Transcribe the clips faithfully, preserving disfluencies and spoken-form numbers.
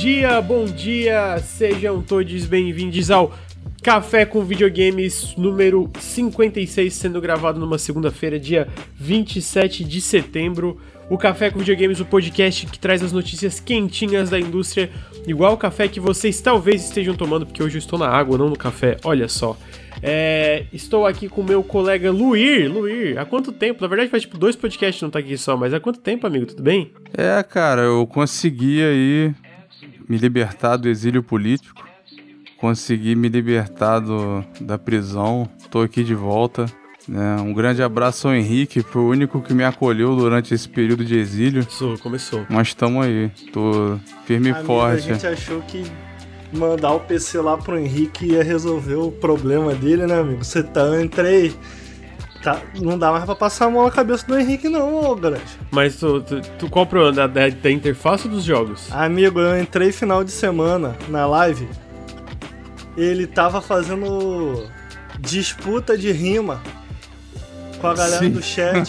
dia, bom dia, sejam todos bem-vindos ao Café com Videogames número cinquenta e seis, sendo gravado numa segunda-feira, dia vinte e sete de setembro. O Café com Videogames, o podcast que traz as notícias quentinhas da indústria, igual o café que vocês talvez estejam tomando, porque hoje eu estou na água, não no café, olha só. É, estou aqui com o meu colega Luir. Luir, há quanto tempo? Na verdade faz tipo dois podcasts não tá aqui só, mas há quanto tempo, amigo? Tudo bem? É, cara, eu consegui aí me libertar do exílio político, consegui me libertar do, da prisão, tô aqui de volta. Né? Um grande abraço ao Henrique, foi o único que me acolheu durante esse período de exílio. Começou, começou. Mas estamos aí, tô firme e forte. A gente achou que mandar o P C lá pro Henrique ia resolver o problema dele, né, amigo? Você tá, eu entrei... Tá, não dá mais pra passar a mão na cabeça do Henrique, não, ô grande. Mas tu, tu, tu qual o problema? Da, da, da interface ou dos jogos? Amigo, eu entrei final de semana na live, ele tava fazendo disputa de rima com a galera Sim. do chat.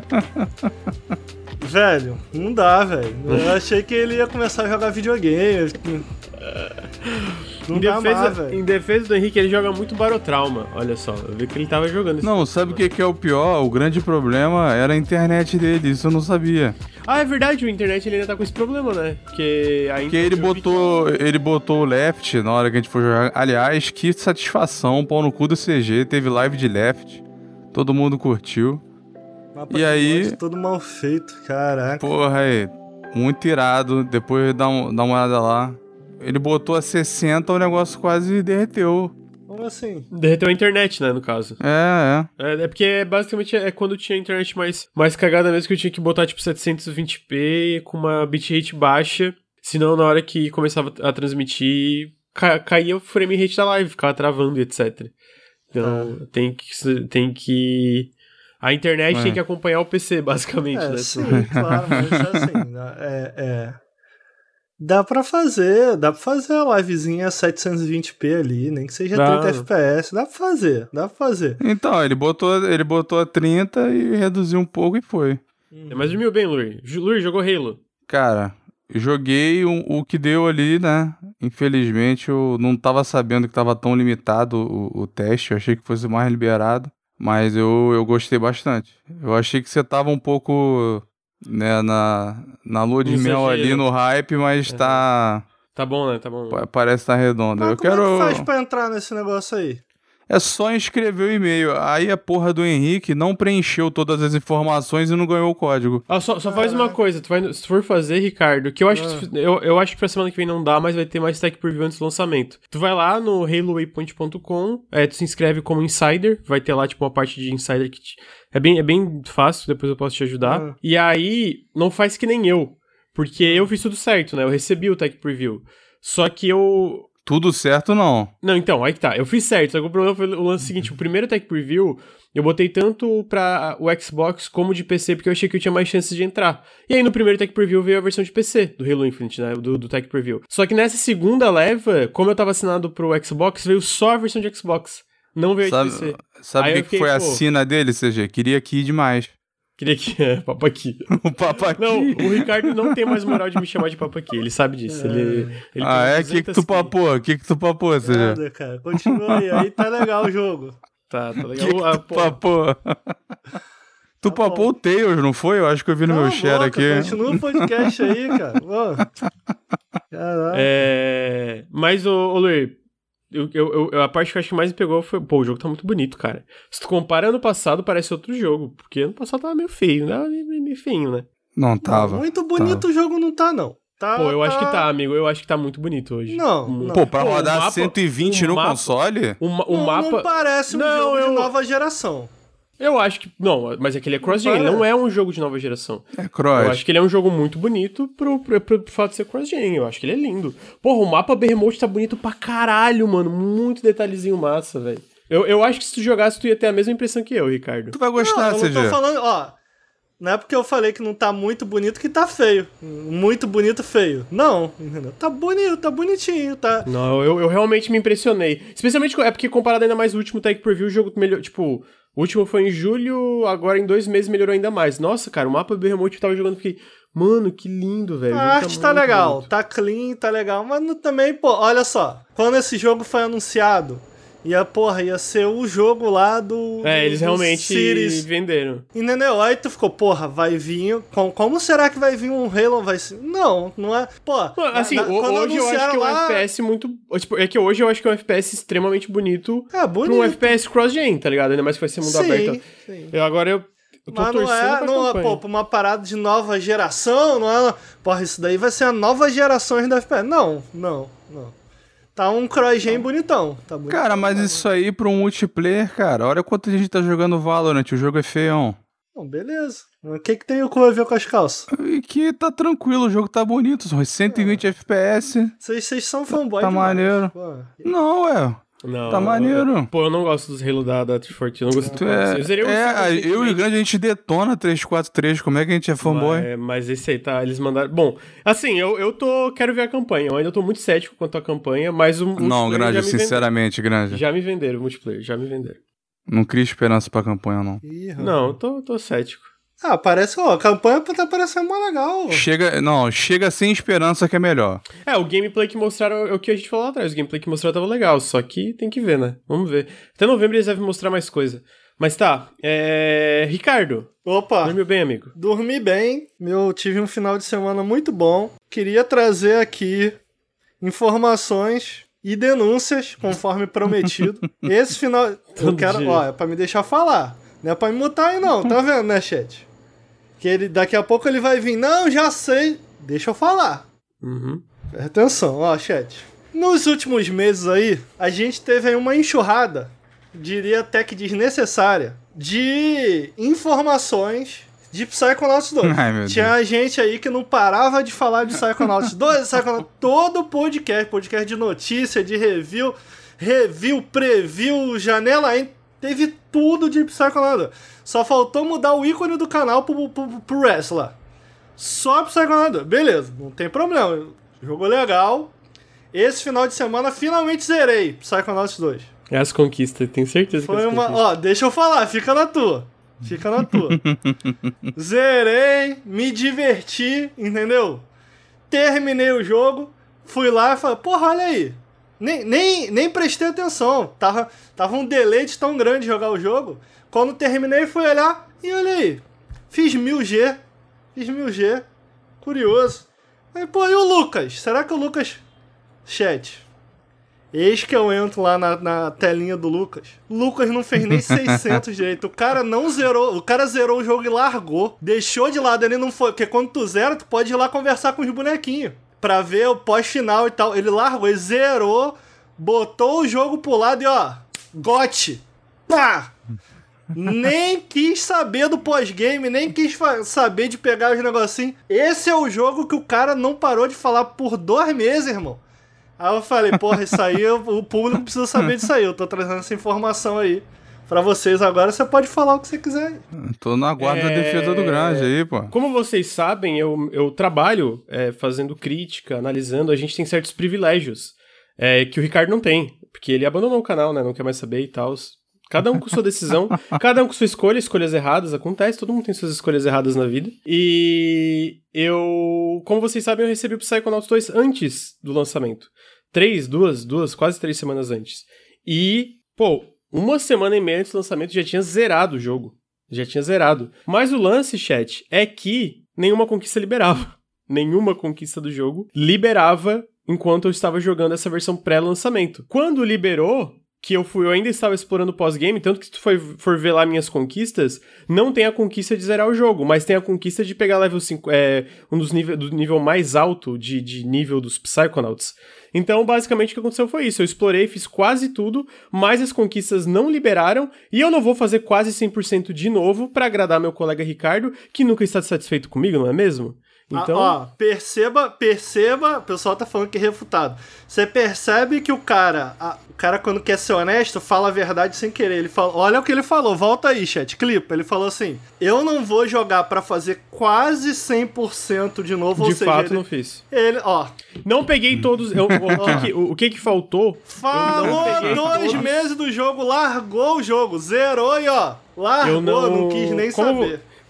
Velho, não dá, velho. Eu achei que ele ia começar a jogar videogame. Não em, dá defesa, mais, velho. Em defesa do Henrique, ele joga muito Barotrauma. Olha só, eu vi que ele tava jogando isso. Não, sabe o que, que é o pior? O grande problema era a internet dele, isso eu não sabia. Ah, é verdade, o internet ele ainda tá com esse problema, né? Porque ainda. Porque ele botou, que... ele botou o Left na hora que a gente for jogar. Aliás, que satisfação, pau no cu do C G, teve live de Left, todo mundo curtiu. Mapa e aí. Tudo mal feito, caraca. Porra, aí, muito irado. Depois dá, um, dá uma olhada lá. Ele botou a sessenta, o negócio quase derreteu. Como assim? Derreteu a internet, né, no caso. É, é. É, é porque basicamente é quando tinha internet mais, mais cagada mesmo, que eu tinha que botar tipo setecentos e vinte p com uma bitrate baixa. Senão na hora que começava a transmitir, ca- caía o frame rate da live, ficava travando e etcétera. Então ah. tem que... Tem que... A internet é. tem que acompanhar o P C, basicamente, é, né? Sim, claro, mas assim, é... é... Dá pra fazer, dá pra fazer a livezinha setecentos e vinte p ali, nem que seja dá. trinta F P S, dá pra fazer, dá pra fazer. Então, ele botou, ele botou a trinta e reduziu um pouco e foi. Hum. Mas dormiu bem, Luir. Luir, jogou Halo? Cara, joguei o, o que deu ali, né? Infelizmente, eu não tava sabendo que tava tão limitado o, o teste, eu achei que fosse mais liberado, mas eu, eu gostei bastante. Eu achei que você tava um pouco... Né, na, na lua de mel ali no hype, mas é. tá... Tá bom, né? Tá bom. Parece que tá redondo. Mas eu como quero... é que faz pra entrar nesse negócio aí? É só inscrever o e-mail. Aí a porra do Henrique não preencheu todas as informações e não ganhou o código. Ah, só, só faz uma coisa. Tu vai, se tu for fazer, Ricardo, que eu acho, ah. que, eu, eu acho que pra semana que vem não dá, mas vai ter mais tech preview antes do lançamento. Tu vai lá no halo waypoint ponto com, é, tu se inscreve como insider, vai ter lá tipo uma parte de insider que te... é, bem, é bem fácil, depois eu posso te ajudar. Ah. E aí, não faz que nem eu, porque eu fiz tudo certo, né? Eu recebi o tech preview. Só que eu... Tudo certo, não. Não, então, aí que tá. Eu fiz certo, só que o problema foi o lance seguinte. O primeiro Tech Preview, eu botei tanto pra o Xbox como de P C, porque eu achei que eu tinha mais chances de entrar. E aí no primeiro Tech Preview veio a versão de P C, do Halo Infinite, né, do, do Tech Preview. Só que nessa segunda leva, como eu tava assinado pro Xbox, veio só a versão de Xbox. Não veio a de P C. Sabe o que, que foi pô, a sina dele, C G? Queria aqui demais. Queria que... É, Papaqui. O Papaqui. Não, o Ricardo não tem mais moral de me chamar de Papaqui, ele sabe disso. É. Ele, ele ah, é? O que que tu papou? O que que tu papou, C G? Nada, cara. Continua aí. Aí tá legal o jogo. Tá, tá legal. Que que ah, tu papou? Tu tá papou bom. O Tails, não foi? Eu acho que eu vi no Cala meu share boca, aqui. Continua o podcast aí, cara. Caralho. É... Mas, ô, ô Luir... Eu, eu, eu, a parte que eu acho que mais me pegou foi... Pô, o jogo tá muito bonito, cara. Se tu compara ano passado, parece outro jogo. Porque ano passado tava meio feio, né? Meio, meio feinho, né? Não tava. Não, muito bonito tava. O jogo não tá, não. Tá, Pô, eu tá... acho que tá, amigo. Eu acho que tá muito bonito hoje. Não, não. Pô, pra Pô, rodar mapa, cento e vinte no mapa, console? O, o não, mapa... não parece um não, jogo eu... de nova geração. Eu acho que... Não, mas é que ele é cross-gen, ele não é um jogo de nova geração. É cross. Eu acho que ele é um jogo muito bonito pro, pro, pro, pro fato de ser cross-gen. Eu acho que ele é lindo. Porra, o mapa Behemoth tá bonito pra caralho, mano. Muito detalhezinho massa, velho. Eu, eu acho que se tu jogasse, tu ia ter a mesma impressão que eu, Ricardo. Tu vai gostar, não, C G. Eu não tô falando, ó... Não é porque eu falei que não tá muito bonito que tá feio. Muito bonito, feio. Não, entendeu? Tá bonito, tá bonitinho, tá... Não, eu, eu realmente me impressionei. Especialmente, é porque comparado ainda mais o último Tech Preview, o jogo melhor, tipo... O último foi em julho, agora em dois meses melhorou ainda mais. Nossa, cara, o mapa do Behemoth que eu tava jogando, fiquei... Mano, que lindo, velho. A arte tá, tá legal, bonito. Tá clean, tá legal. Mas também, pô, olha só. Quando esse jogo foi anunciado, ia, porra, ia ser o jogo lá do... É, do, eles do realmente Cities. venderam. Entendeu? Aí tu ficou, porra, vai vir... Como, como será que vai vir um Halo? Vai ser... Não, não é... Pô, assim, na, hoje eu acho que lá... é um F P S muito... Tipo, é que hoje eu acho que é um F P S extremamente bonito. É, bonito. Pra um F P S cross-gen, tá ligado? Ainda mais que vai ser mundo sim, aberto. Sim. Eu, agora eu... Eu tô Mas não é, não é, pô, pra uma parada de nova geração, não é... Porra, isso daí vai ser a nova geração da F P S. Não, não, não. Tá um cross-gen bonitão. Tá bonitão. Cara, mas tá isso aí pra um multiplayer, cara, olha quanto a gente tá jogando Valorant, o jogo é feião. Bom, beleza. O que que tem o cu a ver com as calças? E que tá tranquilo, o jogo tá bonito, são cento e vinte é. F P S. Vocês são fanboy Tá demais, maneiro. Pô. Não, é... Não, tá maneiro. Eu, pô, eu não gosto dos Halo da, da três quatro três, eu não gosto do é, eu, é, eu e o Grande, a gente detona três quatro três, como é que a gente é fanboy? Mas, mas esse aí tá, eles mandaram... Bom, assim, eu, eu tô, quero ver a campanha, eu ainda tô muito cético quanto à campanha, mas o Não, Grande, sinceramente, venderam. Grande. Já me venderam o multiplayer, já me venderam. Não cria esperança pra campanha, não. Ih, não, eu tô, tô cético. Ah, parece, ó, a campanha tá parecendo mais legal. Chega, não, chega sem esperança que é melhor. É, o gameplay que mostraram é o que a gente falou lá atrás, o gameplay que mostraram tava legal, só que tem que ver, né? Vamos ver. Até novembro eles devem mostrar mais coisa. Mas tá, é... Ricardo. Opa. Dormiu bem, amigo? Dormi bem, eu tive um final de semana muito bom. Queria trazer aqui informações e denúncias, conforme prometido. Esse final... eu quero, dia. Ó, é pra me deixar falar. Não é pra me mutar aí não, tá vendo, né, chat? Que ele, daqui a pouco ele vai vir, não, já sei, deixa eu falar. Uhum. Presta atenção, ó, chat. Nos últimos meses aí, a gente teve aí uma enxurrada, diria até que desnecessária, de informações de Psychonauts dois. Ai, Tinha gente aí que não parava de falar de Psychonauts dois, Psychonauts, todo podcast, podcast de notícia, de review, review, preview, janela, teve tudo de Psychonauts. Só faltou mudar o ícone do canal pro, pro, pro Wrestler. Só Psychonauts. Beleza, não tem problema. Jogo legal. Esse final de semana finalmente zerei Psychonauts dois. É as conquistas, tenho certeza Foi que é as uma... conquistas. Ó, deixa eu falar, fica na tua. Fica na tua. Zerei, me diverti, entendeu? Terminei o jogo, fui lá e falei, porra, olha aí. Nem, nem, nem prestei atenção. Tava, tava um deleite tão grande de jogar o jogo. Quando terminei, fui olhar e olha aí. Fiz mil G. Fiz mil G. Curioso. Aí, pô, e o Lucas? Será que o Lucas... Chat. Eis que eu entro lá na, na telinha do Lucas. O Lucas não fez nem seiscentos direito. O cara não zerou. O cara zerou o jogo e largou. Deixou de lado. Ele não foi... Porque quando tu zera, tu pode ir lá conversar com os bonequinhos. Pra ver o pós-final e tal. Ele largou, ele zerou, botou o jogo pro lado e ó, gote! Pá! Nem quis saber do pós-game, nem quis saber de pegar os negocinhos. Esse é o jogo que o cara não parou de falar por dois meses, irmão. Aí eu falei, porra, isso aí, o público precisa saber disso aí. Eu tô trazendo essa informação aí pra vocês agora. Você pode falar o que você quiser. Tô na guarda é... da defesa do Grande aí, pô. Como vocês sabem, eu, eu trabalho é, fazendo crítica, analisando. A gente tem certos privilégios é, que o Ricardo não tem. Porque ele abandonou o canal, né? Não quer mais saber e tal. Cada um com sua decisão, cada um com sua escolha, escolhas erradas, acontece, todo mundo tem suas escolhas erradas na vida. E eu, como vocês sabem, eu recebi o Psychonauts dois antes do lançamento. Três, duas, duas, quase três semanas antes. E, pô, uma semana e meia antes do lançamento já tinha zerado o jogo. Já tinha zerado. Mas o lance, chat, é que nenhuma conquista liberava. Nenhuma conquista do jogo liberava enquanto eu estava jogando essa versão pré-lançamento. Quando liberou... que eu fui, eu ainda estava explorando o pós-game, tanto que se tu for, for ver lá minhas conquistas, não tem a conquista de zerar o jogo, mas tem a conquista de pegar level cinco, é, um dos níveis, do nível mais alto de, de nível dos Psychonauts. Então, basicamente, o que aconteceu foi isso, eu explorei, fiz quase tudo, mas as conquistas não liberaram, e eu não vou fazer quase cem por cento de novo pra agradar meu colega Ricardo, que nunca está satisfeito comigo, não é mesmo? Então... Ah, ó, perceba, perceba, o pessoal tá falando que é refutado. Você percebe que o cara, a, o cara quando quer ser honesto, fala a verdade sem querer. Ele fala, olha o que ele falou, volta aí, chat, clipa. Ele falou assim, eu não vou jogar pra fazer quase cem por cento de novo. De ou seja, fato, ele, não fiz. Ele, ó. Não peguei todos, eu, o, que que, o, o que que faltou? Falou dois todos. meses do jogo, largou o jogo, zerou e ó, largou, eu não, não quis nem como, saber.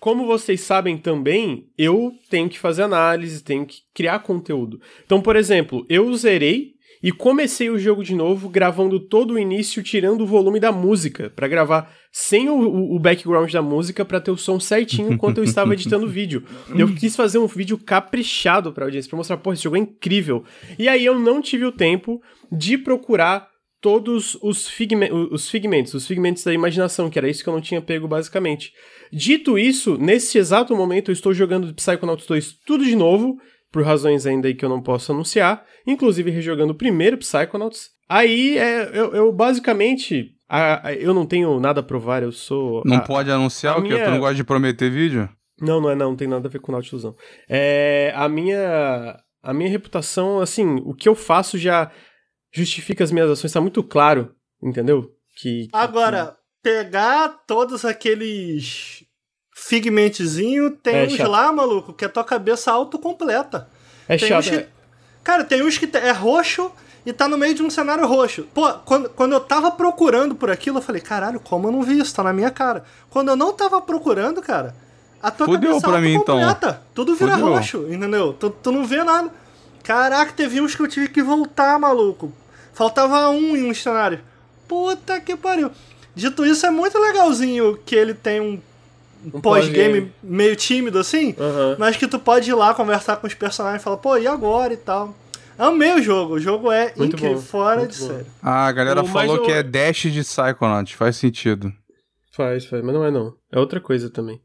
como vocês sabem também, eu tenho que fazer análise, tenho que criar conteúdo. Então, por exemplo, eu zerei e comecei o jogo de novo gravando todo o início, tirando o volume da música, pra gravar sem o, o background da música, pra ter o som certinho enquanto eu estava editando o vídeo. Eu quis fazer um vídeo caprichado pra audiência, pra mostrar, pô, esse jogo é incrível. E aí eu não tive o tempo de procurar todos os, figme- os figmentos, os figmentos da imaginação, que era isso que eu não tinha pego basicamente. Dito isso, nesse exato momento eu estou jogando Psychonauts dois tudo de novo, por razões ainda aí que eu não posso anunciar, inclusive rejogando o primeiro Psychonauts. Aí, é, eu, eu basicamente, a, a, eu não tenho nada a provar, eu sou... Não a, pode anunciar o minha... que? Tu não gosta de prometer vídeo? Não, não é não, não tem nada a ver com Nautilus não. É, a minha, a minha reputação, assim, o que eu faço já justifica as minhas ações, tá muito claro, entendeu? Que, que Agora, que... pegar todos aqueles figmentezinhos, tem é uns chato. lá, maluco, que a tua cabeça autocompleta. É tem chato, uns que... é... Cara, tem uns que é roxo e tá no meio de um cenário roxo. Pô, quando, quando eu tava procurando por aquilo, eu falei, caralho, como eu não vi isso? Tá na minha cara. Quando eu não tava procurando, cara, a tua Fudeu cabeça pra mim, então. autocompleta. Tudo vira Fudeu. roxo, entendeu? Tu, tu não vê nada. Caraca, teve uns que eu tive que voltar, maluco. Faltava um em um cenário. Puta que pariu. Dito isso, é muito legalzinho que ele tem um, Um pós-game pós-game. meio tímido assim, Uhum. mas que tu pode ir lá conversar com os personagens e falar, pô, e agora e tal. Amei o jogo, o jogo é Muito incrível, bom, fora muito de bom. série. Ah, a galera O mais falou o- que é Dash de Psychonauts, faz sentido. Faz, faz, mas não é não. É outra coisa também.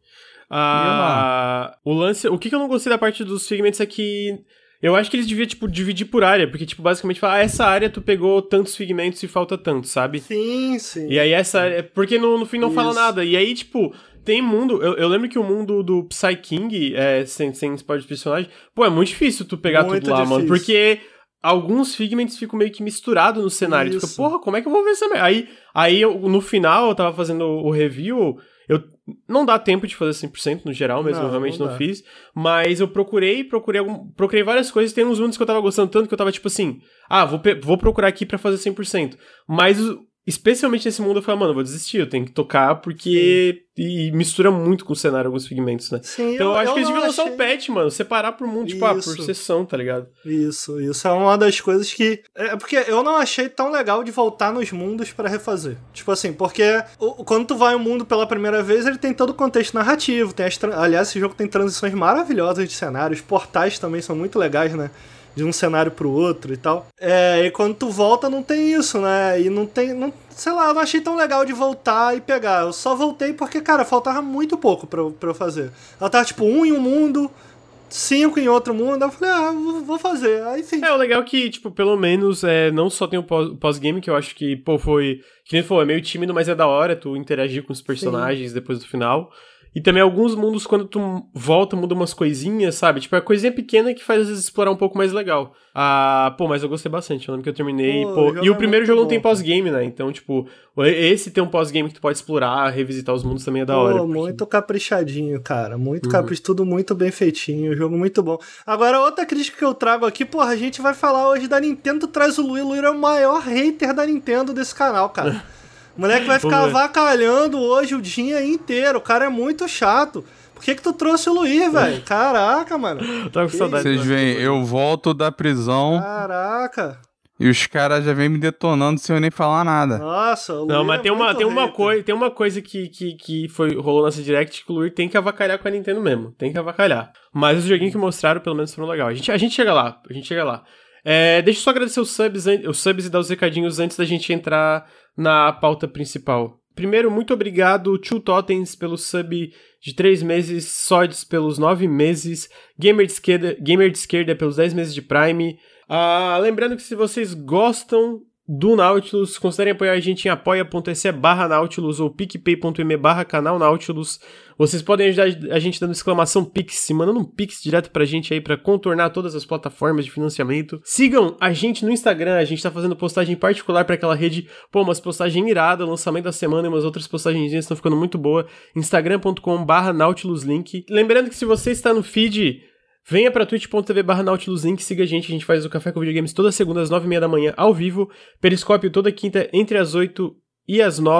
Ah, o lance... O que que eu não gostei da parte dos figmentos é que... Eu acho que eles deviam, tipo, dividir por área, porque, tipo, basicamente falar, ah, essa área tu pegou tantos figmentos e falta tanto, sabe? Sim, sim. E aí essa área... Porque no, no fim não fala Isso. nada. E aí, tipo, tem mundo... Eu, eu lembro que o mundo do Psy King, é, sem, sem spoiler de personagem, pô, é muito difícil tu pegar Muito tudo lá, mano. difícil. Porque alguns figmentos ficam meio que misturados no cenário. Tu Isso. fica, porra, como é que eu vou ver essa merda? Aí, aí eu, no final, eu tava fazendo o review... Eu, não dá tempo de fazer cem por cento no geral, mesmo Não, eu realmente não não, dá. fiz. Mas eu procurei, procurei, algum, procurei várias coisas. Tem uns mundos que eu tava gostando tanto que eu tava tipo assim, ah, vou, pe- vou procurar aqui pra fazer cem por cento. Mas, especialmente nesse mundo, eu falei, mano, eu vou desistir, eu tenho que tocar porque... E mistura muito com o cenário alguns figmentos, né? Sim, Então eu, acho que eles não deviam lançar achei- um patch, mano, separar por mundo, tipo, ah, por Isso. sessão, tá ligado? Isso, isso é uma das coisas que... É porque eu não achei tão legal de voltar nos mundos pra refazer. Tipo assim, porque o- quando tu vai ao mundo pela primeira vez, ele tem todo o contexto narrativo. Tem as tran- Aliás, esse jogo tem transições maravilhosas de cenários. Portais também são muito legais, né? De um cenário pro outro e tal. É, e quando tu volta não tem isso, né? E não tem... Não, sei lá, eu não achei tão legal de voltar e pegar. Eu só voltei porque, cara, faltava muito pouco pra, eu- pra eu fazer. Ela tava tipo um em um mundo... Cinco em outro mundo, eu falei, ah, vou- vou fazer. Aí fiz. É, o legal é que, tipo, pelo menos, é, não só tem o pós- o pós-game, que eu acho que, pô, foi... Que nem falou, é meio tímido, mas é da hora tu interagir com os personagens depois do final. E também alguns mundos, quando tu volta, muda umas coisinhas, sabe? Tipo, é coisinha pequena que faz, às vezes, explorar um pouco mais legal. Ah, pô, mas eu gostei bastante. Eu lembro que eu terminei, Pô, pô... o jogo E o é primeiro muito jogo não bom, tem cara. pós-game, né? Então, tipo, esse tem um pós-game que tu pode explorar, revisitar os mundos também é da Pô, hora. porque- muito caprichadinho, cara. Muito Uhum. capricho, tudo muito bem feitinho. Jogo muito bom. Agora, outra crítica que eu trago aqui, porra, a gente vai falar hoje da Nintendo, traz o Luiz. O Luiz é o maior hater da Nintendo desse canal, cara. O moleque vai ficar Vamos ver. avacalhando hoje o dia inteiro. O cara é muito chato. Por que que tu trouxe o Luiz, velho? Caraca, mano. Eu tava com Que saudade. Vocês veem, eu volto da prisão Caraca. e os caras já vêm me detonando sem eu nem falar nada. Nossa, o Não, Luiz mas é tem uma, muito tem uma, hater. coi tem uma coisa que, que, que foi, rolou nessa Direct que o Luir tem que avacalhar com a Nintendo mesmo. Tem que avacalhar. Mas os joguinhos que mostraram, pelo menos, foram legais. A gente, a gente chega lá. A gente chega lá. É, deixa eu só agradecer os subs, an- os subs e dar os recadinhos antes da gente entrar na pauta principal. Primeiro, muito obrigado, Two Totens, pelo sub de três meses, Sods pelos nove meses, Gamer de Esquerda, Gamer de Esquerda pelos dez meses de Prime. Ah, lembrando que se vocês gostam do Nautilus, considerem apoiar a gente em apoia.se barra Nautilus ou picpay.me barra canal Nautilus. Vocês podem ajudar a gente dando exclamação Pix, mandando um Pix direto pra gente aí pra contornar todas as plataformas de financiamento. Sigam a gente no Instagram, a gente tá fazendo postagem particular pra aquela rede, pô, umas postagens iradas, lançamento da semana e umas outras postagens estão ficando muito boa. instagram.com barra nautiluslink. Lembrando que se você está no feed... Venha pra twitch.tv barra nautiluslink, siga a gente, a gente faz o Café com Videogames toda segunda às nove e meia da manhã, ao vivo, Periscópio toda quinta entre as oito e as nove,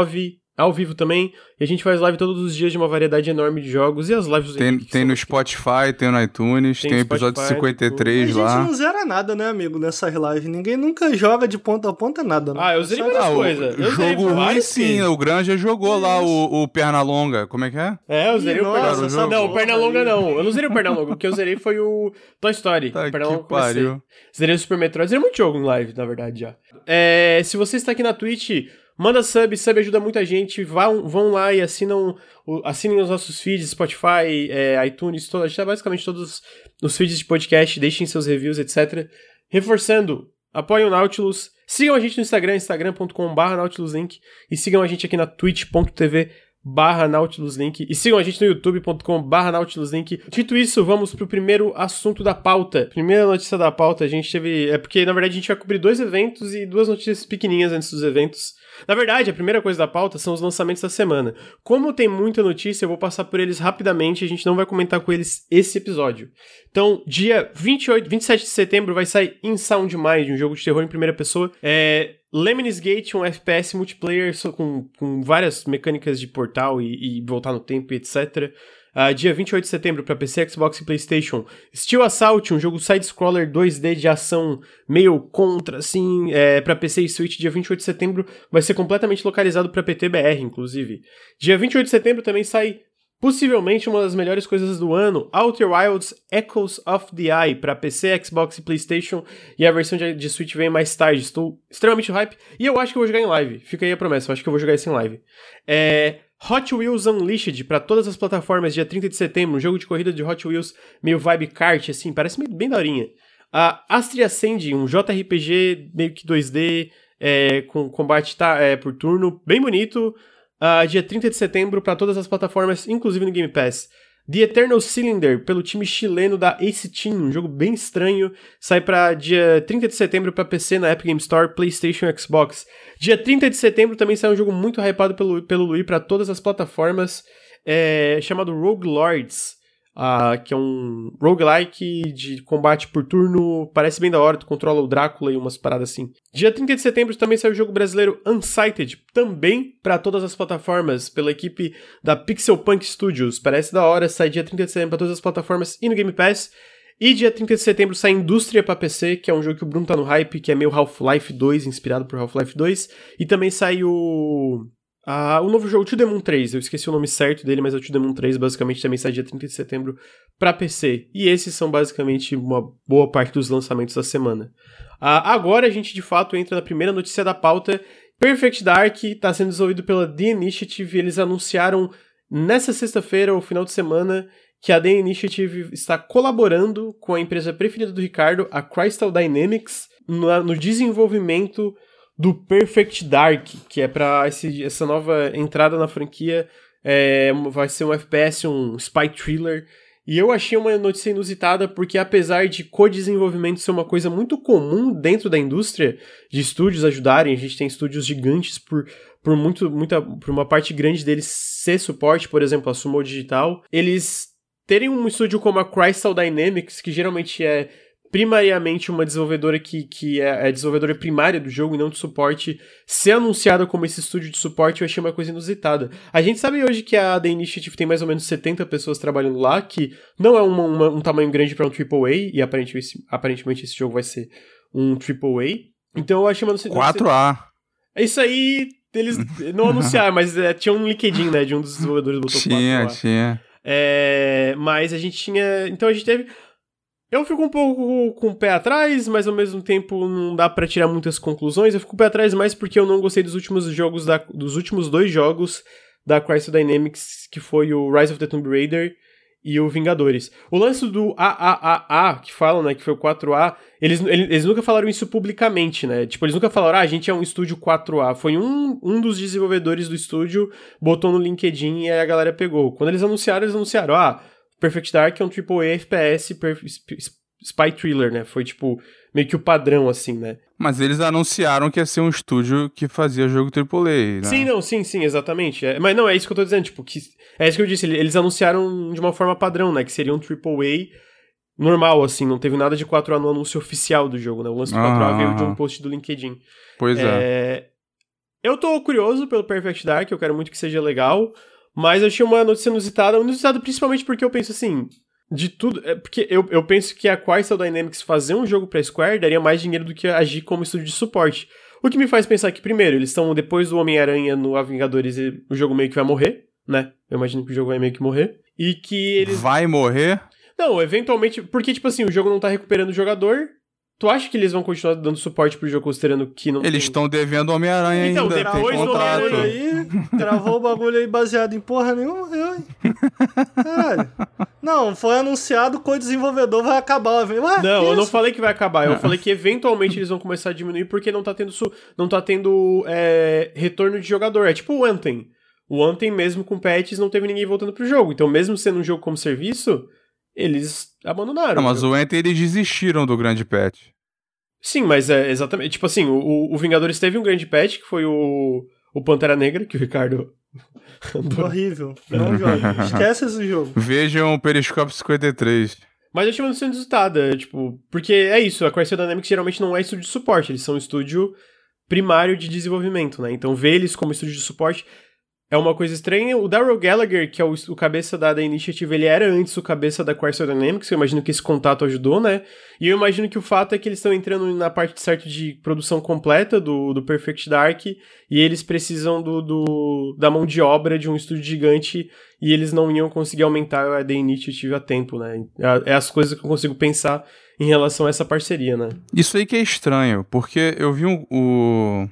ao vivo também, e a gente faz live todos os dias de uma variedade enorme de jogos, e as lives... Tem, tem no Spotify, tem no iTunes, tem, tem o episódio Spotify, cinquenta e três lá. A gente não zera nada, né, amigo, nessas lives. Ninguém nunca joga de ponta a ponta nada, né? Ah, eu zerei várias coisas. O jogo ruim, sim, o Granja jogou lá o, o Pernalonga, como é que é? É, eu zerei Nossa, o Pernalonga. Não, o Pernalonga não, eu não zerei o Pernalonga, o que eu zerei foi o Toy Story. Tá o Pernalonga que pariu. Zerei o Super Metroid, zerei muito jogo em live, na verdade, já. É, se você está aqui na Twitch... Manda sub, sub ajuda muita gente, vão, vão lá e assinam, assinem os nossos feeds, Spotify, é, iTunes, todo, a gente tá basicamente todos os feeds de podcast, deixem seus reviews, etcétera. Reforçando, apoiem o Nautilus, sigam a gente no Instagram, instagram ponto com barra nautiluslink, e sigam a gente aqui na twitch ponto tv barra nautiluslink, e sigam a gente no youtube ponto com barra nautiluslink. Dito isso, vamos pro primeiro assunto da pauta. Primeira notícia da pauta, a gente teve... É porque, na verdade, a gente vai cobrir dois eventos e duas notícias pequenininhas antes dos eventos. Na verdade, a primeira coisa da pauta são os lançamentos da semana. Como tem muita notícia, eu vou passar por eles rapidamente, a gente não vai comentar com eles esse episódio. Então, dia vinte e oito, vinte e sete de setembro vai sair Insound Mind, um jogo de terror em primeira pessoa. É... Lemnis Gate, um F P S multiplayer com, com várias mecânicas de portal e, e voltar no tempo e etcétera. Uh, dia vinte e oito de setembro para P C, Xbox e PlayStation. Steel Assault, um jogo side-scroller dois D de ação meio contra, assim, é, para P C e Switch. Dia vinte e oito de setembro vai ser completamente localizado para P T B R, inclusive. Dia vinte e oito de setembro também sai... Possivelmente uma das melhores coisas do ano, Outer Wilds Echoes of the Eye, para P C, Xbox e PlayStation, e a versão de, de Switch vem mais tarde. Estou extremamente hype, e eu acho que eu vou jogar em live. Fica aí a promessa, eu acho que eu vou jogar isso em live. É, Hot Wheels Unleashed, para todas as plataformas, dia trinta de setembro, um jogo de corrida de Hot Wheels, meio vibe kart, assim, parece bem daorinha. A Astria Ascend, um J R P G meio que dois D, é, com combate tá, é, por turno, bem bonito. Uh, dia trinta de setembro para todas as plataformas, inclusive no Game Pass. The Eternal Cylinder, pelo time chileno da Ace Team, um jogo bem estranho, sai para dia trinta de setembro para P C na Epic Game Store, PlayStation e Xbox. Dia trinta de setembro também sai um jogo muito hypado pelo, pelo Luí para todas as plataformas, é, chamado Rogue Lords, uh, que é um roguelike de combate por turno, parece bem da hora, tu controla o Drácula e umas paradas assim. Dia trinta de setembro também sai o jogo brasileiro Unsighted, também para todas as plataformas, pela equipe da Pixel Punk Studios. Parece da hora, sai dia trinta de setembro para todas as plataformas e no Game Pass. E dia trinta de setembro sai Indústria para P C, que é um jogo que o Bruno tá no hype, que é meio Half-Life dois, inspirado por Half-Life dois. E também sai o... Ah, o novo jogo, To The Moon três, eu esqueci o nome certo dele, mas é o To The Moon três, basicamente também sai dia trinta de setembro para P C. E esses são basicamente uma boa parte dos lançamentos da semana. Ah, agora a gente de fato entra na primeira notícia da pauta. Perfect Dark está sendo desenvolvido pela The Initiative, eles anunciaram nessa sexta-feira, ou final de semana, que a The Initiative está colaborando com a empresa preferida do Ricardo, a Crystal Dynamics, no, no desenvolvimento do Perfect Dark, que é para essa nova entrada na franquia, é, vai ser um F P S, um spy thriller, e eu achei uma notícia inusitada, porque apesar de co-desenvolvimento ser uma coisa muito comum dentro da indústria, de estúdios ajudarem, a gente tem estúdios gigantes por, por, muito, muita, por uma parte grande deles ser suporte, por exemplo, a Sumo Digital, eles terem um estúdio como a Crystal Dynamics, que geralmente é primariamente uma desenvolvedora que, que é a desenvolvedora primária do jogo e não de suporte, ser anunciada como esse estúdio de suporte, eu achei uma coisa inusitada. A gente sabe hoje que a The Initiative tem mais ou menos setenta pessoas trabalhando lá, que não é uma, uma, um tamanho grande para um triplo A, e aparentemente, aparentemente esse jogo vai ser um triplo A. Então eu achei uma... quatro A. É isso aí, eles não anunciaram, mas é, tinha um LinkedIn, né, de um dos desenvolvedores do botou Tinha, quatro lá. tinha. É, mas a gente tinha... Então a gente teve... Eu fico um pouco com o pé atrás, mas ao mesmo tempo não dá pra tirar muitas conclusões. Eu fico com o pé atrás mais porque eu não gostei dos últimos jogos, da, dos últimos dois jogos da Crystal Dynamics, que foi o Rise of the Tomb Raider e o Vingadores. O lance do A A A A, que falam, né, que foi o quatro A, eles, eles nunca falaram isso publicamente, né? Tipo, eles nunca falaram, ah, a gente é um estúdio quatro A. Foi um, um dos desenvolvedores do estúdio, botou no LinkedIn e aí a galera pegou. Quando eles anunciaram, eles anunciaram, ah... Perfect Dark é um triplo A F P S spy thriller, né? Foi, tipo, meio que o padrão, assim, né? Mas eles anunciaram que ia ser um estúdio que fazia jogo triplo A, né? Sim, não, sim, sim, exatamente. É, mas não, é isso que eu tô dizendo, tipo, que, é isso que eu disse, eles anunciaram de uma forma padrão, né? Que seria um triplo A normal, assim, não teve nada de quatro A no anúncio oficial do jogo, né? O lance do quatro A veio de um post do LinkedIn. Pois é. é. Eu tô curioso pelo Perfect Dark, eu quero muito que seja legal, mas eu achei uma notícia inusitada, inusitada principalmente porque eu penso assim, de tudo, é porque eu, eu penso que a Crystal Dynamics fazer um jogo pra Square daria mais dinheiro do que agir como estúdio de suporte. O que me faz pensar que, primeiro, eles estão depois do Homem-Aranha no A Vingadores e o jogo meio que vai morrer, né? Eu imagino que o jogo vai meio que morrer. E que eles... Vai morrer? Não, eventualmente, porque, tipo assim, o jogo não tá recuperando o jogador. Tu acha que eles vão continuar dando suporte pro jogo considerando que não Eles estão tem... devendo Homem-Aranha então, ainda. Então, depois do Homem-Aranha aí, gravou o bagulho aí baseado em porra nenhuma. Eu, hein? Caralho. Não, foi anunciado que o desenvolvedor vai acabar. Ué, não, eu isso? não falei que vai acabar. Eu falei que eventualmente eles vão começar a diminuir porque não tá tendo, su... não tá tendo é, retorno de jogador. É tipo o Anthem. O Anthem, mesmo com patches, não teve ninguém voltando pro jogo. Então, mesmo sendo um jogo como serviço, eles abandonaram. Não, mas o Anthem eles desistiram do grande patch. Sim, mas é exatamente... Tipo assim, o, o Vingadores teve um grande patch, que foi o, o Pantera Negra, que o Ricardo... Horrível. Não joga. Esquece esse jogo. Vejam o Periscope cinquenta e três. Mas eu achei uma notícia inusitada, tipo... Porque é isso, a Crystal Dynamics geralmente não é estúdio de suporte, eles são um estúdio primário de desenvolvimento, né? Então, ver eles como estúdio de suporte... É uma coisa estranha. O Darryl Gallagher, que é o, o cabeça da, da Initiative, ele era antes o cabeça da Crystal Dynamics, eu imagino que esse contato ajudou, né? E eu imagino que o fato é que eles estão entrando na parte certa de produção completa do, do Perfect Dark, e eles precisam do, do, da mão de obra de um estúdio gigante, e eles não iam conseguir aumentar a The Initiative a tempo, né? É, é as coisas que eu consigo pensar em relação a essa parceria, né? Isso aí que é estranho, porque eu vi um, um,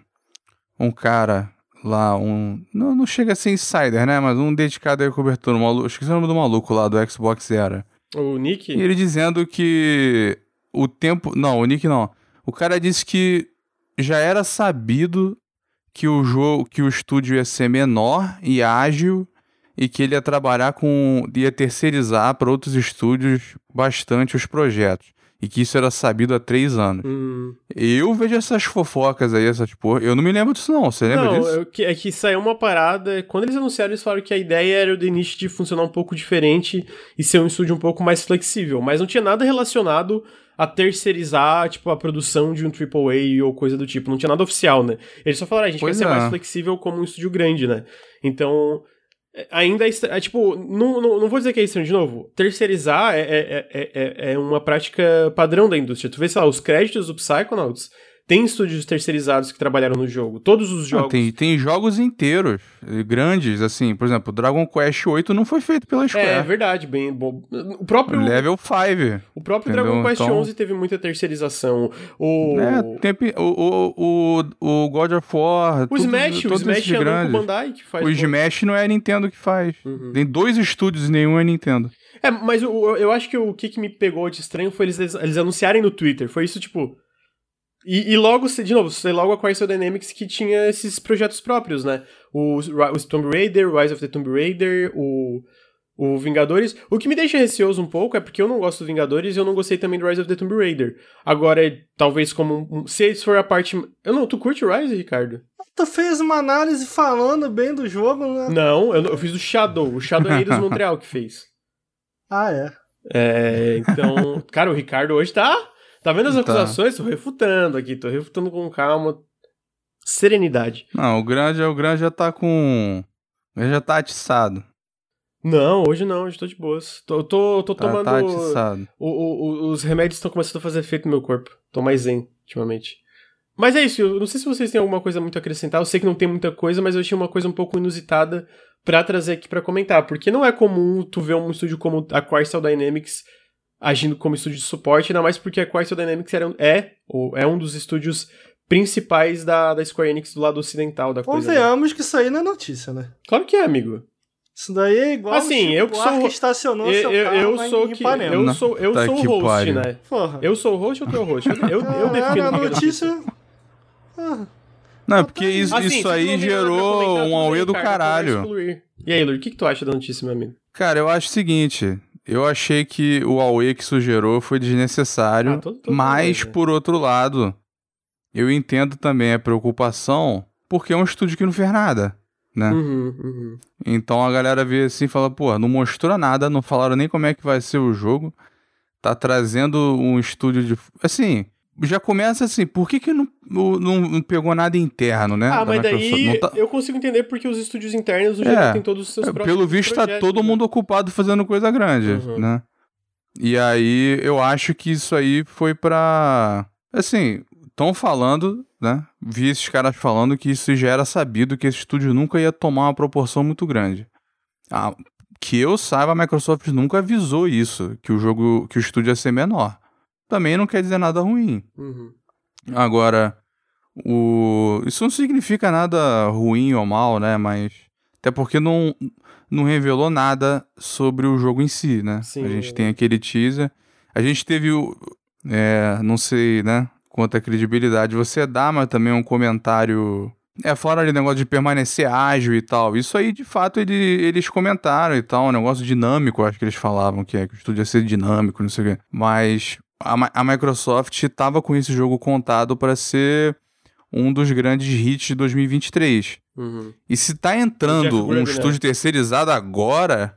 um cara... lá, um... Não, não chega a ser insider, né? Mas um dedicado à cobertura, um maluco... Esqueci o nome do maluco lá, do Xbox Era. O Nick? E ele dizendo que o tempo... Não, o Nick não. O cara disse que já era sabido que o jogo, que o estúdio ia ser menor e ágil e que ele ia trabalhar com... ia terceirizar para outros estúdios bastante os projetos. E que isso era sabido há três anos. Hum. Eu vejo essas fofocas aí, essas porra. Eu não me lembro disso, não. Você lembra não, disso? Não, é que saiu uma parada... Quando eles anunciaram, eles falaram que a ideia era o The Initiative funcionar um pouco diferente e ser um estúdio um pouco mais flexível. Mas não tinha nada relacionado a terceirizar, tipo, a produção de um triplo A ou coisa do tipo. Não tinha nada oficial, né? Eles só falaram, a gente pois quer é. ser mais flexível como um estúdio grande, né? Então... Ainda é, é tipo, não, não, não vou dizer que é estranho de novo. Terceirizar é, é, é, é, é uma prática padrão da indústria. Tu vê, sei lá, os créditos do Psychonauts tem estúdios terceirizados que trabalharam no jogo. Todos os jogos. Não, tem, tem jogos inteiros, grandes, assim, por exemplo, Dragon Quest oito não foi feito pela Square. É verdade, bem bom. O próprio. Level cinco. O próprio entendeu? Dragon Quest então... onze teve muita terceirização. O. É, tem, o, o, o, o God of War. O tudo, Smash, o Smash é a Namco Bandai que faz. O Smash não é a Nintendo que faz. Uhum. Tem dois estúdios e nenhum é Nintendo. É, mas o, eu acho que o que, que me pegou de estranho foi eles, eles anunciarem no Twitter. Foi isso, tipo. E, e logo, de novo, sei logo a Crystal Dynamics que tinha esses projetos próprios, né? O, o Tomb Raider, Rise of the Tomb Raider, o, o Vingadores. O que me deixa receoso um pouco é porque eu não gosto do Vingadores e eu não gostei também do Rise of the Tomb Raider. Agora, talvez como... Um, se isso for a parte... Eu não, tu curte o Rise, Ricardo? Tu fez uma análise falando bem do jogo, né? Não, eu, eu fiz o Shadow. O Shadow é Eidos Montreal que fez. Ah, é? É, então... Cara, o Ricardo hoje tá... Tá vendo as acusações? Tá. Tô refutando aqui, tô refutando com calma. Serenidade. Não, o grande, o grande já tá com... Ele já tá atiçado. Não, hoje não, hoje tô de boas. Tô, tô, tô tá, tomando... Tá atiçado. O, o, os remédios estão começando a fazer efeito no meu corpo. Tô mais zen, ultimamente. Mas é isso, eu não sei se vocês têm alguma coisa muito a acrescentar. Eu sei que não tem muita coisa, mas eu achei uma coisa um pouco inusitada pra trazer aqui pra comentar. Porque não é comum tu ver um estúdio como a Crystal Dynamics agindo como estúdio de suporte, ainda mais porque a Crystal Dynamics era, é, ou é um dos estúdios principais da, da Square Enix do lado ocidental da coisa. Convenhamos, né? Que isso aí não é notícia, né? Claro que é, amigo. Isso daí é igual assim, eu que sou que estacionou eu, seu eu, carro eu lá sou em que Ipanema. eu sou eu tá sou o host, pare. né? Porra. Eu sou o host ou tu é o host? Eu, eu, eu ah, defino a a notícia. Ah. Não, é porque isso, assim, isso aí gerou um auê do caralho. E aí, Lur, o que, que tu acha da notícia, meu amigo? Cara, eu acho o seguinte, eu achei que o auê que isso gerou foi desnecessário, ah, todo, todo mas, né? por outro lado, eu entendo também a preocupação, porque é um estúdio que não fez nada, né? Uhum, uhum. Então a galera vê assim e fala, pô, não mostrou nada, não falaram nem como é que vai ser o jogo, tá trazendo um estúdio de... Assim, já começa assim, por que que não, não, não pegou nada interno, né? Ah, da mas daí tá... eu consigo entender porque os estúdios internos no geral é, têm todos os seus próprios pelo visto projetos, tá todo né? mundo ocupado fazendo coisa grande, Uhum. né? E aí eu acho que isso aí foi pra... Assim, estão falando, né? Vi esses caras falando que isso já era sabido, que esse estúdio nunca ia tomar uma proporção muito grande. Ah, que eu saiba, a Microsoft nunca avisou isso, que o jogo, que o estúdio ia ser menor. Também não quer dizer nada ruim. Uhum. Agora, o... isso não significa nada ruim ou mal, né? Mas até porque não, não revelou nada sobre o jogo em si, né? Sim, a gente é. tem aquele teaser. A gente teve o... É, não sei, né? Quanta credibilidade você dá, mas também um comentário... É, fora ali o negócio de permanecer ágil e tal. Isso aí, de fato, ele, eles comentaram e tal. Um negócio dinâmico, acho que eles falavam, que, é, que o estúdio ia ser dinâmico, não sei o quê. Mas a, a Microsoft estava com esse jogo contado para ser um dos grandes hits de dois mil e vinte e três. Uhum. E se tá entrando um estúdio né? terceirizado agora,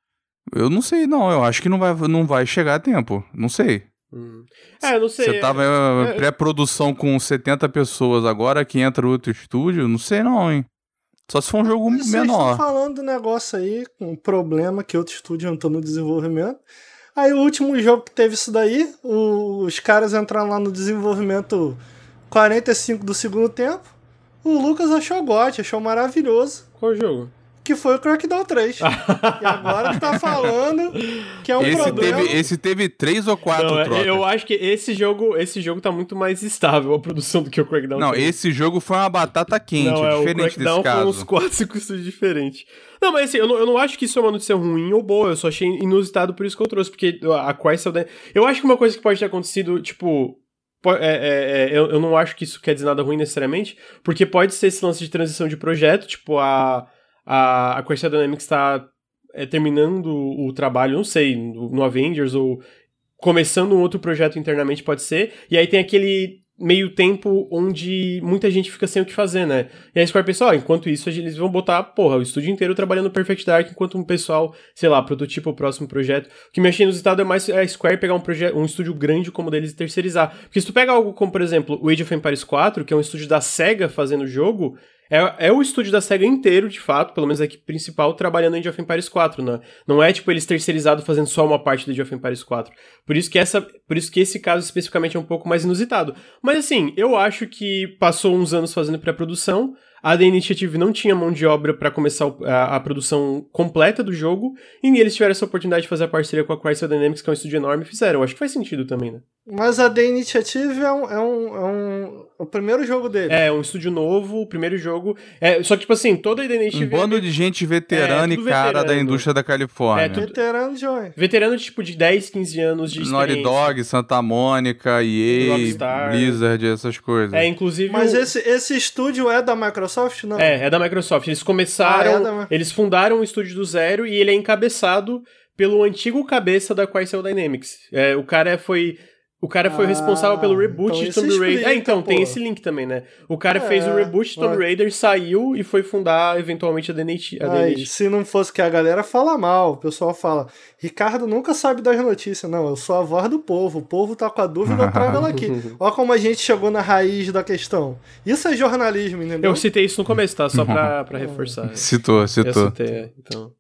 eu não sei não. Eu acho que não vai, não vai chegar a tempo. Não sei. Hum. É, não sei. Você tava em é, pré-produção com setenta pessoas, agora que entra outro estúdio, não sei não, hein? Só se for um jogo Mas menor. Vocês estão falando do negócio aí, um problema que outro estúdio entrou no desenvolvimento. Aí o último jogo que teve isso daí, o, os caras entraram lá no desenvolvimento quarenta e cinco do segundo tempo. O Lucas achou gote, achou maravilhoso. Qual jogo? Que foi o Crackdown três. E agora que tá falando que é um esse problema... Teve, esse teve três ou quatro não, trocas. Eu acho que esse jogo, esse jogo tá muito mais estável, a produção, do que o Crackdown Não, três. esse jogo foi uma batata quente, não, é, diferente o Crackdown desse caso. Foi uns quatro, cinco estúdios diferentes. Não, mas assim, eu não, eu não acho que isso é uma notícia ruim ou boa, eu só achei inusitado, por isso que eu trouxe, porque a Chrysler... Eu acho que uma coisa que pode ter acontecido, tipo... É, é, é, eu, eu não acho que isso quer dizer nada ruim necessariamente, porque pode ser esse lance de transição de projeto, tipo, a... A, a Crystal Dynamics está é, terminando o trabalho, não sei, no, no Avengers ou começando um outro projeto internamente, pode ser. E aí tem aquele meio tempo onde muita gente fica sem o que fazer, né? E aí a Square pensa, ó, enquanto isso eles vão botar, porra, o estúdio inteiro trabalhando no Perfect Dark, enquanto um pessoal, sei lá, prototipa o próximo projeto. O que me achei inusitado é mais a Square pegar um, proje- um estúdio grande como o deles e terceirizar. Porque se tu pega algo como, por exemplo, o Age of Empires quatro, que é um estúdio da SEGA fazendo o jogo... É, é o estúdio da SEGA inteiro, de fato, pelo menos a equipe principal, trabalhando em Age of Empires quatro, né? Não é, tipo, eles terceirizados fazendo só uma parte do Age of Empires quatro. Por isso que, essa, por isso que esse caso especificamente é um pouco mais inusitado. Mas, assim, eu acho que passou uns anos fazendo pré-produção, a The Initiative não tinha mão de obra para começar a, a produção completa do jogo, e eles tiveram essa oportunidade de fazer a parceria com a Crystal Dynamics, que é um estúdio enorme, e fizeram. Eu acho que faz sentido também, né? Mas a The Initiative é um, é um, é um o primeiro jogo dele. É, um estúdio novo, o primeiro jogo. É, só que, tipo assim, toda a The Initiative... Um bando é... de gente veterana é, e cara veterano. Da indústria da Califórnia. É, tudo... Veterano, Joey. Veterano de, tipo, de dez, quinze anos de experiência. Naughty Dog, Santa Mônica, E A, Rockstar, Blizzard, essas coisas. É, inclusive... Mas o... esse, esse estúdio é da Microsoft, não? É, é da Microsoft. Eles começaram... Ah, é da... Eles fundaram o estúdio do zero e ele é encabeçado pelo antigo cabeça da Crystal Dynamics. É, o cara foi... O cara foi ah, responsável pelo reboot então de Tomb Raider. Explica, é, então, pô. Tem esse link também, né? O cara é, fez o reboot de Tomb é. Raider, saiu e foi fundar, eventualmente, a D N H. A Ai, se não fosse que a galera fala mal, o pessoal fala, Ricardo nunca sabe das notícias. Não, eu sou a voz do povo. O povo tá com a dúvida, eu trago ela aqui. Olha como a gente chegou na raiz da questão. Isso é jornalismo, entendeu? Eu citei isso no começo, tá? Só pra, pra reforçar. Citou, citou. Eu citei, então...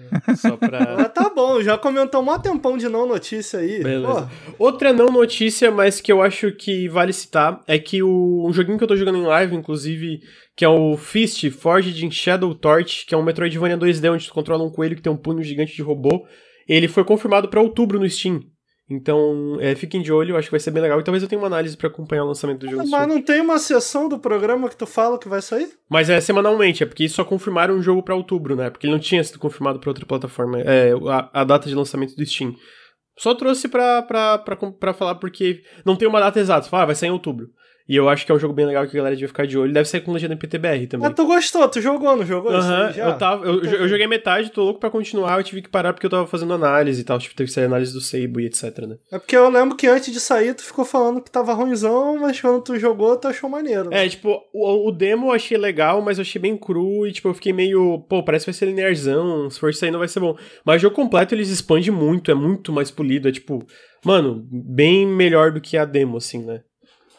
Só pra... Mas tá bom, já comentou um tempão de não notícia aí. Beleza. Pô. Outra não notícia, mas que eu acho que vale citar, é que o um joguinho que eu tô jogando em live, inclusive, que é o Fist, Forged in Shadow Torch, que é um Metroidvania dois D onde tu controla um coelho que tem um punho gigante de robô, ele foi confirmado pra outubro no Steam. Então, é, fiquem de olho, acho que vai ser bem legal. E talvez eu tenha uma análise pra acompanhar o lançamento do jogo. Mas não tem uma sessão do programa que tu fala que vai sair? Mas é semanalmente, é porque só confirmaram um jogo pra outubro, né? Porque ele não tinha sido confirmado pra outra plataforma. É, a, a data de lançamento do Steam. Só trouxe pra, pra, pra, pra falar porque não tem uma data exata. Você fala, ah, vai sair em outubro. E eu acho que é um jogo bem legal que a galera devia ficar de olho. Deve sair com legenda em P T B R também. Ah, tu gostou? Tu jogou, não jogou? Aham, uhum, eu tava... Eu, eu joguei metade, tô louco pra continuar. Eu tive que parar porque eu tava fazendo análise e tal. Tive que sair análise do Seibo e etc, né? É porque eu lembro que antes de sair tu ficou falando que tava ruimzão, mas quando tu jogou, tu achou maneiro. É, tipo, o, o demo eu achei legal, mas eu achei bem cru e, tipo, eu fiquei meio... Pô, parece que vai ser linearzão, se for sair não vai ser bom. Mas o jogo completo eles expandem muito, é muito mais polido, é tipo... Mano, bem melhor do que a demo, assim, né?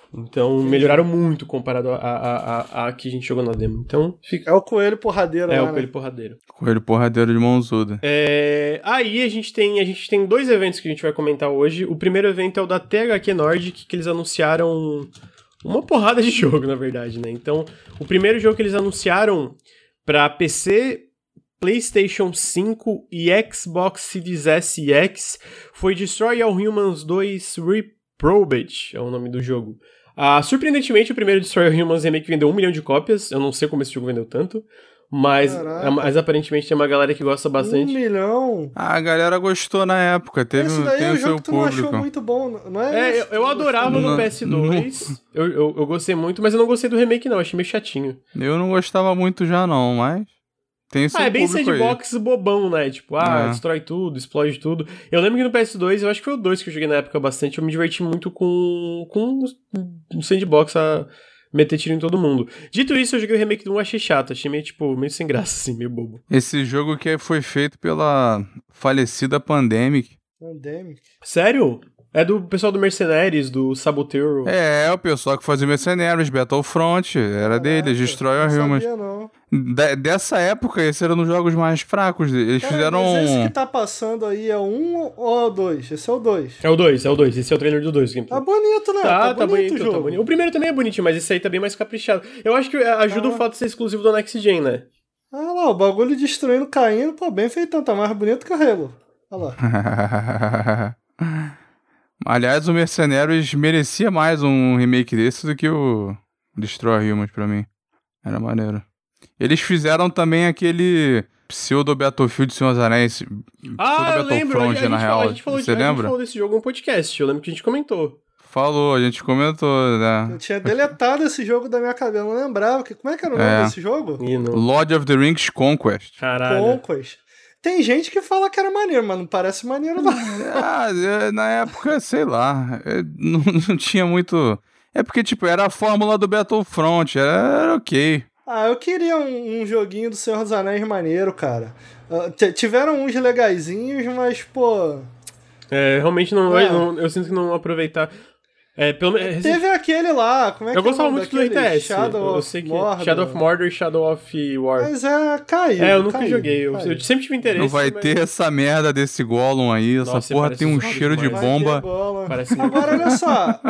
Então, melhoraram muito comparado a, a, a, a que a gente jogou na demo. Então, fica... É o coelho porradeiro, É, lá, o né? coelho porradeiro. Coelho porradeiro de mãozuda. É... Aí a gente, tem, a gente tem dois eventos que a gente vai comentar hoje. O primeiro evento é o da T H Q Nordic, que eles anunciaram uma porrada de jogo, na verdade, né? Então, o primeiro jogo que eles anunciaram pra P C, PlayStation cinco e Xbox Series S e X foi Destroy All Humans dois Reprobate, é o nome do jogo. Ah, surpreendentemente, o primeiro Destroy All Humans Remake vendeu um milhão de cópias. Eu não sei como esse jogo vendeu tanto, mas, mas aparentemente tem uma galera que gosta bastante. Um milhão? Ah, a galera gostou na época, teve, Esse daí tem é o o jogo seu que tu não público. achou muito bom, não é? É, esse eu, que eu tu adorava gostou? no Não, P S dois, eu, eu, eu gostei muito, mas eu não gostei do remake não, achei meio chatinho. Eu não gostava muito já não, mas tem o seu Ah, é bem público aí. sandbox bobão, né? Tipo, ah, É. destrói tudo, explode tudo. Eu lembro que no P S dois, eu acho que foi o dois que eu joguei na época bastante, eu me diverti muito com, com um sandbox a meter tiro em todo mundo. Dito isso, eu joguei o remake do um, achei chato, achei meio, tipo, meio sem graça, assim, meio bobo. Esse jogo que foi feito pela falecida Pandemic. Pandemic. Sério? É do pessoal do Mercenaries, do Saboteur. É, é o pessoal que fazia Mercenários, Battlefront, era deles, Destroy All Não Humans. sabia, não. De- dessa época, esse era um dos jogos mais fracos. Eles Cara, fizeram. mas esse que tá passando aí é o um ou é o dois? Esse é o dois. É o dois, é o dois. Esse é o trailer do dois. Tá bonito, né? Tá, tá bonito, o jogo. tá bonito. O primeiro também é bonitinho, mas esse aí tá bem mais caprichado. Eu acho que ajuda Ah. o fato de ser exclusivo do Next Gen, né? Ah lá, o bagulho destruindo, caindo, pô, bem feitão, tá mais bonito que o Halo. Olha lá. Aliás, o Mercenários merecia mais um remake desse do que o Destroy Humans pra mim. Era maneiro. Eles fizeram também aquele pseudo Battlefield Senhor dos Anéis. Ah, eu pseudo lembro. A, a, Battlefront, gente na falou, real. a gente falou, Você de, a gente lembra? falou desse jogo no podcast. Eu lembro que a gente comentou. Falou, a gente comentou, né? Eu tinha deletado esse jogo da minha cabeça, eu não lembrava. Que, como é que era o nome É. desse jogo? Ih, não. Lord of the Rings Conquest. Caralho. Conquest. Tem gente que fala que era maneiro, mas não parece maneiro, não. Ah, é, na época, sei lá, é, não, não tinha muito... É porque, tipo, era a fórmula do Battlefront, era, era ok. Ah, eu queria um, um joguinho do Senhor dos Anéis maneiro, cara. Uh, t- tiveram uns legaizinhos, mas, pô... É, realmente não, É. não- eu sinto que não aproveitar. É, pelo menos. Teve aquele lá, como é que Eu é o gostava nome muito do R T daquele? S. Shadow eu of sei que Mordor. Shadow of Mordor e Shadow of War. Mas é, caiu. é, eu nunca caiu, joguei. Eu, caiu. eu sempre tive interesse. Não vai mas- ter essa merda desse Gollum aí, essa Nossa, porra parece tem um zoado cheiro de demais. Vai ter bomba. bola. Parece muito. Agora, olha só.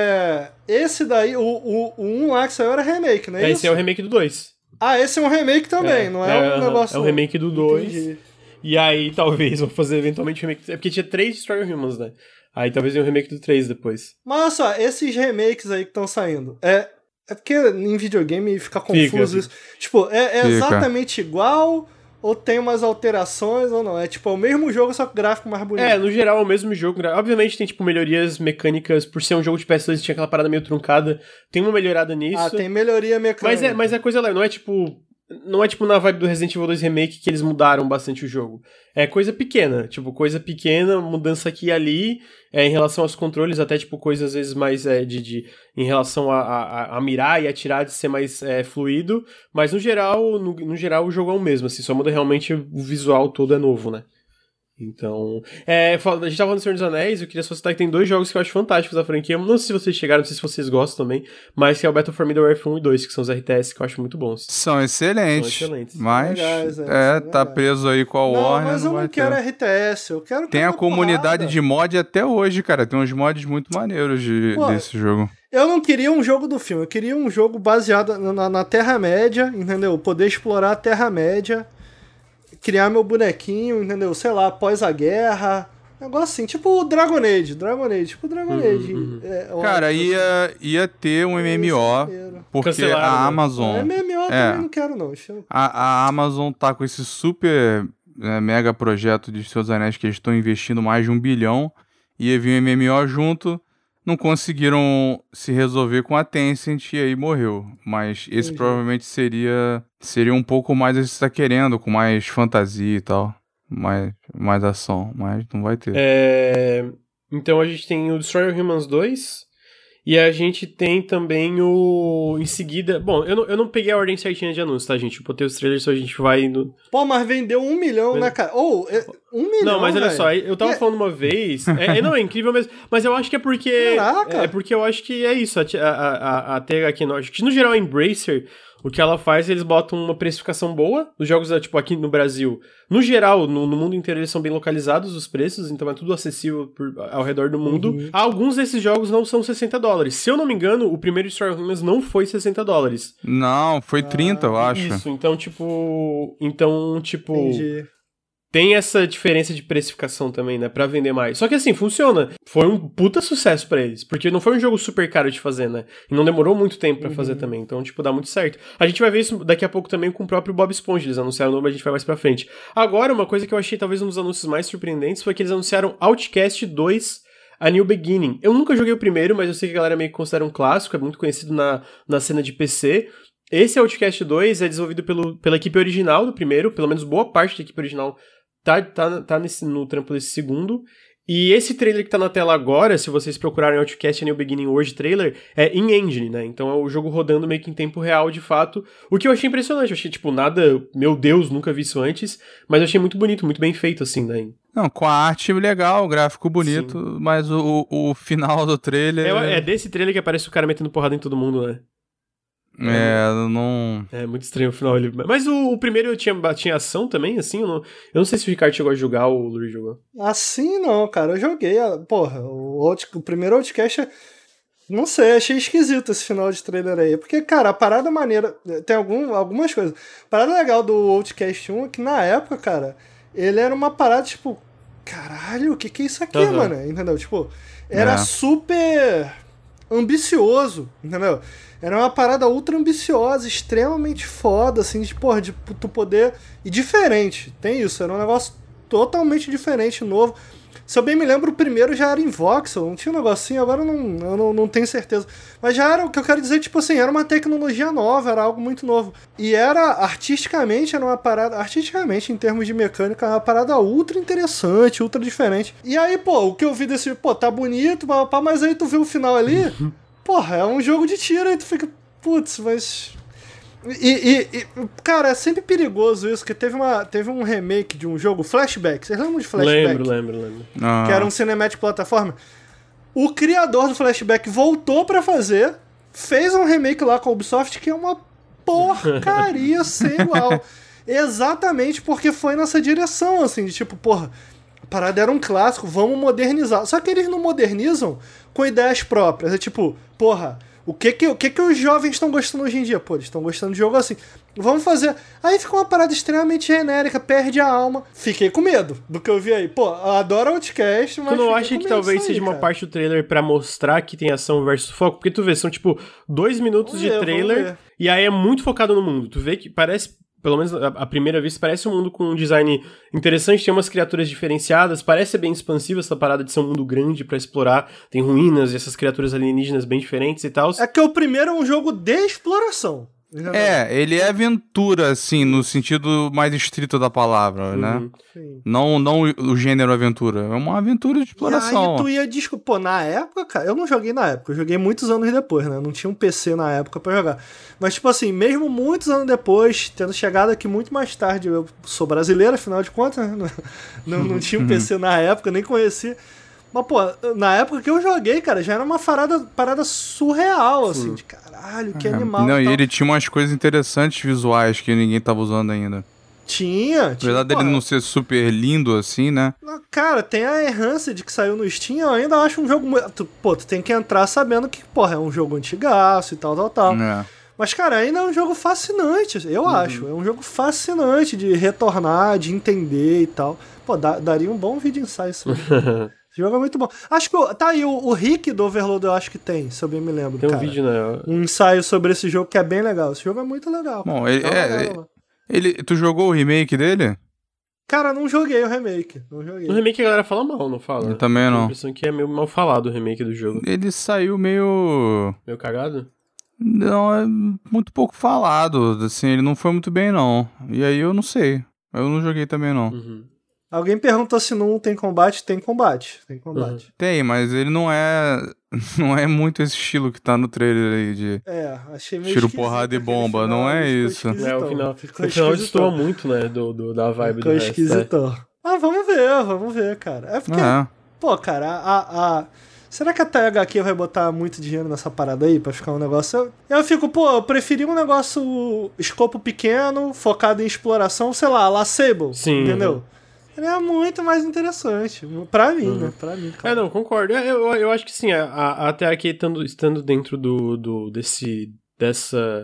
É, esse daí, o, o, o um lá que saiu era remake, não é, É, isso? esse é o remake do dois. Ah, esse é um remake também, não é, um negócio... É o remake do dois. Entendi. E aí, talvez, vou fazer eventualmente o remake. É porque tinha três Destroy All Humans, né? Aí talvez venha o remake do três depois. Mas olha só, esses remakes aí que estão saindo, é, é porque em videogame fica confuso Fica, isso. Tipo, é, é Fica. exatamente igual ou tem umas alterações ou não? É tipo, é o mesmo jogo, só que o gráfico mais bonito. É, no geral é o mesmo jogo. Obviamente tem, tipo, melhorias mecânicas. Por ser um jogo de P S dois, tinha aquela parada meio truncada. Tem uma melhorada nisso. Ah, tem melhoria mecânica. Mas é, mas é coisa leve, não é tipo. Não é tipo na vibe do Resident Evil dois Remake que eles mudaram bastante o jogo. É coisa pequena, tipo, coisa pequena, mudança aqui e ali, é, em relação aos controles, até tipo, coisa às vezes mais é, de, de. Em relação a, a, a mirar e atirar de ser mais é, fluido. Mas no geral, no, no geral o jogo é o mesmo, assim, só muda realmente o visual todo é novo, né? Então, é, fala- a gente tava falando do Senhor dos Anéis, eu queria só citar que tem dois jogos que eu acho fantásticos da franquia, não sei se vocês chegaram, não sei se vocês gostam também, mas que é o Battle for Middle-earth um e dois, que são os R T S que eu acho muito bons. São excelentes. São excelentes. Mas, Legais, é, é, são tá legais. preso aí com a Não, Warner. mas eu vai não ter. quero R T S, eu quero... Tem a uma comunidade porrada. de mod até hoje, cara. Tem uns mods muito maneiros de, Pô, desse jogo. Eu não queria um jogo do filme, eu queria um jogo baseado na, na Terra-média, entendeu? Poder explorar a Terra-média, criar meu bonequinho, entendeu? Sei lá, após a guerra, negócio assim, tipo o Dragon Age, Dragon Age, tipo o Dragon Age. uhum. É, eu Cara, acho, ia, ia ter um assim, M M O, maneiro. porque Cancelaram, a né? Amazon... M M O É. também não quero não. Deixa eu- A, a Amazon tá com esse super né, mega projeto de Senhor dos Anéis que eles estão investindo mais de um bilhão. Ia vir um M M O junto. Não conseguiram se resolver com a Tencent e aí morreu. Mas esse Entendi. provavelmente seria seria um pouco mais a gente está querendo, com mais fantasia e tal. Mais, mais ação, mas não vai ter. É, então a gente tem o Destroy All Humans dois, E a gente tem também o... Em seguida... Bom, eu não, eu não peguei a ordem certinha de anúncio, tá, gente? Eu botei os trailers, só a gente vai... No... Pô, mas vendeu um milhão, mas... né, cara? Ou, oh, um milhão, Não, mas olha véio. só, eu tava yeah. falando uma vez... é, é, não, é incrível mesmo. Mas eu acho que é porque... Caraca! É porque eu acho que é isso. A, a, a, a T H Q, acho que no geral a Embracer... O que ela faz, eles botam uma precificação boa. Os jogos, tipo, aqui no Brasil, no geral, no, no mundo inteiro, eles são bem localizados, os preços, então é tudo acessível por, ao redor do mundo. Uhum. Alguns desses jogos não são sessenta dólares. Se eu não me engano, o primeiro Story Runners não foi sessenta dólares. Não, foi trinta, ah, eu acho. Isso, então, tipo... Então, tipo... Entendi. Tem essa diferença de precificação também, né? Pra vender mais. Só que assim, funciona. Foi um puta sucesso pra eles. Porque não foi um jogo super caro de fazer, né? E não demorou muito tempo pra uhum. fazer também. Então, tipo, dá muito certo. A gente vai ver isso daqui a pouco também com o próprio Bob Esponja. Eles anunciaram o nome, a gente vai mais pra frente. Agora, uma coisa que eu achei talvez um dos anúncios mais surpreendentes foi que eles anunciaram Outcast dois, A New Beginning. Eu nunca joguei o primeiro, mas eu sei que a galera meio que considera um clássico. É muito conhecido na, na cena de P C. Esse Outcast dois é desenvolvido pelo, pela equipe original do primeiro. Pelo menos boa parte da equipe original Tá, tá, tá nesse, no trampo desse segundo. E esse trailer que tá na tela agora, se vocês procurarem Outcast A New Beginning hoje trailer, é in-engine, né? Então é o jogo rodando meio que em tempo real, de fato. O que eu achei impressionante. Eu achei, tipo, nada... Meu Deus, nunca vi isso antes. Mas eu achei muito bonito, muito bem feito, assim, né? Não, com a arte legal, o gráfico bonito, sim, mas o, o final do trailer... É, é desse trailer que aparece o cara metendo porrada em todo mundo, né? É, não... É muito estranho o final. Ele... Mas o, o primeiro tinha, tinha ação também, assim? Eu não, eu não sei se o Ricardo chegou a jogar ou o Luiz jogou. Assim não, cara. Eu joguei. Porra, o, out, o primeiro Outcast... Não sei, achei esquisito esse final de trailer aí. Porque, cara, a parada maneira... Tem algum, algumas coisas. A parada legal do Outcast um é que, na época, cara, ele era uma parada, tipo... Caralho, o que que é isso aqui, uhum. mano? Entendeu? Tipo, era é. super ambicioso, entendeu? Era uma parada ultra ambiciosa, extremamente foda, assim, de, porra, de tu poder... E diferente, tem isso, era um negócio totalmente diferente, novo. Se eu bem me lembro, o primeiro já era em voxel, não tinha um negocinho, agora eu não, eu não, não tenho certeza. Mas já era, o que eu quero dizer, tipo assim, era uma tecnologia nova, era algo muito novo. E era, artisticamente, era uma parada, artisticamente, em termos de mecânica, era uma parada ultra interessante, ultra diferente. E aí, pô, o que eu vi desse, pô, tá bonito, mas aí tu vê o final ali... Porra, é um jogo de tiro, aí tu fica, putz, mas... E, e, e, cara, é sempre perigoso isso, porque teve, uma, teve um remake de um jogo, Flashback, vocês lembram de Flashback? Lembro, lembro, lembro. Ah. Que era um cinematic plataforma. O criador do Flashback voltou pra fazer, fez um remake lá com a Ubisoft, que é uma porcaria sem igual. Exatamente porque foi nessa direção, assim, de tipo, porra, a parada era um clássico, vamos modernizar. Só que eles não modernizam com ideias próprias. É tipo, porra, o que que, o que, que os jovens estão gostando hoje em dia? Pô, eles estão gostando de jogo assim. Vamos fazer. Aí fica uma parada extremamente genérica, perde a alma. Fiquei com medo do que eu vi aí. Pô, eu adoro Outcast, mas... Tu não acha que talvez seja uma parte do trailer pra mostrar que tem ação versus foco? Porque tu vê, são tipo dois minutos vamos de ver, trailer e aí é muito focado no mundo. Tu vê que parece... Pelo menos à primeira vista, parece um mundo com um design interessante, tem umas criaturas diferenciadas, parece ser bem expansiva essa parada de ser um mundo grande pra explorar, tem ruínas e essas criaturas alienígenas bem diferentes e tal. É que o primeiro é um jogo de exploração. É, ele é aventura, assim, no sentido mais estrito da palavra, uhum, né? Sim. Não, não o gênero aventura, é uma aventura de exploração. E aí tu ia... Disco... Pô, na época, cara, eu não joguei na época, eu joguei muitos anos depois, né? Não tinha um P C na época pra jogar. Mas, tipo assim, mesmo muitos anos depois, tendo chegado aqui muito mais tarde, eu sou brasileiro, afinal de contas, né? Não, não tinha um P C na época, nem conhecia. Mas, pô, na época que eu joguei, cara, já era uma parada, parada surreal, assim, de caralho, que animal. Não, e, e tal. ele tinha umas coisas interessantes visuais que ninguém tava usando ainda. Tinha, tinha. Apesar dele não ser super lindo assim, né? Cara, tem a Enhanced que saiu no Steam, eu ainda acho um jogo muito... Pô, tu tem que entrar sabendo que, porra, é um jogo antigaço e tal, tal, tal. É. Mas, cara, ainda é um jogo fascinante, eu uhum. acho. É um jogo fascinante de retornar, de entender e tal. Pô, dá, daria um bom vídeo ensaio isso aí. Esse jogo é muito bom. Acho que... Tá aí, o, o Rick do Overload eu acho que tem, se eu bem me lembro. Tem um cara. vídeo, né? Um ensaio sobre esse jogo que é bem legal. Esse jogo é muito legal. Bom, ele, é, legal, ele... Tu jogou o remake dele? Cara, não joguei o remake. Não joguei. O remake a galera fala mal, não fala? Eu também não. Tem a impressão que é meio mal falado o remake do jogo. Ele saiu meio... Meio cagado? Não, é muito pouco falado. Assim, ele não foi muito bem, não. E aí eu não sei. Eu não joguei também, não. Uhum. Alguém perguntou se não tem combate. Tem combate. Tem combate. Uhum. Tem, mas ele não é. Não é muito esse estilo que tá no trailer aí de. É, achei meio tiro, porrada e bomba. Final, não é isso. É, o final. Ficou o final destoa muito, né? Do, do, da vibe ficou do esquisitão. resto. É. Ah, vamos ver, vamos ver, cara. É porque. É. Pô, cara, a. a... Será que a T H Q vai botar muito dinheiro nessa parada aí pra ficar um negócio... Eu, eu fico, pô, eu preferi um negócio escopo pequeno, focado em exploração, sei lá, La Sable, Sim, entendeu? Ele é muito mais interessante, pra mim, uhum. né? Pra mim, claro. É, não, concordo. Eu, eu, eu acho que sim, a, a T H Q estando, estando dentro do, do, desse, dessa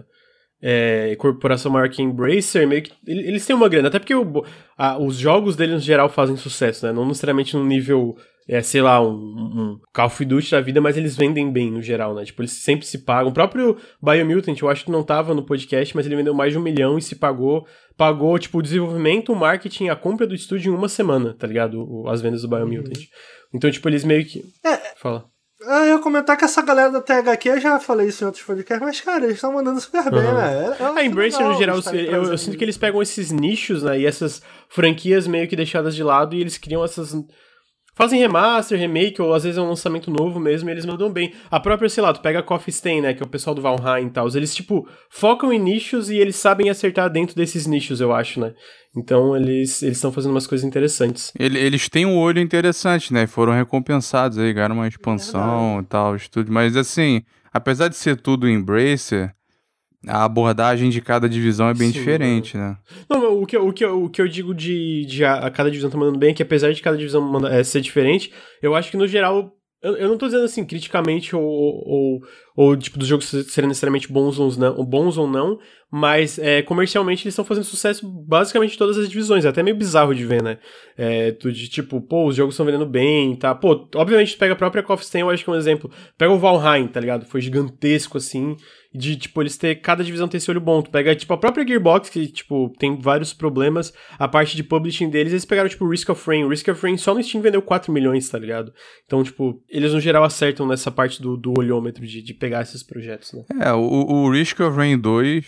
é, corporação maior que Embracer, meio que eles têm uma grana, até porque o, a, os jogos deles, no geral, fazem sucesso, né? Não necessariamente no nível... É, sei lá, um, um Call of Duty da vida, mas eles vendem bem no geral, né? Tipo, eles sempre se pagam. O próprio Biomutant, eu acho que não tava no podcast, mas ele vendeu mais de um milhão e se pagou. Pagou, tipo, o desenvolvimento, o marketing, a compra do estúdio em uma semana, tá ligado? O, as vendas do Biomutant. Uhum. Então, tipo, eles meio que... É, Fala. Eu ia comentar que essa galera da T H Q, eu já falei isso em outros podcasts, mas, cara, eles estão mandando super bem, uhum. né? É, é a Embracer, no geral, eu, eu, eu sinto que eles pegam esses nichos, né? E essas franquias meio que deixadas de lado e eles criam essas... Fazem remaster, remake, ou às vezes é um lançamento novo mesmo, e eles mandam bem. A própria, sei lá, tu pega a Coffee Stain, né, que é o pessoal do Valheim e tal, eles, tipo, focam em nichos e eles sabem acertar dentro desses nichos, eu acho, né. Então, eles estão fazendo umas coisas interessantes. Eles têm um olho interessante, né, foram recompensados aí, ganharam uma expansão é e tal, estúdio. Mas, assim, apesar de ser tudo Embracer... A abordagem de cada divisão é bem Sim, diferente, é. né? Não, o que, o, que, o que eu digo de, de a, a cada divisão tá mandando bem é que apesar de cada divisão manda, é, ser diferente, eu acho que no geral, eu, eu não tô dizendo assim, criticamente ou, ou, ou tipo, dos jogos serem necessariamente bons ou não, bons ou não mas é, comercialmente eles estão fazendo sucesso basicamente em todas as divisões, é até meio bizarro de ver, né? É, tu de tipo, pô, os jogos estão vendendo bem, tá? Pô, obviamente tu pega a própria Coffee Stain, eu acho que é um exemplo. Pega o Valheim, tá ligado? Foi gigantesco, assim, de, tipo, eles ter, cada divisão ter esse olho bom. Tu pega, tipo, a própria Gearbox, que, tipo, tem vários problemas, a parte de publishing deles, eles pegaram, tipo, o Risk of Rain. O Risk of Rain só no Steam vendeu quatro milhões, tá ligado? Então, tipo, eles no geral acertam nessa parte do, do olhômetro de, de pegar esses projetos, né? É, o, o Risk of Rain dois,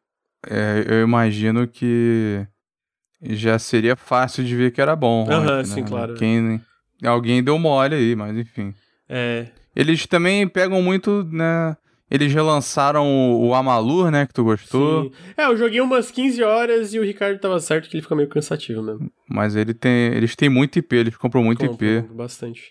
é, eu imagino que já seria fácil de ver que era bom. Aham, né? sim, claro. Quem, alguém deu mole aí, mas enfim. É. Eles também pegam muito, né... Eles relançaram o, o Amalur, né, que tu gostou. Sim. É, eu joguei umas quinze horas e o Ricardo tava certo que ele fica meio cansativo mesmo. Mas ele tem, eles têm muito I P, eles compram muito compram, I P. Bastante.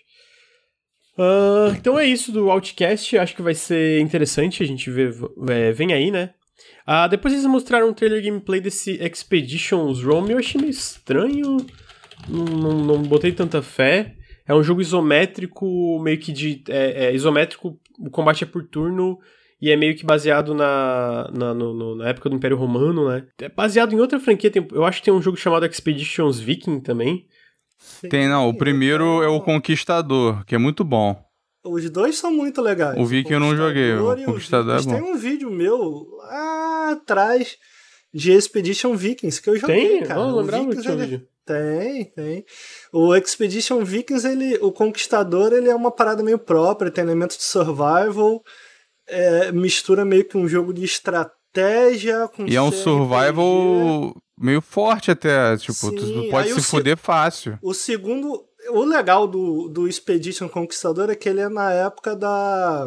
Uh, então é isso do Outcast, acho que vai ser interessante, a gente vê, é, vem aí, né? Uh, depois eles mostraram um trailer gameplay desse Expeditions Rome, eu achei meio estranho, não, não, não botei tanta fé. É um jogo isométrico, meio que de... É, é isométrico, o combate é por turno e é meio que baseado na, na, no, no, na época do Império Romano, né? É baseado em outra franquia, tem, eu acho que tem um jogo chamado Expeditions Viking também. Sim, tem, não. O primeiro é o Conquistador, que é muito bom. Os dois são muito legais. O Viking eu não joguei, o Conquistador é bom. Tem um vídeo meu lá atrás de Expedition Vikings que eu joguei, tem? cara. Não, o lembrava Vikings, que tinha um ele... vídeo. Tem, tem. O Expedition Vikings, ele, o Conquistador, ele é uma parada meio própria, tem elementos de survival, é, mistura meio que um jogo de estratégia com E é um survival meio forte até, tipo, Sim, tu pode se fuder se... fácil. O segundo, o legal do, do Expedition Conquistador é que ele é na época da...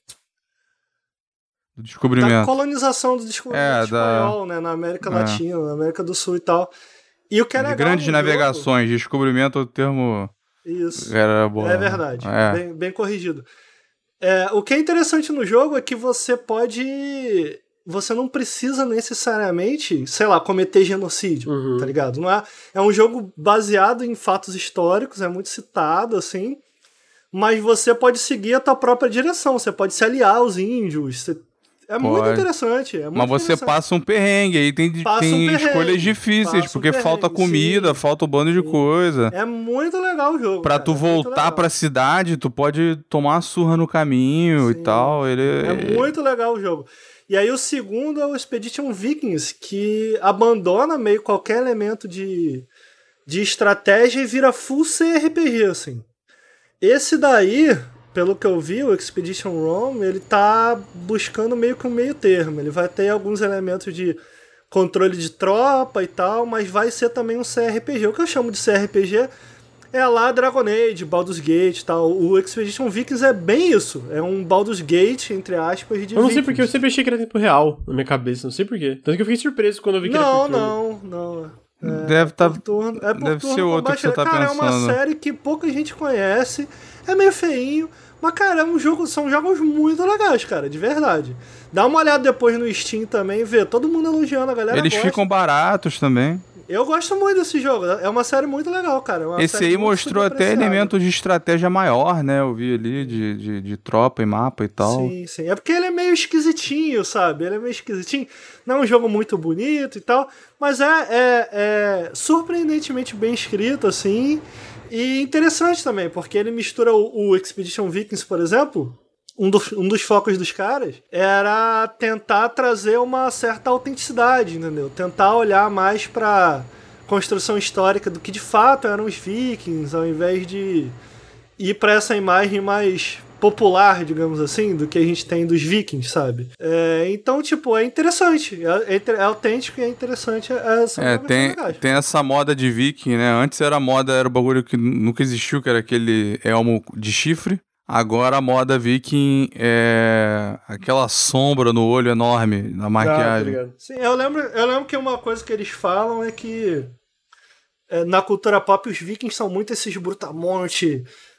do descobrimento. Da colonização do descobrimento é, espanhol, da... né, na América é. Latina, na América do Sul e tal. E o que é de legal grandes navegações, jogo... descobrimento é o termo... Isso, era boa. É verdade, é. Bem, bem corrigido. É, o que é interessante no jogo é que você pode... Você não precisa necessariamente, sei lá, cometer genocídio, uhum. tá ligado? Não é, é um jogo baseado em fatos históricos, é muito citado, assim, mas você pode seguir a tua própria direção, você pode se aliar aos índios, você... É Pode. muito interessante. É muito Mas você passa um perrengue, aí tem, tem um perrengue, escolhas difíceis, porque um falta comida, sim, falta um bando de sim. coisa. É muito legal o jogo. Pra cara, tu é voltar pra cidade, tu pode tomar uma surra no caminho sim. e tal. Ele... É muito legal o jogo. E aí o segundo é o Expedition Vikings, que abandona meio qualquer elemento de, de estratégia e vira full C R P G, assim. Esse daí... Pelo que eu vi, o Expedition Rome, ele tá buscando meio que um meio termo. Ele vai ter alguns elementos de controle de tropa e tal, mas vai ser também um C R P G. O que eu chamo de C R P G é lá Dragon Age, Baldur's Gate e tal. O Expedition Vikings é bem isso. É um Baldur's Gate, entre aspas, de Eu não sei Vikings. porque, eu sempre achei que era tempo real na minha cabeça, não sei porquê. Tanto que eu fiquei surpreso quando eu vi que não, era por turno. Não, não, é, Deve tá, por turno, é por deve turno ser outro combate. que você tá Cara, pensando. é uma série que pouca gente conhece, é meio feinho, mas, cara, é um jogo, são jogos muito legais, cara, de verdade. Dá uma olhada depois no Steam também, vê, todo mundo elogiando, a galera Eles gosta. ficam baratos também. Eu gosto muito desse jogo, é uma série muito legal, cara. É uma Esse série aí muito mostrou até subapreciada. elementos de estratégia maior, né? Eu vi ali, de, de, de tropa e mapa e tal. Sim, sim. É porque ele é meio esquisitinho, sabe? Ele é meio esquisitinho. Não é um jogo muito bonito e tal, mas é, é, é surpreendentemente bem escrito, assim, e interessante também, porque ele mistura o, o Expedition Vikings, por exemplo. Um dos, um dos focos dos caras era tentar trazer uma certa autenticidade, entendeu? Tentar olhar mais pra construção histórica do que de fato eram os vikings, ao invés de ir pra essa imagem mais popular, digamos assim, do que a gente tem dos vikings, sabe? É, então, tipo, é interessante. É, é, é autêntico e é interessante. É, são É, jogos tem, legais. tem essa moda de viking, né? Antes era moda, era o bagulho que nunca existiu, que era aquele elmo de chifre. Agora a moda viking é aquela sombra no olho enorme na Ah, tá maquiagem. ligado. Sim, eu lembro, eu lembro que uma coisa que eles falam é que é, na cultura pop os vikings são muito esses brutamonte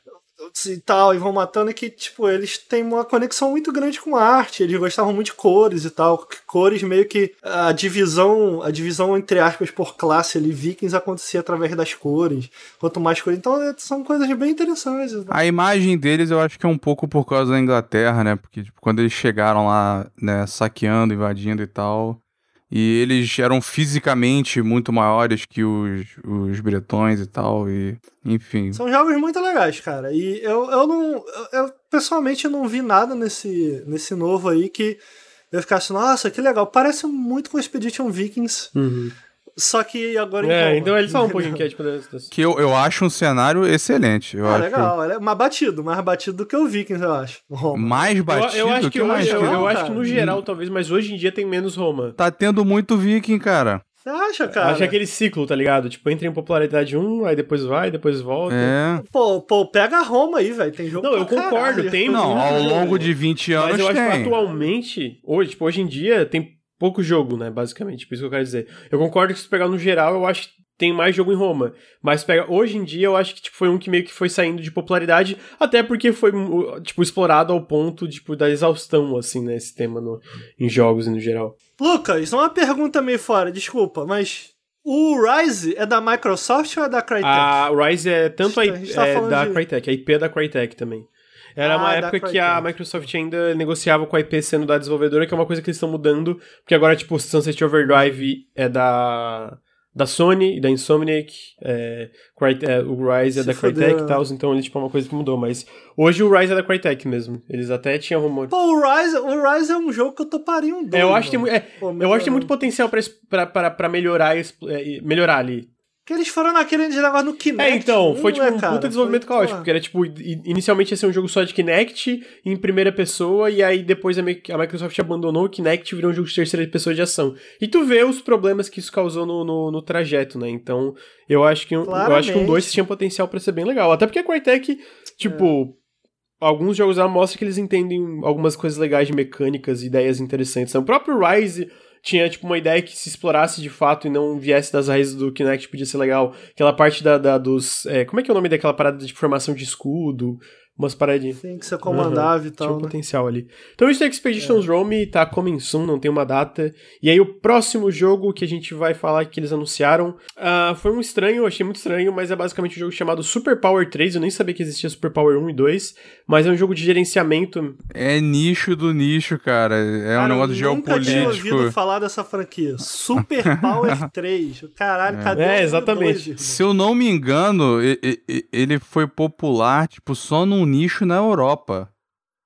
e tal, e vão matando, e que, tipo, eles têm uma conexão muito grande com a arte, eles gostavam muito de cores e tal, cores meio que a divisão, a divisão entre aspas por classe ali, vikings acontecia através das cores, quanto mais cores, então é, são coisas bem interessantes. Né? A imagem deles eu acho que é um pouco por causa da Inglaterra, né? Porque tipo, quando eles chegaram lá, né, saqueando, invadindo e tal, e eles eram fisicamente muito maiores que os, os bretões e tal, e enfim. São jogos muito legais, cara, e eu, eu não, eu, eu pessoalmente eu não vi nada nesse, nesse novo aí que eu ficasse, nossa, que legal, parece muito com Expedition Vikings, Uhum. só que agora em É, Roma. então eles falam um pouquinho que é tipo dessas. Que eu, eu acho um cenário excelente. Eu Ah, acho legal, é mais batido, mais batido do que o Vikings, eu acho. Roma. mais Eu, batido eu acho que que o mais hoje, eu, Não, eu acho cara. que no geral talvez, mas hoje em dia tem menos Roma. Tá tendo muito viking, cara. Você acha, cara? Acho que é aquele ciclo, tá ligado? Tipo, entra em popularidade um, aí depois vai, depois volta. É. Pô, pô, pega Roma aí, velho, tem jogo Não, eu pra concordo, caralho. tem Não, muito ao jogo. longo de vinte anos Mas eu acho que tem. atualmente, hoje, tipo, hoje em dia, tem pouco jogo, né, basicamente, por isso que eu quero dizer. Eu concordo que se pegar no geral, eu acho que tem mais jogo em Roma. Mas pega, hoje em dia, eu acho que tipo, foi um que meio que foi saindo de popularidade, até porque foi, tipo, explorado ao ponto, tipo, da exaustão, assim, né, esse tema no, em jogos e no geral. Lucas, uma pergunta meio fora, desculpa, mas o Rise é da Microsoft ou é da Crytek? A Rise é tanto a, A gente tá é falando da de- Crytek, a I P é da Crytek também. Era Ah, uma da época que Crytek. a Microsoft ainda negociava com a I P sendo da desenvolvedora, que é uma coisa que eles estão mudando, porque agora, tipo, Sunset Overdrive é da, da Sony, da Insomniac, é, Cry- é, o Rise é Se da fodeu, Crytek e né? tal, então ele, tipo, é uma coisa que mudou, mas hoje o Rise é da Crytek mesmo. Eles até tinham rumor. Pô, o Rise, o Rise é um jogo que eu toparia um dois, É, eu acho que tem, mano. mu- é, Pô, eu acho que tem muito melhorando. potencial pra, es- pra, pra, pra melhorar, es- é, melhorar ali. Que eles foram naquele negócio no Kinect. É, então, foi tipo né, um cara? puta desenvolvimento Foi, caótico, porra. porque era tipo, i- inicialmente ia ser um jogo só de Kinect, em primeira pessoa, e aí depois a, Mi- a Microsoft abandonou o Kinect e virou um jogo de terceira pessoa de ação. E tu vê os problemas que isso causou no, no, no trajeto, né? Então, eu acho que, um- eu acho que um Claramente. dois tinha potencial pra ser bem legal. Até porque a Crytek, tipo, alguns jogos lá mostram que eles entendem algumas coisas legais de mecânicas, ideias interessantes. O próprio Rise tinha, tipo, uma ideia que se explorasse de fato e não viesse das raízes do Kinect, podia ser legal. Aquela parte da, da dos... É, como é que é o nome daquela parada de formação de escudo? Umas paradinhas. Sim, que você comandava Uhum. e tal, Tinha um né? potencial ali. Então isso é Expeditions Rome, tá coming soon, não tem uma data. E aí o próximo jogo que a gente vai falar que eles anunciaram ah, foi um estranho, eu achei muito estranho, mas é basicamente um jogo chamado Super Power três. Eu nem sabia que existia Super Power um e dois, mas é um jogo de gerenciamento. É nicho do nicho, cara. É um Cara, negócio eu nunca tinha geopolítico. ouvido falar dessa franquia. Super Power três. Caralho, cadê É, o exatamente. dois, irmão? Se eu não me engano, e- e- e- ele foi popular, tipo, só num nicho na Europa.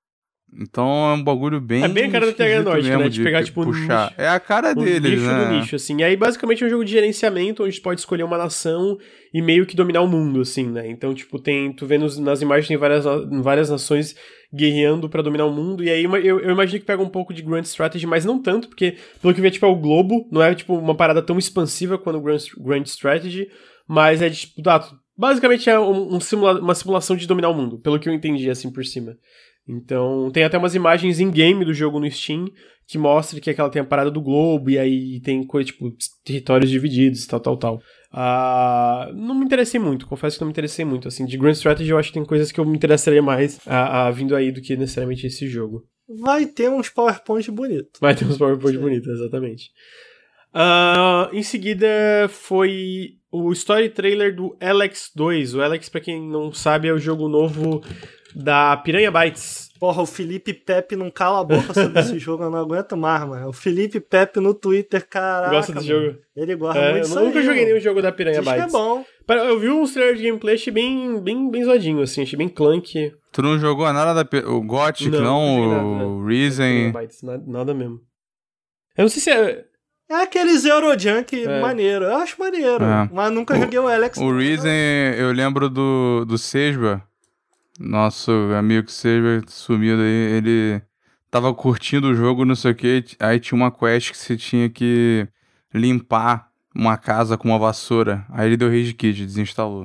Então é um bagulho bem... É bem a cara da T H Nordic, né? De, de pegar, tipo, puxar. nicho, é a cara deles, nicho né? do nicho, assim. E aí, basicamente, é um jogo de gerenciamento, onde tu pode escolher uma nação e meio que dominar o mundo, assim, né? Então, tipo, tem... Tu vê nos, nas imagens, tem várias, várias nações guerreando pra dominar o mundo. E aí, eu, eu imagino que pega um pouco de Grand Strategy, mas não tanto, porque, pelo que eu vi, é, tipo, é o globo. Não é, tipo, uma parada tão expansiva quanto o Grand, Grand Strategy. Mas é, tipo, ah, basicamente é um, um simula- uma simulação de dominar o mundo, pelo que eu entendi, assim, por cima. Então, tem até umas imagens in-game do jogo no Steam que mostra que aquela tem a parada do globo e aí tem coisa, tipo, territórios divididos, tal, tal, tal. Uh, não me interessei muito, confesso que não me interessei muito. Assim, de Grand Strategy eu acho que tem coisas que eu me interessaria mais a, a vindo aí do que necessariamente esse jogo. Vai ter uns PowerPoint bonitos. Vai ter uns PowerPoint bonitos, exatamente. Uh, em seguida foi o story trailer do Alex dois. O Alex, pra quem não sabe, é o jogo novo da Piranha Bytes. Porra, o Felipe Pepe não cala a boca sobre esse jogo, eu não aguento mais, mano. O Felipe Pepe no Twitter, caraca. Gosta desse mano. jogo? Ele gosta É, muito disso eu nunca aí, joguei mano. nenhum jogo da Piranha Diz que Bytes. é bom. Eu vi uns trailers de gameplay, achei bem, bem, bem zoadinho, assim, achei bem clunk. Tu não jogou nada da... O Gothic, não, não, não o nada, né? Risen... Bytes, nada, nada mesmo. Eu não sei se é... É aqueles Eurojunk É. maneiro. Eu acho maneiro. É. Mas nunca O- joguei o Alex. O Risen, eu lembro do, do Sesba, nosso amigo Sesba sumido aí, ele tava curtindo o jogo, não sei o que, aí tinha uma quest que você tinha que limpar uma casa com uma vassoura, aí ele deu rage quit, desinstalou.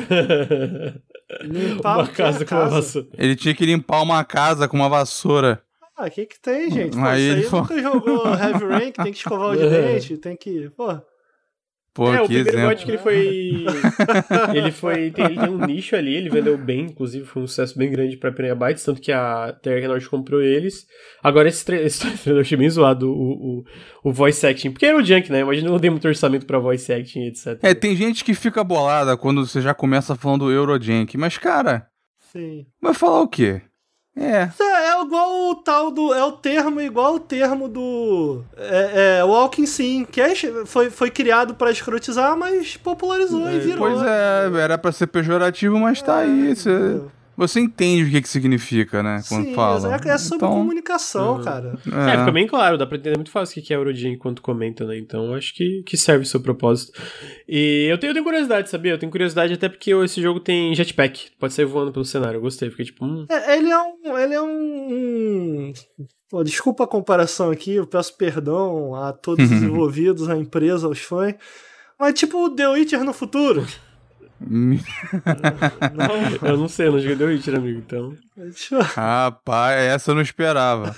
Limpar uma o quê? casa A com uma casa? vassoura. Ele Ele tinha que limpar uma casa com uma vassoura. Ah, o que que tem, gente? Pô, Aí isso ele aí falou- nunca jogou Heavy Rain, que tem que escovar o de dente, tem que... Pô, Pô, É, o que primeiro exemplo. God que ele foi... ele foi... Tem, ele tem um nicho ali, ele vendeu bem, inclusive foi um sucesso bem grande pra Piranha Bytes, tanto que a T H Norte comprou eles. Agora esse trailer eu achei bem zoado, o, o, o voice acting, porque era o Junk, né? Imagina não tem muito orçamento pra voice acting, etcétera. É, tem gente que fica bolada quando você já começa falando Eurojank, mas cara, sim. vai falar o quê? É, É, é igual o tal do... É o termo igual o termo do... É, é Walking Sim, que é, foi, foi criado pra escrotizar, mas popularizou e virou. pois é, era pra ser pejorativo, mas tá aí, você... entendeu? Você entende o que que significa, né? Quando Sim, fala. é, é sobre Então, comunicação, cara. É, fica bem claro, dá pra entender muito fácil o que é Eurojunk enquanto comenta, né? Então acho que, que serve o seu propósito. E eu tenho, eu tenho curiosidade, sabia? Eu tenho curiosidade até porque esse jogo tem jetpack, pode sair voando pelo cenário. Eu gostei, fiquei tipo, hum. É, ele é um. Ele é um. Pô, desculpa a comparação aqui, eu peço perdão a todos os envolvidos, à empresa, aos fãs. Mas tipo o The Witcher no futuro. Não, eu não sei, eu não joguei The Witcher, amigo, então. Deixa eu- Rapaz, essa eu não esperava.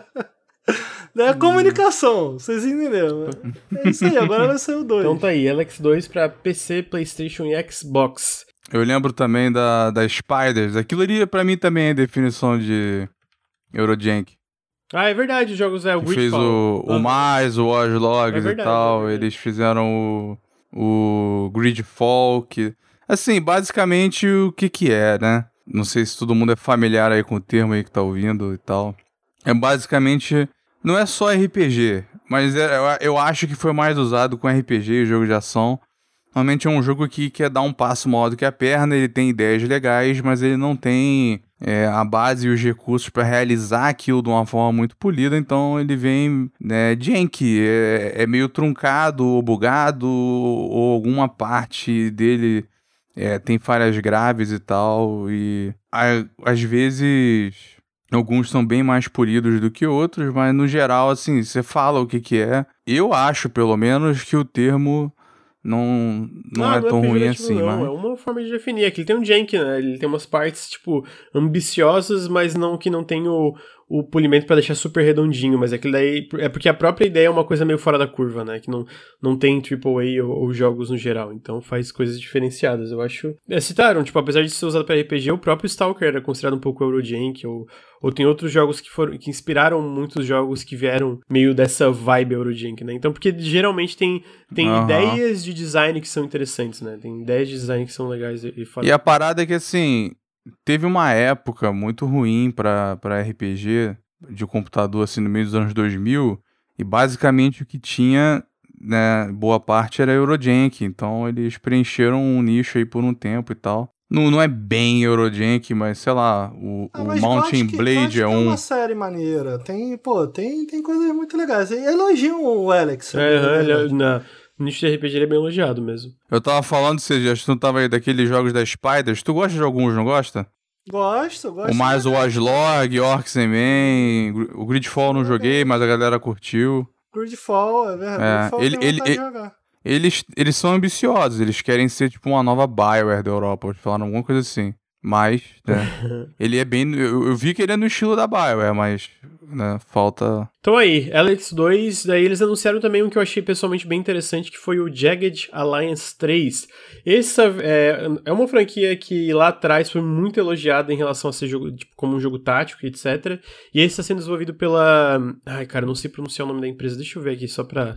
É comunicação, vocês entenderam. Né? É isso aí, agora vai ser o dois. Então tá aí, Alex dois pra P C, PlayStation e Xbox. Eu lembro também da, da Spiders. Aquilo ali, pra mim, também é definição de Eurojank. Ah, é verdade, os jogos é o Que Gridfall. fez o, o Ah, Mais, o Watch Logs É verdade, e tal. é verdade. Eles fizeram o, o Gridfall, que... Assim, basicamente, o que que é, né? Não sei se todo mundo é familiar aí com o termo aí que tá ouvindo e tal. É basicamente... Não é só R P G, mas é, eu, eu acho que foi mais usado com R P G e jogo de ação. Normalmente é um jogo que quer dar um passo maior do que a perna, ele tem ideias legais, mas ele não tem é, a base e os recursos para realizar aquilo de uma forma muito polida, então ele vem né, janky, é, é meio truncado ou bugado, ou alguma parte dele é, tem falhas graves e tal, e a, às vezes... Alguns são bem mais polidos do que outros, mas no geral, assim, você fala o que que é. Eu acho, pelo menos, que o termo não, não Ah, é tão ruim pejorativo, assim, não. mas... É uma forma de definir. É que ele tem um jank, né? Ele tem umas partes, tipo, ambiciosas, mas não que não tem o, o polimento pra deixar super redondinho. Mas aquilo daí... É porque a própria ideia é uma coisa meio fora da curva, né? Que não, não tem triplo A ou, ou jogos no geral. Então faz coisas diferenciadas, eu acho. É, citaram, tipo, apesar de ser usado pra R P G, o próprio Stalker era considerado um pouco Eurojank, ou... Ou tem outros jogos que foram que inspiraram muitos jogos que vieram meio dessa vibe Eurojank, né? Então, porque geralmente tem, tem Uhum. ideias de design que são interessantes, né? Tem ideias de design que são legais e, e foda. E a parada é que, assim, teve uma época muito ruim pra, pra R P G de computador, assim, no meio dos anos dois mil, e basicamente o que tinha, né, boa parte era Eurojank, então eles preencheram um nicho aí por um tempo e tal. Não, não é bem Eurojank, mas sei lá, o, Ah, o mas Mountain Gothic- Blade Gothic é um. uma série maneira. Tem, pô, tem, tem coisas muito legais. E elogiam o Alex. É, né? ele, é- na, no nicho de R P G ele é bem elogiado mesmo. Eu tava falando, você já tu não tava aí daqueles jogos da Spiders. Tu gosta de alguns, não gosta? Gosto, gosto. O mais o Aslog, Orcs and Men, o Gridfall não joguei, mas a galera curtiu. Gridfall, é verdade. É, Gridfall ele- tem ele- vontade de ele- jogar. Eles, eles são ambiciosos, eles querem ser tipo uma nova BioWare da Europa, eles falaram alguma coisa assim. Mas, né, ele é bem... Eu, eu vi que ele é no estilo da BioWare, mas, né, falta... Então aí, Alex dois, daí eles anunciaram também um que eu achei pessoalmente bem interessante, que foi o Jagged Alliance três. Essa é, é uma franquia que lá atrás foi muito elogiada em relação a ser jogo, tipo, como um jogo tático, etcétera. E esse está sendo desenvolvido pela... Ai, cara, não sei pronunciar o nome da empresa, deixa eu ver aqui só pra...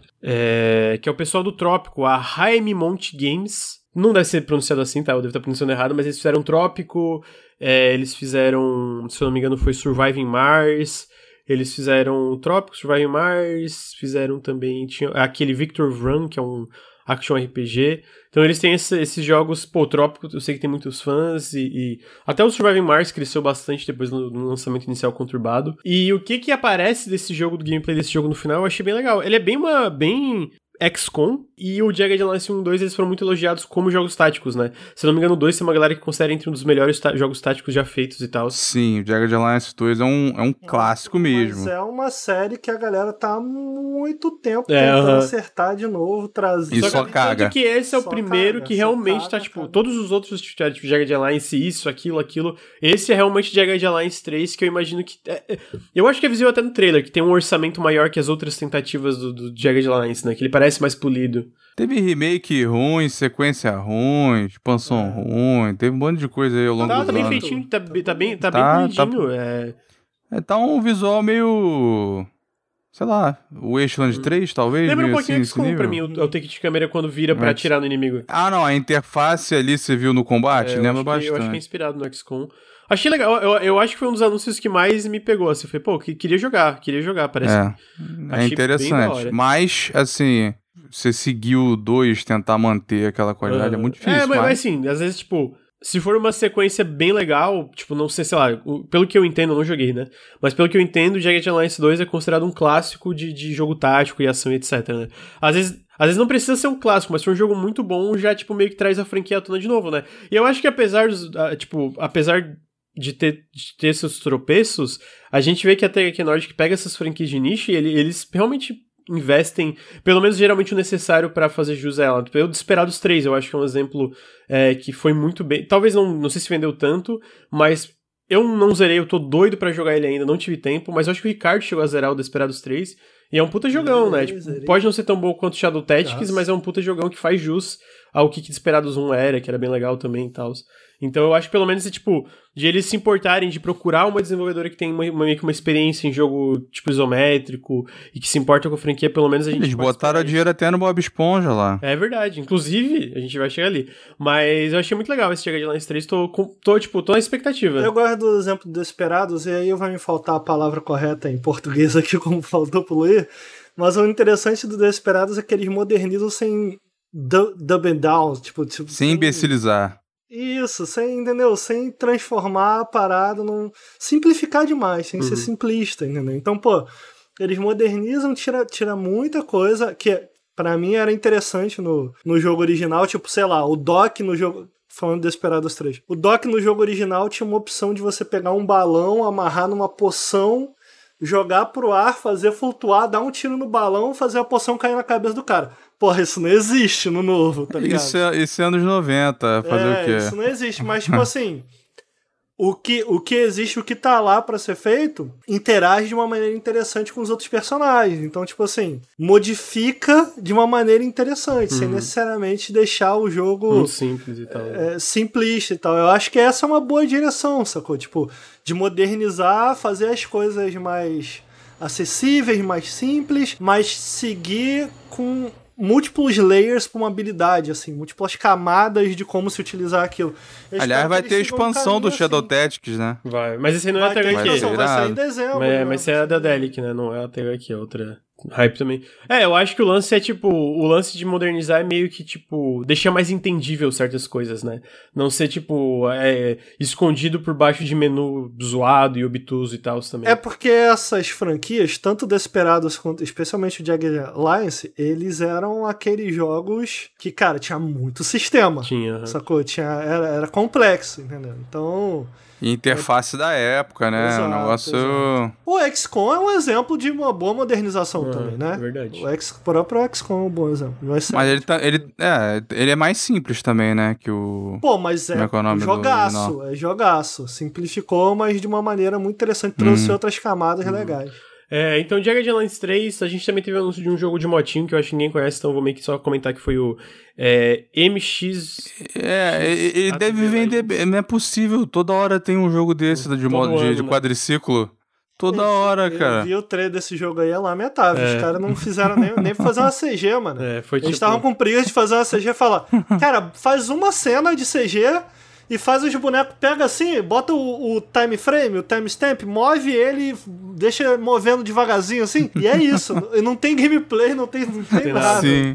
É, que é o pessoal do Trópico, a Jaime Monte Games. Não deve ser pronunciado assim, tá? Eu devo estar pronunciando errado, mas eles fizeram Trópico, é, eles fizeram, se eu não me engano, foi Surviving Mars, eles fizeram Trópico, Surviving Mars, fizeram também, tinha aquele Victor Run, que é um action R P G. Então eles têm esse, esses jogos, pô, Trópico, eu sei que tem muitos fãs, e, e até o Surviving Mars cresceu bastante depois no, no lançamento inicial conturbado. E o que que aparece desse jogo, do gameplay desse jogo no final, eu achei bem legal. Ele é bem uma, bem... X COM e o Jagged Alliance um e dois eles foram muito elogiados como jogos táticos, né? Se eu não me engano, o dois tem uma galera que considera entre um dos melhores tá- jogos táticos já feitos e tal. Sim, o Jagged Alliance dois é um, é um clássico mesmo. Mas é uma série que a galera tá há muito tempo É, tentando aham. acertar de novo, trazer... E Só só que, caga. tanto que esse é o Só primeiro caga, que só realmente caga, tá, tipo, caga. todos os outros, tipo, tipo, Jagged Alliance, isso, aquilo, aquilo. Esse é realmente Jagged Alliance três, que eu imagino que... é, é, eu acho que é visível até no trailer, que tem um orçamento maior que as outras tentativas do, do Jagged Alliance, né? Que ele parece mais polido. Teve remake ruim, sequência ruim, expansão ruim, teve um monte de coisa aí ao longo Tá, dos tá bem anos. feitinho, tá, be- tá bem, tá Tá, bem polidinho. É... É, tá um visual meio... Sei lá, o Wasteland três, talvez, Lembra um meio pouquinho assim, X COM esse pra nível. mim, o, o take de câmera quando vira pra Mas- atirar no inimigo. Ah, não, a interface ali você viu no combate? É, eu Lembra acho que- Eu acho que é bastante. inspirado no X COM. Achei legal, eu, eu acho que foi um dos anúncios que mais me pegou, assim, foi, pô, que, queria jogar, queria jogar, parece. É, Achei é bem da interessante. hora. Mas, assim, você seguir o dois, tentar manter aquela qualidade é muito difícil. É, mas, mas... mas assim, às vezes, tipo, se for uma sequência bem legal, tipo, não sei, sei lá, o- pelo que eu entendo, eu não joguei, né? Mas pelo que eu entendo, Jagged Alliance dois é considerado um clássico de, de jogo tático e ação e etc, né? Às vezes, às vezes não precisa ser um clássico, mas se for um jogo muito bom, já, tipo, meio que traz a franquia à tona de novo, né? E eu acho que apesar dos, ah, tipo, apesar de ter, de ter seus tropeços, a gente vê que a T H Q Nordic pega essas franquias de nicho e ele- eles realmente investem, pelo menos geralmente o necessário pra fazer jus a ela. O Desperados três, eu acho que é um exemplo é, que foi muito bem, talvez não, não sei se vendeu tanto, mas eu não zerei, eu tô doido pra jogar ele ainda, não tive tempo, mas eu acho que o Ricardo chegou a zerar o Desperados três, e é um puta jogão, Zerei, né? Tipo, zerei. pode não ser tão bom quanto Shadow Tactics, Nossa. mas é um puta jogão que faz jus ao que, que Desperados um era, que era bem legal também e tal. Então eu acho que pelo menos, tipo, de eles se importarem de procurar uma desenvolvedora que tem uma, uma, meio que uma experiência em jogo, tipo, isométrico, e que se importa com a franquia, pelo menos a gente Eles pode botaram esperar dinheiro até no Bob Esponja lá. é verdade. Inclusive, a gente vai chegar ali. Mas eu achei muito legal esse Jagged Alliance três. Tô, com- tô, tipo, tô na expectativa. Eu gosto do exemplo do Desperados, e aí vai me faltar a palavra correta em português aqui, como faltou pro Luiz. Mas o interessante do Desperados é que eles modernizam sem du- dub and down, tipo, tipo Sem imbecilizar. Isso, sem, entendeu? Sem transformar a parada num... Simplificar demais, sem Uhum. ser simplista, entendeu? Então, pô, eles modernizam, tira, tira muita coisa que, pra mim, era interessante no, no jogo original. Tipo, sei lá, o Doc no jogo... Falando de Desperados três. O Doc no jogo original tinha uma opção de você pegar um balão, amarrar numa poção, jogar pro ar, fazer flutuar, dar um tiro no balão, fazer a poção cair na cabeça do cara. Porra, isso não existe no novo, tá ligado? Isso é, isso é anos noventa, fazer é, o quê? isso não existe, mas tipo assim, o que, o que existe, o que tá lá pra ser feito, interage de uma maneira interessante com os outros personagens. Então, tipo assim, modifica de uma maneira interessante, sem necessariamente deixar o jogo Muito simples e tal. é, simplista e tal. Eu acho que essa é uma boa direção, sacou? Tipo, de modernizar, fazer as coisas mais acessíveis, mais simples, mas seguir com múltiplos layers pra uma habilidade, assim, múltiplas camadas de como se utilizar aquilo. Eu Aliás, espero vai que ter a eles sigam um expansão do caminho Shadow assim. Tactics, né? Vai. Mas esse aí não é Vai a ter T H Q. expansão, vai sair em irado. dezembro. Mas, né? mas esse é a da Delic, né? Não é a T H Q, é outra. Hype também. É, eu acho que o lance é, tipo, o lance de modernizar é meio que, tipo, deixar mais entendível certas coisas, né? Não ser, tipo, é, escondido por baixo de menu zoado e obtuso e tal também. É porque essas franquias, tanto Desperados quanto especialmente o Jagged Alliance, eles eram aqueles jogos que, cara, tinha muito sistema. Tinha. Uhum. Sacou? Tinha, era, era complexo, entendeu? Então... Interface é... da época, né? Exato, o negócio... Exato. O X COM é um exemplo de uma boa modernização ah, também, né? É verdade. O, X, o próprio X COM é um bom exemplo. Mas ele, tá, ele, é, ele é mais simples também, né? Que o... Pô, mas é, é, é jogaço, é jogaço. Simplificou, mas de uma maneira muito interessante. Trouxe hum. outras camadas hum. legais. É, então Jagged Alliance três, a gente também teve o anúncio de um jogo de motinho que eu acho que ninguém conhece, então vou meio que só comentar que foi o é, M X... É, ele deve vender... Não é possível, toda hora tem um jogo desse de, modo, de, ano, de quadriciclo. Né? Toda hora, eu, cara. Eu vi o trailer desse jogo aí, é lamentável. É. Os caras não fizeram nem, nem pra fazer uma C G, mano. É, foi Eles tipo... estavam com preguiça de fazer uma C G e falar, cara, faz uma cena de C G... E faz os bonecos, pega assim, bota o, o time frame, o timestamp, move ele, deixa movendo devagarzinho assim, e é isso. Não tem gameplay, não tem, não tem, tem nada. Sim.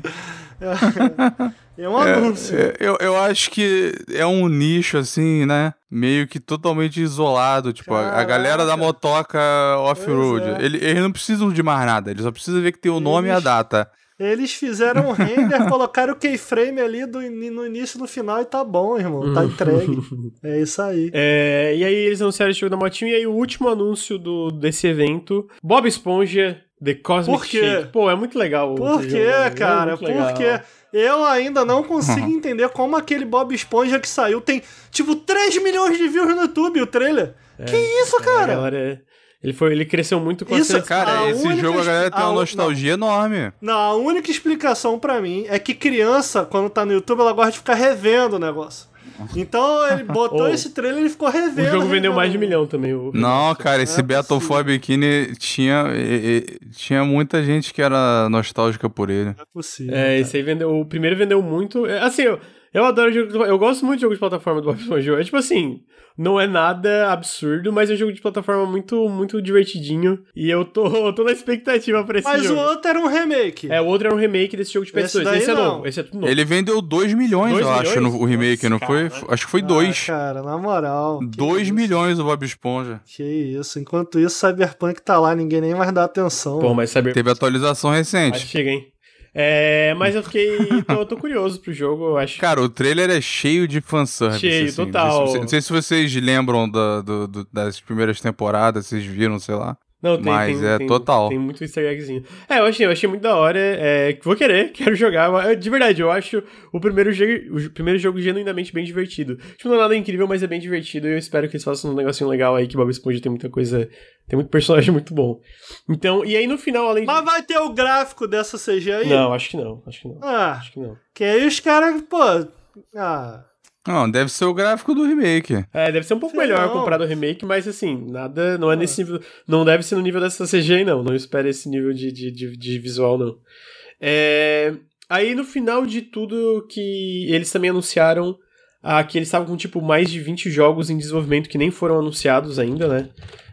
É, é um anúncio. É, eu, eu acho que é um nicho, assim, né? Meio que totalmente isolado. Tipo, Caraca. a galera da motoca off-road. É. Eles, eles não precisam de mais nada, eles só precisam ver que tem o nome eles... e a data. Eles fizeram um render, colocaram o keyframe ali do, no início e no final e tá bom, irmão. Tá entregue. É isso aí. É, e aí eles anunciaram esse jogo da motinho. E aí o último anúncio do, desse evento, Bob Esponja, The Cosmic Por quê? Shake. Pô, é muito legal. Por quê, jogo, cara? É Porque eu ainda não consigo entender como aquele Bob Esponja que saiu tem, tipo, três milhões de views no YouTube, o trailer. É, que isso, cara? É, a galera... Ele, foi, ele cresceu muito com isso, a Cara, esse única, jogo a galera tem a, uma nostalgia não, enorme. Não, a única explicação pra mim é que criança, quando tá no YouTube, ela gosta de ficar revendo o negócio. Então ele botou oh, esse trailer e ele ficou revendo. O jogo revendo. vendeu mais de um milhão também. O... Não, cara, esse é Battle for Bikini tinha, e, e, tinha muita gente que era nostálgica por ele. É possível. É, cara. Esse aí vendeu. O primeiro vendeu muito. Assim, eu, eu adoro jogo. Eu gosto muito de jogo de plataforma do Bob Esponja. É tipo assim. Não é nada absurdo, mas é um jogo de plataforma muito, muito divertidinho. E eu tô, tô na expectativa pra esse mas jogo. Mas o outro era um remake. É, o outro era um remake desse jogo de pessoas. Esse, esse é não. novo. Esse é tudo novo. Ele vendeu dois milhões, dois eu milhões? acho, no o remake, Nossa, não foi? Cara. Acho que foi dois. Ah, cara, na moral. dois milhões o Bob Esponja. Que isso. Enquanto isso, Cyberpunk tá lá, ninguém nem mais dá atenção. Pô, mas Cyberpunk... Teve atualização recente. Mas chega, hein? É, mas eu fiquei. tô, tô curioso pro jogo, eu acho. Cara, o trailer é cheio de fanservice. Cheio, assim. total. Não sei, não sei se vocês lembram da, do, do, das primeiras temporadas, vocês viram, sei lá. Não, tem, mas tem, é tem, total. Tem muito easter eggzinho. É, eu achei, eu achei muito da hora. É, vou querer, quero jogar. De verdade, eu acho o primeiro, jogo, o primeiro jogo genuinamente bem divertido. Tipo, não é nada incrível, mas é bem divertido. E eu espero que eles façam um negocinho legal aí, que Bob Esponja tem muita coisa. Tem muito personagem muito bom. Então, e aí no final, além de... Mas vai ter o gráfico dessa C G aí? Não, acho que não. Acho que não. Ah, acho que não. Que aí os caras, pô. Ah. Não, deve ser o gráfico do remake. É, deve ser um pouco Sei melhor não. comparado ao remake, mas assim, nada, não é ah. nesse nível, não deve ser no nível dessa C G aí não, não espere esse nível de, de, de, de visual não. É, aí no final de tudo que eles também anunciaram ah, que eles estavam com tipo mais de vinte jogos em desenvolvimento que nem foram anunciados ainda, né?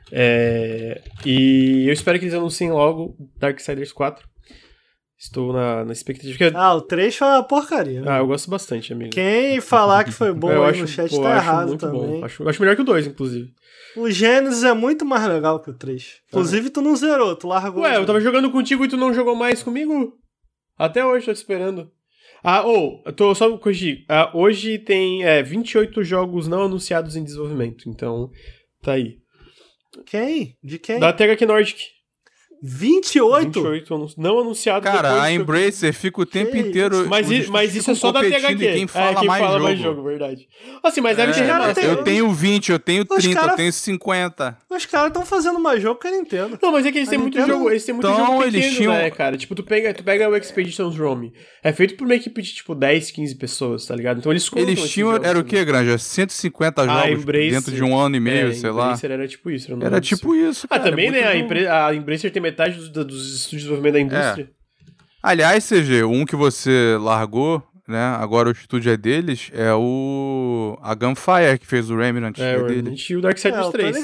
É, e eu espero que eles anunciem logo Darksiders quatro. Estou na, na expectativa. Que... Ah, o três foi uma porcaria. Né? Ah, eu gosto bastante, amigo. Quem falar que foi bom aí acho, no chat pô, tá errado muito também. Bom. Acho, acho melhor que o dois, inclusive. O Genesis é muito mais legal que o três. Inclusive, ah. tu não zerou, tu largou. Ué, eu tava jogando contigo e tu não jogou mais comigo? Até hoje, tô te esperando. Ah, ou, oh, tô só corrigir. Ah, hoje tem é, vinte e oito jogos não anunciados em desenvolvimento, então tá aí. Quem? De quem? Da T H Q Nordic. vinte e oito? vinte e oito não anunciados. Cara, a Embracer eu... fica o tempo que inteiro. Isso? Mas, i, mas isso é só da T H Q. Quem fala, é, quem mais, fala jogo. mais jogo, verdade. Assim, mas deve é, ter remaster. Eu tenho vinte, eu tenho trinta, cara... eu tenho cinquenta. Os caras estão fazendo mais jogo que a Nintendo. Não, mas é que eles têm muito Nintendo... jogo, eles têm muito então, jogo pequeno, eles tinham... né, cara? Tipo, tu pega, tu pega o Expeditions Rome. É feito por uma equipe de, tipo, dez, quinze pessoas, tá ligado? Então eles contam Eles tinham, era o que, Granja? cento e cinquenta jogos Embracer, dentro de um ano e meio, é, sei a lá. A Embracer era tipo isso. Era, era tipo isso, Ah, cara, também, é né? A, Empre... a Embracer tem metade dos, dos estúdios de desenvolvimento da indústria. É. Aliás, C G, um que você largou, né? Agora o estúdio é deles, é o... a Gunfire, que fez o Remnant. É, é o Remnant e o Darksiders é, três. Tá ligado.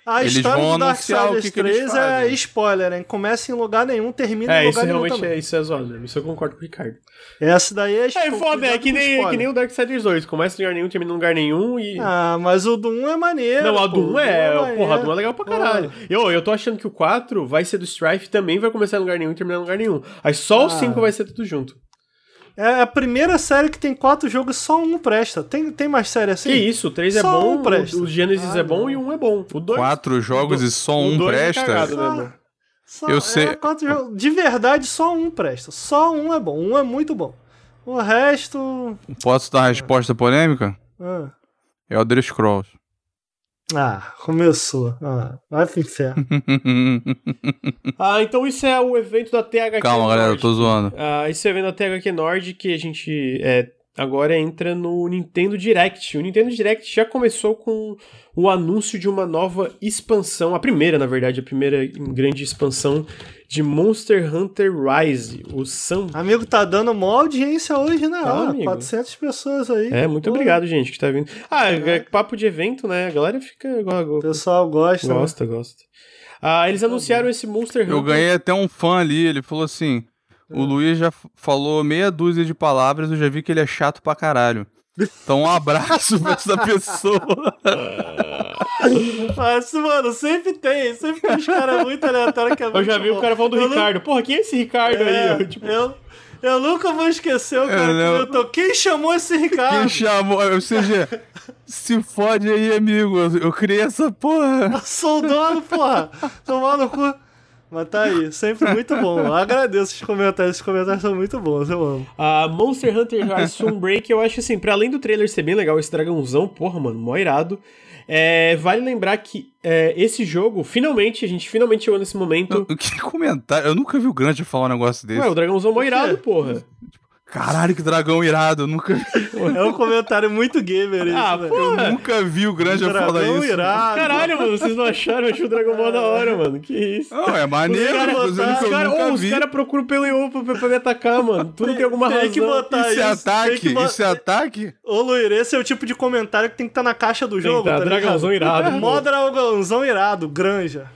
A Eles história vão do anunciar o Darksiders que que eles três é fazem. spoiler, hein? Começa em lugar nenhum, termina É, em isso lugar nenhum realmente também. é, isso é zoado mesmo. Isso eu concordo com o Ricardo. Essa daí é É spoiler. foda, é que nem, é que spoiler. nem o Darksiders dois. Começa em lugar nenhum, termina em lugar nenhum e... Ah, mas o Doom é maneiro. Não, a pô, Doom o é... maneiro. Porra, a Doom é legal pra Pô. caralho. Eu, eu tô achando que o quatro vai ser do Strife, também vai começar em lugar nenhum e terminar em lugar nenhum. Aí só o Ah. cinco vai ser tudo junto. É a primeira série que tem quatro jogos, só um presta. Tem, tem mais série assim? Que isso, o três é Só bom, um presta. o, o Genesis Ah, é bom não. e o um é bom. O dois, Quatro jogos do- e só o um dois é presta? cagado, né, Só- mano? Só- Eu é, sei- quatro jogos. De verdade, só um presta. Só um é bom. Um é muito bom. O resto. Posso dar uma resposta polêmica? Ah, É o Elder Scrolls. ah começou. Ah, vai pro inferno. Ah, então isso é o evento da T H Q Calma, galera, eu Nordic. tô zoando. Ah, esse evento da T H Q Nordic que a gente é, agora entra no Nintendo Direct. O Nintendo Direct já começou com o anúncio de uma nova expansão, a primeira, na verdade, a primeira grande expansão de Monster Hunter Rise, o Sun. Amigo, tá dando maior audiência hoje, né? Tá, Ó, amigo. quatrocentas pessoas aí. É, muito Pô, obrigado, gente, que tá vindo. Ah, é papo de evento, né? A galera fica... O pessoal gosta. né? Gosta, gosta. Ah, eles anunciaram esse Monster Hunter... Eu ganhei até um fã ali, ele falou assim: o Luiz já f- falou meia dúzia de palavras, eu já vi que ele é chato pra caralho. Então um abraço pra essa pessoa. Mas, mano, sempre tem. Sempre tem uns caras muito aleatórios que é Eu muito já vi bom. o cara falando do Eu não- Ricardo. Porra, quem é esse Ricardo É, aí? Eu, tipo, eu, eu nunca vou esquecer o cara Eu que lembro. comentou. Quem chamou esse Ricardo? Quem chamou? Ou seja, se fode aí, amigo. Eu, eu criei essa porra. Sou o dono, porra. Tomar no cu. Mas tá aí, sempre muito bom. Eu agradeço os comentários, os comentários são muito bons, eu amo. a Monster Hunter Rise Sunbreak, eu acho assim, pra além do trailer ser bem legal, esse dragãozão, porra, mano, mó irado. É, vale lembrar que é, esse jogo, finalmente, a gente finalmente chegou nesse momento. Eu- Que comentário? Eu nunca vi o Grande falar um negócio desse. Ué, o dragãozão mó quê? irado, porra. Caralho, que dragão irado. Eu nunca, É um comentário muito gamer isso, Ah, né? pô. eu nunca vi o Grande falar Dragão isso. irado. Caralho, mano, vocês não acharam? Eu achei o dragão mó da hora, mano. Que isso? Não, é maneiro, Os caras mas eu botaram- nunca, Os eu caras nunca os vi. cara procuram pelo Iô pra, pra me atacar, mano. Tudo tem alguma Tem razão. que botar Isso é isso, tem ataque? que botar- Isso é ataque? Ô, Luir, esse é o tipo de comentário que tem que estar na caixa do jogo, tá, tá dragãozão ligado? irado, Mó pô. dragãozão irado, granja.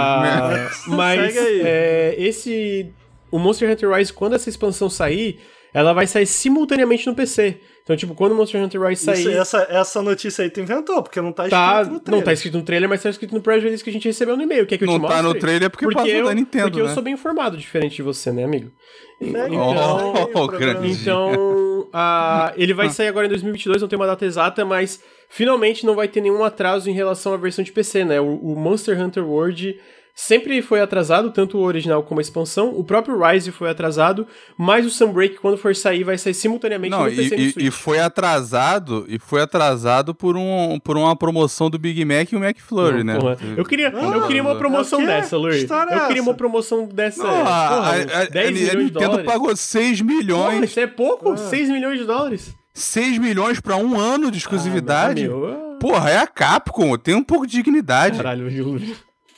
Ah, mas Segue aí. é, esse o Monster Hunter Rise, quando essa expansão sair, ela vai sair simultaneamente no P C. Então, tipo, quando o Monster Hunter Rise sair, Isso, essa, essa notícia aí tu inventou, porque não tá escrito tá, no trailer. não tá escrito no trailer, mas tá escrito no press release que a gente recebeu no e-mail. Quer que eu Não te tá mostre? no trailer porque passou eu, da Nintendo, porque eu né? sou bem informado, diferente de você, né, amigo? Segue Então, aí, Oh, programa. grande. Então, a, ele vai sair agora em dois mil e vinte e dois, não tem uma data exata, mas finalmente não vai ter nenhum atraso em relação à versão de P C, né? O, o Monster Hunter World sempre foi atrasado, tanto o original como a expansão. O próprio Rise foi atrasado, mas o Sunbreak, quando for sair, vai sair simultaneamente Não, no P C e no e, e, Switch. e foi atrasado, e foi atrasado por, um, por uma promoção do Big Mac e o McFlurry, né? Porra, eu queria, eu queria uma promoção é o quê? dessa, Luiz. Que história é Eu queria essa? uma promoção dessa. Não, a, porra, a, uns a, dez a, milhões a de Nintendo dólares. pagou seis Porra, milhões. isso é pouco? Ah. seis milhões de dólares. seis milhões pra um ano de exclusividade? Ah, meu, ah, Porra, é a Capcom, tem um pouco de dignidade. Caralho, o Luiz.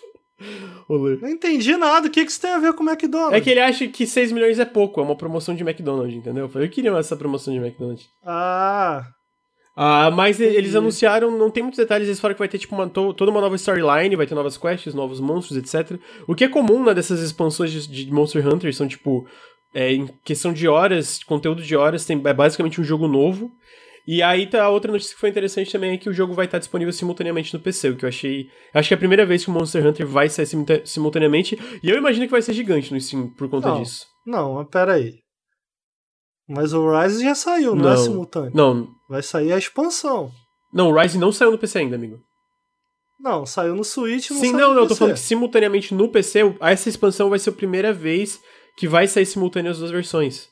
O Luiz. Não entendi nada. O que, que isso tem a ver com o McDonald's? É que ele acha que seis milhões é pouco, é uma promoção de McDonald's, entendeu? Eu falei, eu queria essa promoção de McDonald's. Ah, Ah, mas e- eles Entendi. anunciaram, não tem muitos detalhes, eles falaram que vai ter tipo uma, to- toda uma nova storyline, vai ter novas quests, novos monstros, etcétera. O que é comum, né, dessas expansões de, de Monster Hunter, são tipo, é, em questão de horas, conteúdo de horas, tem é basicamente um jogo novo. E aí tá a outra notícia que foi interessante também é que o jogo vai estar disponível simultaneamente no P C, o que eu achei... Acho que é a primeira vez que o Monster Hunter vai sair simulta- simultaneamente, e eu imagino que vai ser gigante no Steam por conta Não. disso. não, mas pera aí. Mas o Rise já saiu, não, Não. é simultâneo. Não, Vai sair a expansão. não, o Rise não saiu no P C ainda, amigo. Não, saiu no Switch, não Sim, saiu não, no não, eu P tô C. falando que simultaneamente no P C, o- essa expansão vai ser a primeira vez que vai sair simultâneo as duas versões.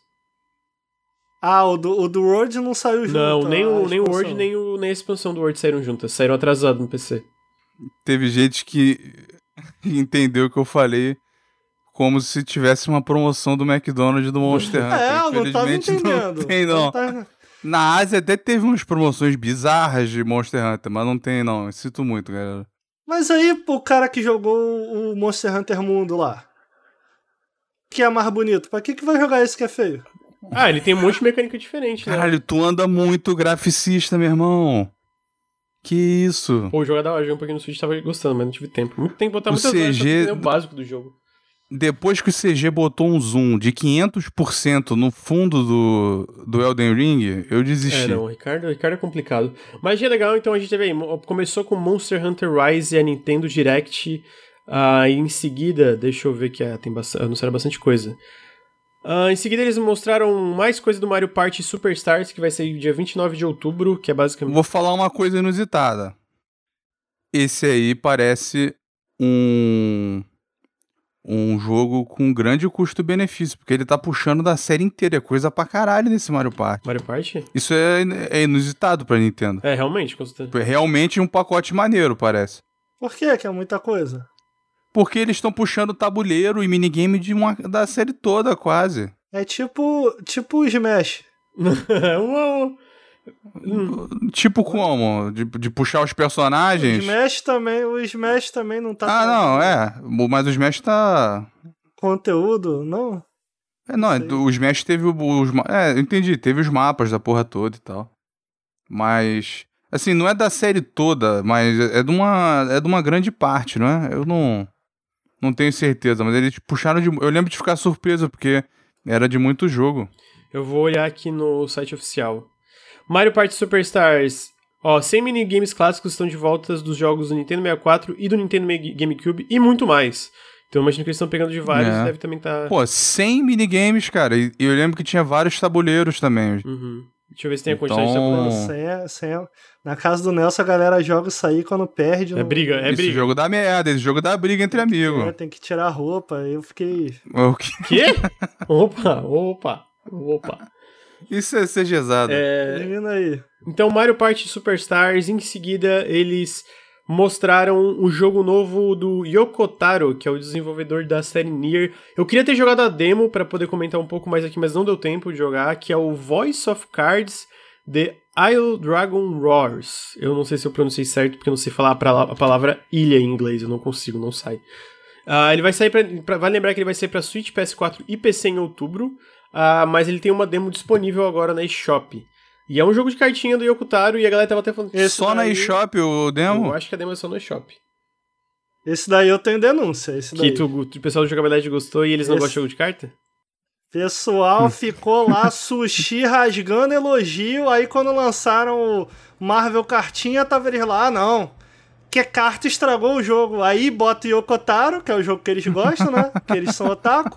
Ah, o do, o do World não saiu junto. Não, nem a o, nem o expansão. Word, nem, o, nem a expansão do Word saíram juntas, saíram atrasados no P C. Teve gente que entendeu o que eu falei como se tivesse uma promoção do McDonald's e do Monster Hunter. É, eu não tava Infelizmente, entendendo. Não tem, não. tá- Na Ásia até teve umas promoções bizarras de Monster Hunter, mas não tem, não. Eu sinto muito, galera. Mas aí, o cara que jogou o Monster Hunter Mundo lá, que é mais bonito, pra que que vai jogar esse que é feio? Ah, ele tem um monte de mecânica diferente, né? Caralho, tu anda muito graficista, meu irmão. Que isso? Pô, o jogo é da hora, joguei um pouquinho no Switch, tava gostando, mas não tive tempo. Muito tempo botar O muitas horas C G pra o básico do jogo. Depois que o C G botou um zoom de quinhentos por cento no fundo do, do Elden Ring, eu desisti. É, não, o Ricardo, o Ricardo é complicado. Mas é legal, então a gente teve aí, começou com Monster Hunter Rise e a Nintendo Direct, uh, e em seguida, deixa eu ver que é, tem bastante, anunciaram bastante coisa. Uh, em seguida eles mostraram mais coisa do Mario Party Superstars, que vai sair dia vinte e nove de outubro, que é basicamente... Vou falar uma coisa inusitada. Esse aí parece um... um jogo com grande custo-benefício, porque ele tá puxando da série inteira, é coisa pra caralho nesse Mario Party. Mario Party? Isso é, é inusitado pra Nintendo. É, realmente, com certeza. É realmente um pacote maneiro, parece. Por que que é muita coisa? Porque eles estão puxando tabuleiro e minigame de uma, da série toda, quase. É tipo, tipo o Smash. Uau. Tipo como? De, de puxar os personagens? O Smash também, o Smash também não tá... Ah, não, é. Mas o Smash tá... Conteúdo, não? É, não, o Smash teve os... É, eu entendi, teve os mapas da porra toda e tal. Mas... Assim, não é da série toda, mas é de uma, é de uma grande parte, não é? Eu não... Não tenho certeza, mas eles puxaram de... Eu lembro de ficar surpreso, porque era de muito jogo. Eu vou olhar aqui no site oficial. Mario Party Superstars. Ó, cem minigames clássicos estão de volta dos jogos do Nintendo sessenta e quatro e do Nintendo GameCube e muito mais. Então eu imagino que eles estão pegando de vários, É. deve também estar... Tá... Pô, cem minigames, cara. E eu lembro que tinha vários tabuleiros também. Uhum. Deixa eu ver se tem a Então... quantidade de tabuleiros. Sem é, sem é. Na casa do Nelson a galera joga isso aí quando perde. É não... briga, é esse briga. jogo dá merda, esse jogo dá briga entre amigos. É, tem que tirar a roupa, eu fiquei... O quê? Quê? Opa, opa, opa. Isso é ser gesado. É... Elimina aí. Então, Mario Party Superstars, em seguida, eles mostraram o jogo novo do Yoko Taro, que é o desenvolvedor da série Nier. Eu queria ter jogado a demo para poder comentar um pouco mais aqui, mas não deu tempo de jogar, que é o Voice of Cards The Isle Dragon Roars. Eu não sei se eu pronunciei certo, porque eu não sei falar a palavra ilha em inglês, eu não consigo, não sai. Uh, ele vai sair pra, pra... Vale lembrar que ele vai sair pra Switch, P S quatro e P C em outubro, uh, mas ele tem uma demo disponível agora na eShop. E é um jogo de cartinha do Yoko Taro, e a galera tava até falando... Esse Só na daí... eShop o demo? Eu acho que a demo é só no eShop. Esse daí eu tenho denúncia. Esse daí. Que tu, o pessoal do jogabilidade gostou e eles não Esse... gostam de jogo de carta? Pessoal ficou lá, sushi rasgando elogio, aí quando lançaram o Marvel Cartinha, tava eles lá, ah não, que carta estragou o jogo. Aí bota o Yoko Taro, que é o jogo que eles gostam, né, que eles são otaku.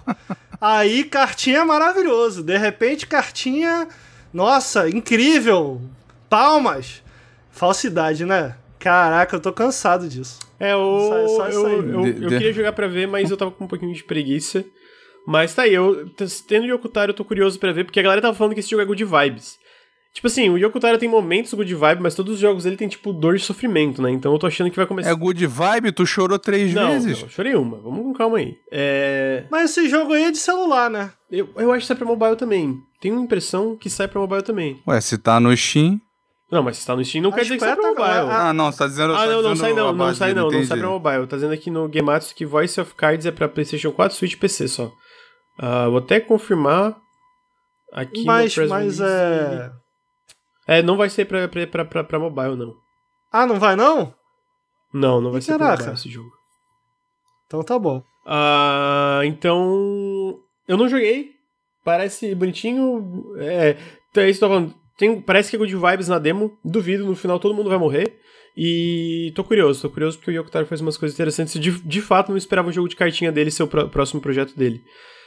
Aí cartinha é maravilhoso, de repente cartinha, nossa, incrível, palmas. Falsidade, né? Caraca, eu tô cansado disso. É, o, Só- só isso eu, aí. eu, eu, eu queria jogar pra ver, mas eu tava com um pouquinho de preguiça. Mas tá aí, eu t- tendo o Yoko Taro, eu tô curioso pra ver, porque a galera tava falando que esse jogo é good vibes. Tipo assim, o Yoko Taro tem momentos good vibe, mas todos os jogos dele tem, tipo, dor de sofrimento, né? Então eu tô achando que vai começar... É good vibe? Tu chorou três não, vezes? não, eu chorei uma. Vamos com calma aí. É... Mas esse jogo aí é de celular, né? Eu, eu acho que sai pra mobile também. Tenho uma impressão que sai pra mobile também. Ué, se tá no Steam... Não, mas se tá no Steam não A quer dizer que sai pra espeta, mobile. galera. Ah, não, você tá dizendo... Ah, tá não, não dizendo sai não, a não base sai dele, não, não entendi. sai pra mobile. Tá dizendo aqui no Gematsu que Voice of Cards é pra PlayStation quatro, Switch e P C só. Uh, vou até confirmar aqui Mas, no press mas release. é... É, não vai ser pra, pra, pra, pra, pra mobile, não. Ah, não vai não? Não, não vai E ser pra caraca. mobile esse jogo. Então tá bom. Ah, então... Eu não joguei. Parece bonitinho. É, então é isso que eu tô falando. Tem, parece que é good vibes na demo. Duvido, no final todo mundo vai morrer. E tô curioso, tô curioso porque o Yoko Taro faz umas coisas interessantes. De, de fato, não esperava um jogo de cartinha dele ser o pro, próximo projeto dele.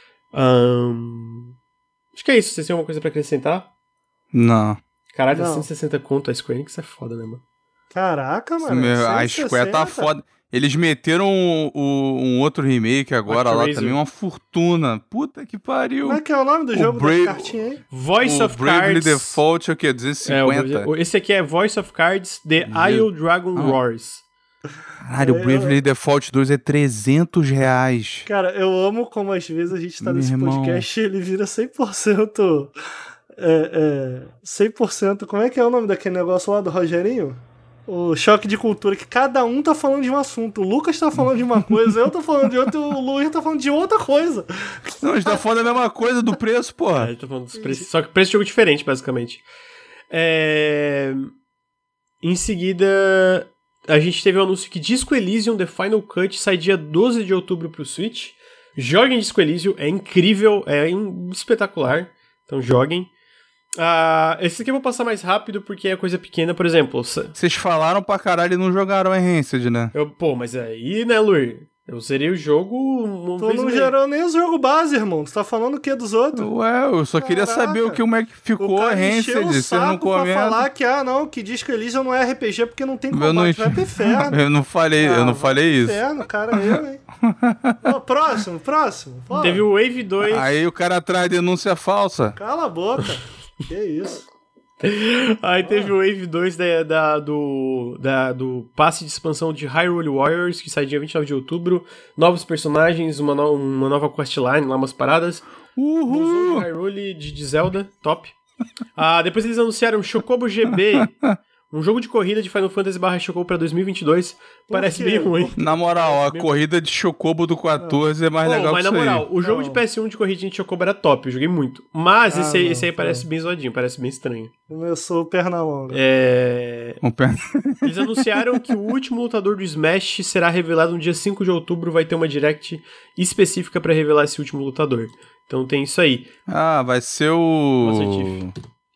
Um, acho que é isso. Vocês têm alguma coisa pra acrescentar? Não. Caralho, Não. cento e sessenta conto. A Square Enix é foda, né, mano? Caraca, mano. Meu, a cento e Square tá sessenta. foda. Eles meteram o, o- um outro remake agora lá Actraiser. também, uma fortuna. Puta que pariu. Como é que é o nome do O jogo Brave- da cartinha aí? Voice o of Bravely Cards. Default é o quê? duzentos e É, cinquenta? o- esse aqui é Voice of Cards The Isle Dragon Ah. Roars. Caralho, o É, Bravely Default dois é trezentos reais. Cara, eu amo como às vezes a gente tá Meu nesse irmão. podcast e ele vira cem por cento... É, é, cem por cento... Como é que é o nome daquele negócio lá do Rogerinho? O choque de cultura, que cada um tá falando de um assunto. O Lucas tá falando de uma coisa, eu tô falando de outra, o Luiz tá falando de outra coisa. Não, a gente tá falando a mesma coisa do preço, É, porra. eu tô falando dos preços, só que preço de jogo diferente, basicamente. É... Em seguida, a gente teve o anúncio que Disco Elysium The Final Cut sai dia doze de outubro pro Switch. Joguem Disco Elysium, é incrível, é espetacular. Então joguem. Uh, esse aqui eu vou passar mais rápido porque é coisa pequena, por exemplo. Vocês falaram pra caralho e não jogaram Enhanced, né? Eu, pô, mas aí, né, Luir? Eu zerei o jogo... Tu não meio. gerou nem o jogo base, irmão. Tu tá falando o que dos outros? Ué, eu só Caraca. queria saber o que como é que ficou a Enhanced. Vocês não comentam. Pra falar que, ah, não, que Disco Elysium não é R P G porque não tem combate. Eu não... Vai pro inferno. eu não falei, ah, eu não falei isso. Inferno, cara, eu, hein? Pô, próximo, próximo. Pô. Teve o Wave dois. Aí o cara traz denúncia falsa. Cala a boca. Que isso? Aí teve o Wave dois da, da, do, da, do passe de expansão de Hyrule Warriors, que sai dia vinte e nove de outubro. Novos personagens, uma, no, uma nova questline, lá umas paradas. Uhul! De Hyrule de, de Zelda, top. Ah, depois eles anunciaram Chocobo G B, um jogo de corrida de Final Fantasy barra Chocobo pra dois mil e vinte e dois. Parece bem ruim. Na moral, a corrida de Chocobo do quatorze é mais oh, legal mas que isso. Mas na moral, aí. o jogo não. de P S um de corridinha de Chocobo era top, eu joguei muito. Mas ah, esse, aí, não, esse aí foi. parece bem zoadinho, parece bem estranho. Começou o perna longa. É... Um per... Eles anunciaram que o último lutador do Smash será revelado no dia cinco de outubro, vai ter uma direct específica pra revelar esse último lutador. Então tem isso aí. Ah, vai ser o...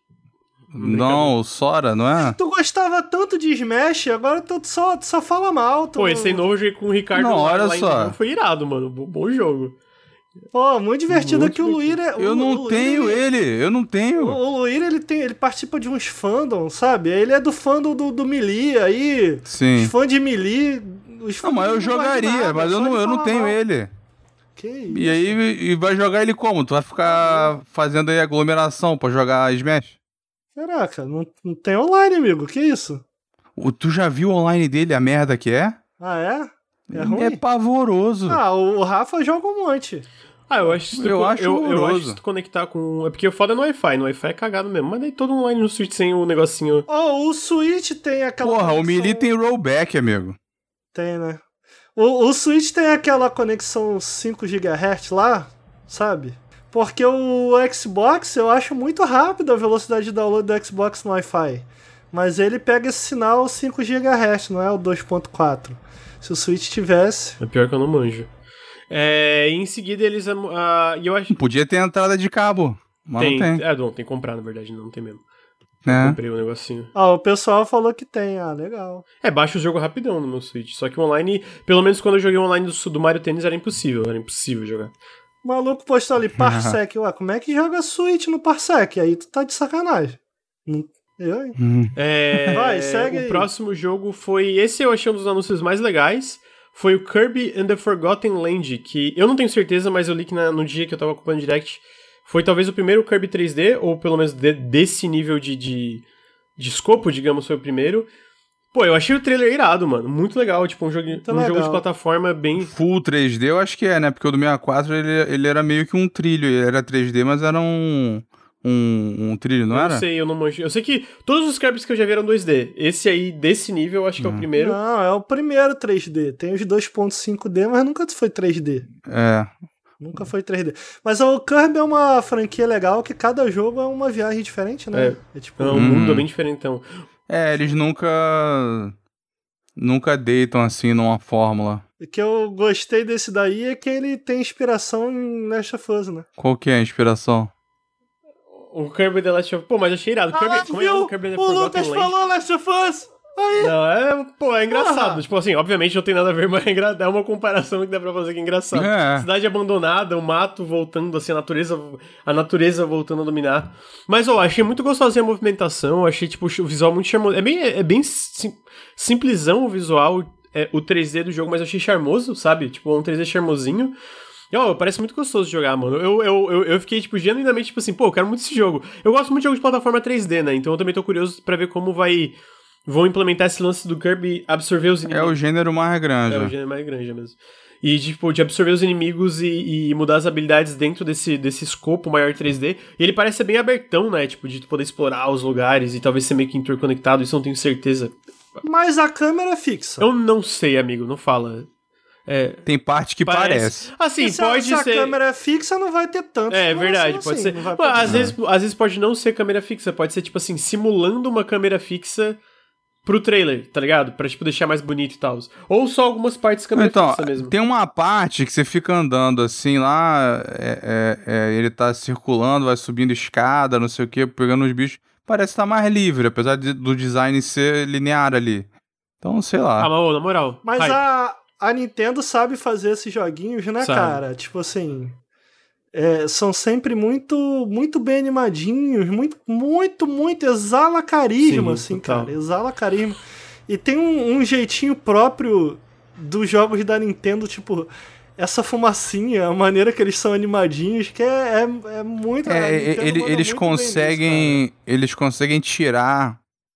Não, o Sora, não é? Tu gostava tanto de Smash, agora tu só, tu só fala mal. Tu... Pô, esse aí novo eu joguei com o Ricardo não, lá, olha lá só. Em... Foi irado, mano. Bom jogo. Pô, muito divertido muito que o Luir é... Eu o, não o tenho Luir, ele, eu não tenho. O, o Luir, ele, tem, ele participa de uns fandom, sabe? Ele é do fandom do, do Melee, aí... Sim. Os fãs de Melee... Os fãs não, mas eu não jogaria, nada, mas eu não, eu não tenho mal. ele. Que isso? E aí, e vai jogar ele como? Tu vai ficar fazendo aí aglomeração pra jogar Smash? Caraca, não, não tem online, amigo. Que isso? O, tu já viu o online dele, a merda que é? Ah, é? É ruim? É pavoroso. Ah, o, o Rafa joga um monte. Ah, eu acho que se tu, eu acho eu, eu acho que horroroso. se tu conectar com... É porque o foda é no Wi-Fi, no Wi-Fi é cagado mesmo. Mas daí todo online no Switch sem o negocinho... Oh, o Switch tem aquela Porra, conexão... o Melee tem rollback, amigo. Tem, né? O, o Switch tem aquela conexão cinco gigahertz lá, sabe? Porque o Xbox, eu acho muito rápido a velocidade de download do Xbox no Wi-Fi. Mas ele pega esse sinal cinco gigahertz, não é o dois ponto quatro. Se o Switch tivesse... É pior que eu não manjo. É, em seguida eles... Uh, eu acho... Podia ter entrada de cabo, mas tem, não tem. É, não, tem que comprar, na verdade, não, não tem mesmo. É. Eu comprei o um negocinho. Ah, o pessoal falou que tem, ah, legal. É, baixa o jogo rapidão no meu Switch. Só que o online, pelo menos quando eu joguei online do, do Mario Tennis, era impossível, era impossível jogar. O maluco postou ali, Parsec. Ué, como é que joga Switch no Parsec? Aí tu tá de sacanagem. Eu, hein? Hum. É, Vai, segue o aí. próximo jogo foi... Esse eu achei um dos anúncios mais legais. Foi o Kirby and the Forgotten Land, que eu não tenho certeza, mas eu li que na, no dia que eu tava ocupando Direct, foi talvez o primeiro Kirby três D, ou pelo menos de, desse nível de, de, de escopo, digamos, foi o primeiro. Pô, eu achei o trailer irado, mano. Muito legal, tipo, um, jogo, um jogo de plataforma bem... Full três D eu acho que é, né? Porque o do sessenta e quatro, ele, ele era meio que um trilho. Ele era três D, mas era um... Um, um trilho, não eu era? Eu não sei, eu não manjo. Eu sei que todos os Kirbys que eu já vi eram dois D. Esse aí, desse nível, eu acho que hum. é o primeiro. Não, é o primeiro três D. Tem os dois ponto cinco D, mas nunca foi três D. É. Nunca foi três D. Mas o Kirby é uma franquia legal que cada jogo é uma viagem diferente, né? É, é tipo... é um hum. mundo bem diferente, então. É, eles nunca... Nunca deitam assim numa fórmula. O que eu gostei desse daí é que ele tem inspiração em Last of Us, né? Qual que é a inspiração? O Kirby The Last of Us... Pô, mas achei irado. Ah, Kirby... Como é o Kirby The Forgotten Lucas Land? falou Last of Us! Aí. Não, é... Pô, é engraçado. Ah. Tipo assim, obviamente não tem nada a ver, mas é, engra... é uma comparação que dá pra fazer que é engraçado. É. Cidade abandonada, o mato voltando, assim, a natureza... A natureza voltando a dominar. Mas, ó, achei muito gostosinha a movimentação. Achei, tipo, o visual muito charmoso. É bem, é bem sim... simplesão o visual, é, o três D do jogo, mas eu achei charmoso, sabe? Tipo, um três D charmosinho. E, ó, parece muito gostoso de jogar, mano. Eu, eu, eu, eu fiquei, tipo, genuinamente, tipo assim, pô, eu quero muito esse jogo. Eu gosto muito de jogos de plataforma três D, né? Então eu também tô curioso pra ver como vai... Vão implementar esse lance do Kirby absorver os inimigos. É o gênero mais grande. É o gênero mais grande mesmo. E, tipo, de absorver os inimigos e, e mudar as habilidades dentro desse, desse escopo maior três D. E ele parece ser bem abertão, né? Tipo, de poder explorar os lugares e talvez ser meio que interconectado. Isso eu não tenho certeza. Mas a câmera é fixa. Eu não sei, amigo. Não fala... É, tem parte que parece. parece. Assim, se pode a, ser. Se a câmera é fixa, não vai ter tanto. É verdade, pode assim, ser. Não vai Pô, às, vezes, às vezes pode não ser câmera fixa, pode ser, tipo assim, simulando uma câmera fixa pro trailer, tá ligado? Pra, tipo, deixar mais bonito e tal. Ou só algumas partes câmera Então, fixa mesmo. tem uma parte que você fica andando assim lá, é, é, é, ele tá circulando, vai subindo escada, não sei o que, pegando os bichos. Parece estar mais livre, apesar de, do design ser linear ali. Então, sei lá. Ah, mas ô, na moral. Mas hype. a, a Nintendo sabe fazer esses joguinhos, né, Sabe. cara? Tipo assim... É, são sempre muito muito bem animadinhos, muito, muito, muito, exala carisma, Sim, assim, total. cara, exala carisma. E tem um, um jeitinho próprio dos jogos da Nintendo, tipo, essa fumacinha, a maneira que eles são animadinhos, que é, é, é muito... a É, Nintendo ele- manda eles muito bem nisso, conseguem. Eles conseguem tirar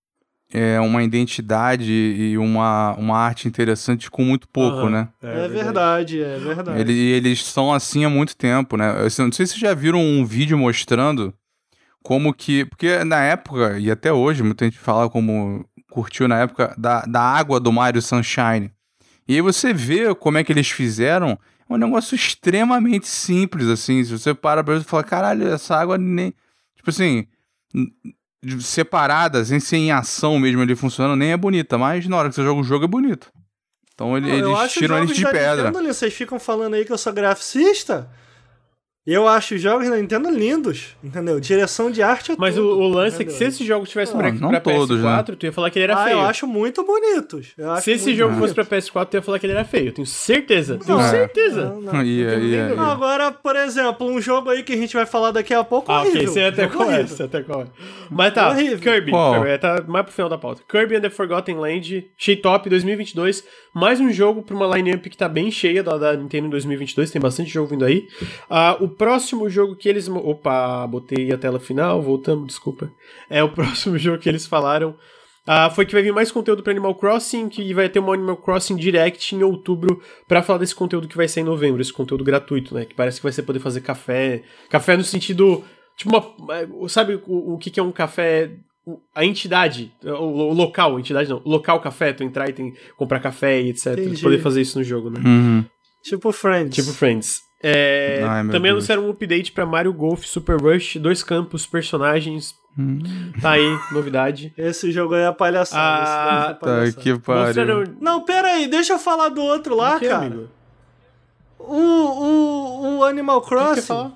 é, uma identidade e uma, uma arte interessante com muito pouco, Aham, né? cara. É verdade, é verdade. Ele- eles são assim há muito tempo, né? Eu não sei se vocês já viram um vídeo mostrando como que... Porque na época, e até hoje, muita gente fala como curtiu na época, da, da água do Mario Sunshine. E aí você vê como é que eles fizeram, é um negócio extremamente simples, assim. Se você para pra ver e fala, caralho, essa água nem... Tipo assim, n- separada, sem ser em ação mesmo ali funcionando, nem é bonita. Mas na hora que você joga o jogo é bonito. Então ele- Não, eu eles acho tiram jogos eles de da pedra. Nintendo lindos. Vocês ficam falando aí que eu sou graficista. Eu acho os jogos da Nintendo lindos, entendeu? Direção de arte é Mas o, tudo, o lance é que entendeu? se esse jogo tivesse Não, pra, não pra todos, P S quatro, tu ia falar que ele era Ah, feio. eu acho muito bonitos. Eu acho Se esse muito jogo bonito. fosse pra P S quatro, tu ia falar que ele era feio. Eu tenho certeza. Tenho Não, certeza. não, não. Ia, tenho nem ia, dúvida. Não, agora, por exemplo, um jogo aí que a gente vai falar daqui a pouco, Ah, horrível. ok, você até Jogo qual é, horrível. você até qual é. Mas tá, Horrível. Kirby, Qual? Kirby, tá mais pro final da pauta. Kirby and the Forgotten Land, achei top, dois mil e vinte e dois, mais um jogo pra uma line-up que tá bem cheia da, da Nintendo em dois mil e vinte e dois, tem bastante jogo vindo aí. Ah, o próximo jogo que eles... Opa, botei a tela final, voltamos, desculpa. É, o próximo jogo que eles falaram ah, foi que vai vir mais conteúdo pra Animal Crossing, que vai ter uma Animal Crossing Direct em outubro pra falar desse conteúdo que vai sair em novembro, esse conteúdo gratuito, né? Que parece que vai ser poder fazer café. Café no sentido... Tipo, uma, sabe o, o que, que é um café... A entidade, o, o local, a entidade não, o local café, tu entrar e tem, comprar café e etcétera. Entendi. Poder fazer isso no jogo, né? Uhum. Tipo Friends. Tipo Friends. É, Ai, meu também Deus. anunciaram um update pra Mario Golf Super Rush, dois campos, personagens. Hum. Tá aí, novidade. Esse jogo aí é palhaçada. Ah, esse daí é Tá, palhaçada. que pariu. Mostraram... Não, pera aí, deixa eu falar do outro lá, O que, cara. amigo? O, o, o Animal O que que quer Crossing. falar?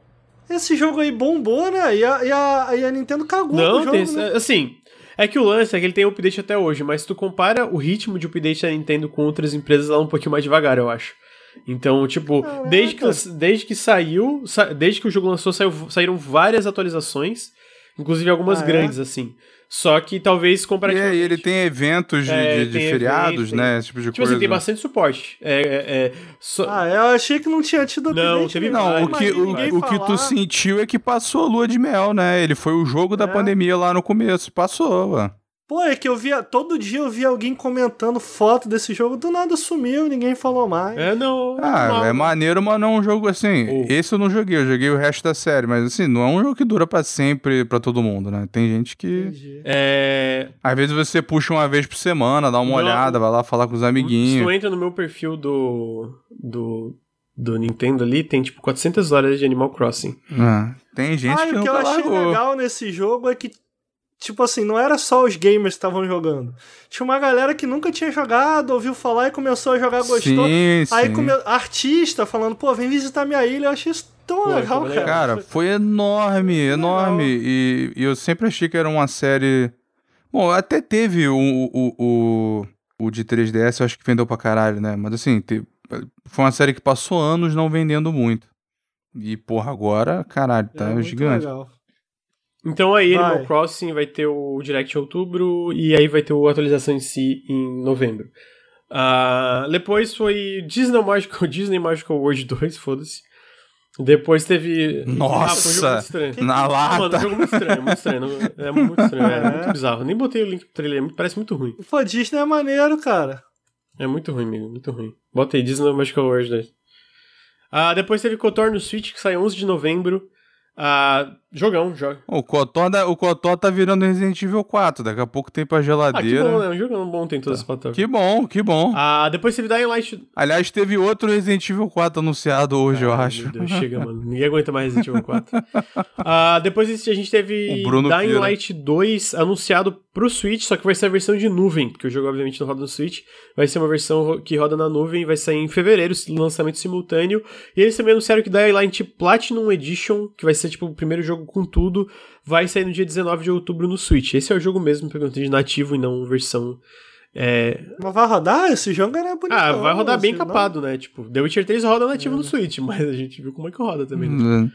Esse jogo aí bombou, né? E a, e a, e a Nintendo cagou com o Não, jogo, tem, né? assim, é que o lance é que ele tem update até hoje, mas se tu compara o ritmo de update da Nintendo com outras empresas, ela é um pouquinho mais devagar, eu acho. Então, tipo, Caraca. desde que, desde que saiu, sa- desde que o jogo lançou, saiu, saíram várias atualizações, inclusive algumas Ah, é? grandes, assim. Só que talvez E comparativamente... aí, ele tem eventos de, É, de- de tem feriados, evento, né? tem- Esse tipo de Tipo coisa. assim, tem bastante suporte. É, é, é, só- Ah, eu achei que não tinha tido Não, update teve nenhum. Não, o vários, que, Imagina o, ninguém o que tu falar. sentiu é que passou a lua de mel, né? Ele foi o jogo da É. pandemia lá no começo. Passou, ué. Pô, é que eu via, todo dia eu via alguém comentando foto desse jogo, do nada sumiu, ninguém falou mais. É, não... Ah, normal. é maneiro, mas não é um jogo assim. Oh. Esse eu não joguei, eu joguei o resto da série. Mas assim, não é um jogo que dura pra sempre, pra todo mundo, né? Tem gente que... Entendi. É... Às vezes você puxa uma vez por semana, dá uma Não. olhada, vai lá falar com os Se amiguinhos. tu entra no meu perfil do... do... do Nintendo ali, tem tipo quatrocentas horas de Animal Crossing. Ah, tem gente Ah, que e o que nunca eu achei largou. legal nesse jogo é que, tipo assim, não era só os gamers que estavam jogando. Tinha uma galera que nunca tinha jogado, ouviu falar e começou a jogar, gostou. Sim, Aí sim. come... artista falando, pô, vem visitar minha ilha. Eu achei isso tão Foi, legal, foi cara. legal. Cara, foi enorme, enorme. legal. E, e eu sempre achei que era uma série. Bom, até teve o, o, o, o de três D S, eu acho que vendeu pra caralho, né? Mas assim, te- foi uma série que passou anos não vendendo muito. E, porra, agora, caralho, tá É muito gigante. legal. Então aí, Vai. Animal Crossing vai ter o Direct em outubro e aí vai ter a atualização em si em novembro. Ah, depois foi Disney Magical, Disney Magical World dois, foda-se. Depois teve... Nossa! Ah, foi um jogo muito estranho. Na Ah, lata. mano, um jogo muito estranho, muito estranho. não- É muito estranho, é, É. muito bizarro. Nem botei o link pro trailer, é muito- parece muito ruim. Pô, Disney é maneiro, cara. É muito ruim, amigo, muito ruim. Bota aí, Disney Magical World dois. Ah, depois teve Kotor no Switch, que sai onze de novembro. Ah, jogão, joga. O Cotó, da- o Cotó tá virando Resident Evil quatro, daqui a pouco tem pra Ah, que geladeira. bom, né? Um jogão bom, tem todas as plataformas. Que bom, que bom. Ah, depois teve Dying Light... Aliás, teve outro Resident Evil quatro anunciado hoje, eu Ai, acho. Meu Deus, chega, mano. Ninguém aguenta mais Resident Evil quatro. Ah, depois disso, a gente teve O Bruno Dying pira. Light dois anunciado pro Switch, só que vai ser a versão de nuvem, porque o jogo obviamente não roda no Switch, vai ser uma versão que roda na nuvem, vai sair em fevereiro, lançamento simultâneo, e eles também anunciaram que da Line Platinum Edition, que vai ser tipo o primeiro jogo com tudo, vai sair no dia dezenove de outubro no Switch. Esse é o jogo mesmo, perguntei de nativo e não versão... É... Mas vai rodar? Esse jogo era bonito. Ah, vai rodar bem assim, capado, não? né? Tipo, The Witcher três roda nativo é. no Switch, mas a gente viu como é que roda também. Né?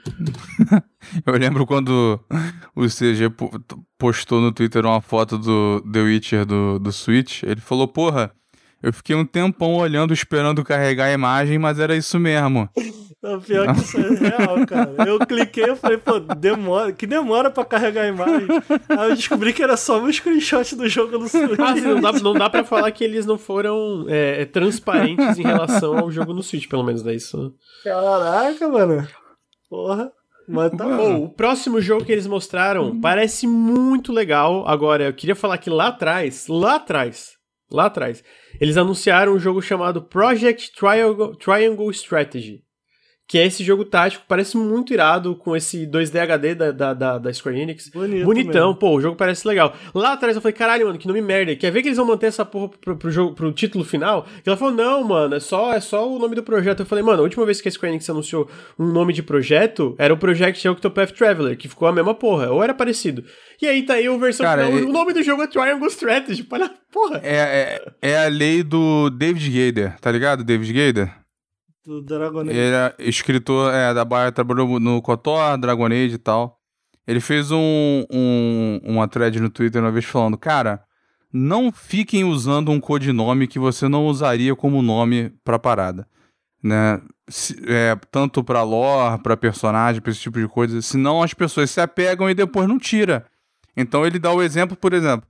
Eu lembro quando o C G postou no Twitter uma foto do The Witcher do, do Switch. Ele falou, porra, eu fiquei um tempão olhando, esperando carregar a imagem, mas era isso mesmo. Não, pior que isso é real, cara. Eu cliquei e falei, pô, demora, que demora pra carregar a imagem. Aí eu descobri que era só um screenshot do jogo no Switch. Ah, sim, não dá, não dá pra falar que eles não foram é, transparentes em relação ao jogo no Switch, pelo menos, é isso. Caraca, mano. Porra. Mas tá bom. O próximo jogo que eles mostraram hum. parece muito legal. Agora, eu queria falar que lá atrás, lá atrás, lá atrás, eles anunciaram um jogo chamado Project Triangle, Triangle Strategy. Que é esse jogo tático, parece muito irado, com esse dois D H D da, da, da, da Square Enix. Bonito Bonitão, mesmo. Pô, o jogo parece legal. Lá atrás eu falei, caralho, mano, que nome merda. Quer ver que eles vão manter essa porra pro, pro, jogo, pro título final? E ela falou, não, mano, é só, é só o nome do projeto. Eu falei, mano, a última vez que a Square Enix anunciou um nome de projeto, era o Project Octopath Traveler, que ficou a mesma porra, ou era parecido. E aí tá aí a versão Cara, final, é... o nome do jogo é Triangle Strategy, para porra. É, é, é a lei do David Gaider, tá ligado? David Gaider? Do Dragon Age. Ele é escritor é, da Baia, trabalhou no KOTOR, Dragon Age e tal. Ele fez um, um, uma thread no Twitter uma vez falando, cara, não fiquem usando um codinome que você não usaria como nome pra parada, né? Se, é, tanto pra lore, pra personagem, pra esse tipo de coisa, senão as pessoas se apegam e depois não tira. Então ele dá o exemplo, por exemplo,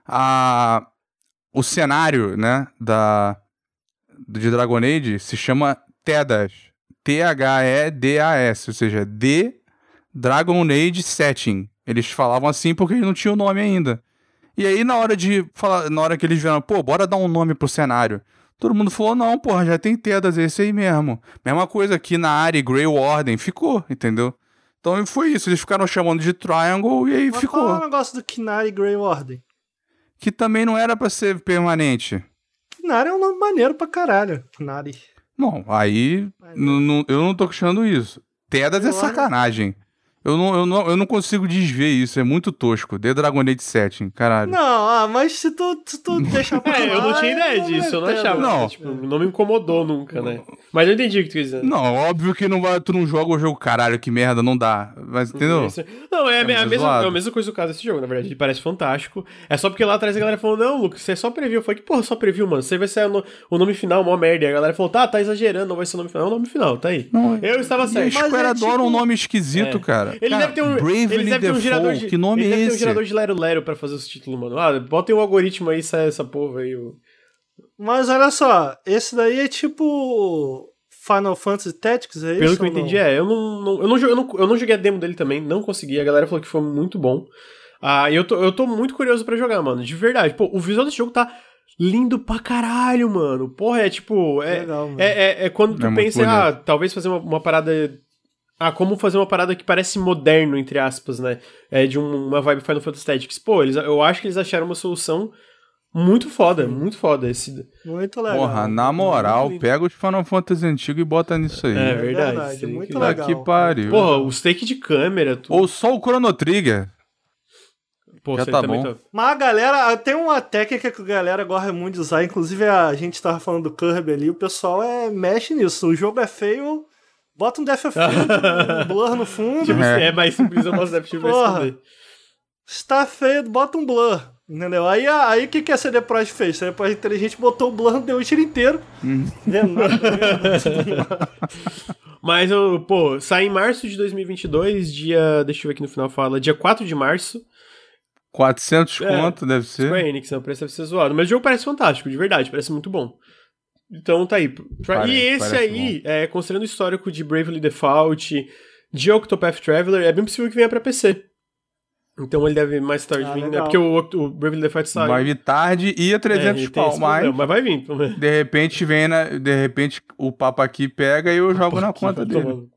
a, o cenário, né, da, de Dragon Age se chama Thedas, T H E D A S, ou seja, The Dragon Age Setting. Eles falavam assim porque eles não tinham o nome ainda. E aí, na hora de falar, na hora que eles viram, pô, bora dar um nome pro cenário. Todo mundo falou, não, porra, já tem Thedas, esse aí mesmo. Mesma coisa aqui na área Grey Warden, ficou, entendeu? Então foi isso, eles ficaram chamando de Triangle e aí Mas ficou. qual é o negócio do Qunari Grey Warden? Que também não era pra ser permanente. Qunari é um nome maneiro pra caralho. Qunari. Bom, aí n- n- eu não tô questionando isso. Thedas é sacanagem. Eu não, eu, não, eu não consigo desver isso, é muito tosco. The Dragon Age Setting, caralho. Não, ah, mas se tu, se tu deixar pra É, eu não tinha ideia não disso, eu não achava. Não. Tipo, não me incomodou nunca, né? Mas eu entendi o que tu quis dizer. Não, óbvio que não vai, tu não joga o jogo, caralho, que merda, não dá. Mas, entendeu? Não, é, a, É a, mesma, zoado. é a mesma coisa do caso desse jogo, na verdade. Ele parece fantástico. É só porque lá atrás a galera falou, não, Lucas, você é só preview. Eu falei, que porra, só preview, mano? Você vai ser o, no, o nome final, mó merda. E a galera falou, tá, tá exagerando, não vai ser o nome final. É o nome final, tá aí. Não, eu estava E a certo. Square é adora tipo- um nome esquisito, É. cara. Ele Cara, deve ter um, Bravely ele deve ter um gerador Default, de, que nome ele é deve ter um esse? gerador de Lero Lero pra fazer os títulos, mano. Ah, botem um algoritmo aí, essa, essa porra aí. O... Mas olha só, esse daí é tipo Final Fantasy Tactics, é isso? Pelo que eu ou não? entendi, é. Eu não, não, eu, não, joguei- eu, não, eu não joguei a demo dele também, não consegui. A galera falou que foi muito bom. Ah, e eu tô, eu tô muito curioso pra jogar, mano. De verdade. Pô, o visual desse jogo tá lindo pra caralho, mano. Porra, é tipo... É, Legal, mano. é, é, é quando tu É muito pensa, bonito. ah, talvez fazer uma, uma parada... Ah, como fazer uma parada que parece moderno, entre aspas, né? É de um- uma vibe Final Fantasy Tactics. Pô, eles, eu acho que eles acharam uma solução muito foda, muito foda. Esse... Muito legal. Porra, na moral, Muito pega os Final Fantasy antigos e bota nisso aí. É É verdade. verdade, seria muito incrível. legal. Que pariu. Porra, o stake de câmera, tudo. Ou só o Chrono Trigger. Pô, já você tá também bom. tá- Mas a galera, tem uma técnica que a galera gosta muito de usar, inclusive a gente tava falando do Kirby ali, o pessoal é, mexe nisso. O jogo é feio, bota um Death of Field, um blur no fundo. Tipo, É. é mais simples, eu posso dar pra Porra. esconder. Se tá feio, bota um blur. Entendeu? Aí a- aí o que, que a C D Projekt fez? A C D Projekt Inteligente botou o blur no The Witcher inteiro. Vendo nada, vendo nada. Mas, eu, pô, sai em março de dois mil e vinte e dois, dia... Deixa eu ver aqui no final, fala. Dia quatro de março. quatrocentos É, conto, deve ser. Square Enix, não, o preço deve ser zoado. Mas o jogo parece fantástico, de verdade, parece muito bom. Então tá aí. Parece, e esse parece aí, é, considerando o histórico de Bravely Default, de Octopath Traveler, é bem possível que venha pra P C. Então ele deve mais tarde Ah, vir, né? legal. Porque o, o Bravely Default sai. Vai vir tarde e a trezentos É, tem pau, esse mas problema, mas vai vir. pelo menos. de repente vem na, de repente o papo aqui pega e eu jogo na Aqui, conta vai dele. tomando.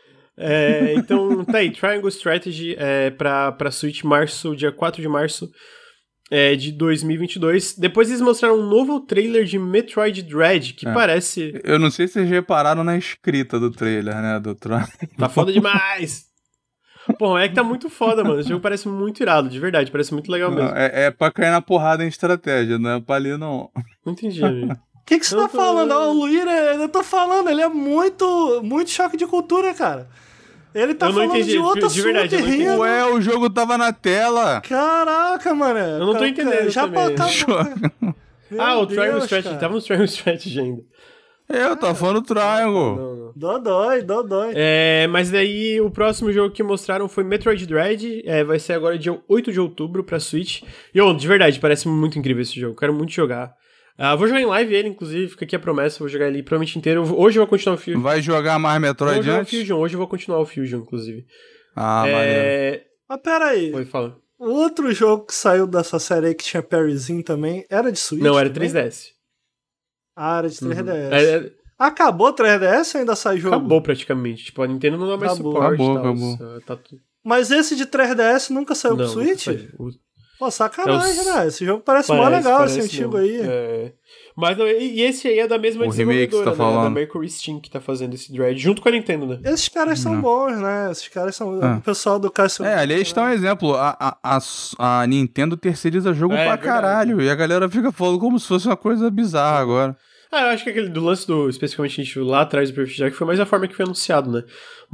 É, então, tá aí, Triangle Strategy é, pra, pra Switch, março, dia quatro de março. é, de dois mil e vinte e dois. Depois eles mostraram um novo trailer de Metroid Dread, que É. parece... Eu não sei se vocês repararam na escrita do trailer, né, do Tron. Tá foda demais! Pô, é que tá muito foda, mano. Esse jogo parece muito irado, de verdade. Parece muito legal mesmo. Não, é, é pra cair na porrada em estratégia, não é pra ali, não. Não entendi, amigo. O que, que você Eu tá tô- falando? O Luíra, eu tô falando, ele é muito, muito choque de cultura, cara. Ele tá Eu não falando entendi, de outro de- de verdade, eu assunto não e entendi. rindo. Ué, o jogo tava na tela. Caraca, mano. Eu não tô entendendo Já também. acabou. ah, o Meu Triangle Deus, Strategy. cara. Tava no Triangle Strategy ainda. É, eu tava falando Triangle. Não, não. Dodói, dodói. É, mas daí o próximo jogo que mostraram foi Metroid Dread. É, vai ser agora dia oito de outubro pra Switch. E, oh, de verdade, parece muito incrível esse jogo. Quero muito jogar. Ah, vou jogar em live ele, inclusive. Fica aqui a promessa. Vou jogar ele provavelmente inteiro. Hoje eu vou continuar o Fusion. Vai jogar mais Vou Metroid jogar o antes? Fusion. Hoje eu vou continuar o Fusion, inclusive. Ah, maneiro. é... Mas pera aí. Oi, fala. O outro jogo que saiu dessa série aí que tinha Parryzinho também, era de Switch? Não, era também? três D S. Ah, era de três D S. É, é, Acabou o três D S ou ainda sai jogo? acabou praticamente. Tipo, a Nintendo não dá mais Acabou. suporte. Acabou, e tal. acabou. Isso, tá tudo... Mas esse de três D S nunca saiu Não, pro Switch? não saiu. O- Pô, sacanagem, É o- né? Esse jogo parece, mó Parece, legal, parece esse antigo mesmo. aí. É. Mas não, e e esse aí é da mesma O remake que você desenvolvedora, tá né? É da falando. Mercury Steam que tá fazendo esse Dread, junto com a Nintendo, né? Esses caras são Não. bons, né? Esses caras são... Ah. O pessoal do Cássio... É, aliás, tá um exemplo. A, a, a, a Nintendo terceiriza jogo É, pra é verdade. caralho. E a galera fica falando como se fosse uma coisa bizarra agora. Ah, eu acho que aquele do lance do, especificamente a gente viu lá atrás do Perfect Dark foi mais a forma que foi anunciado, né?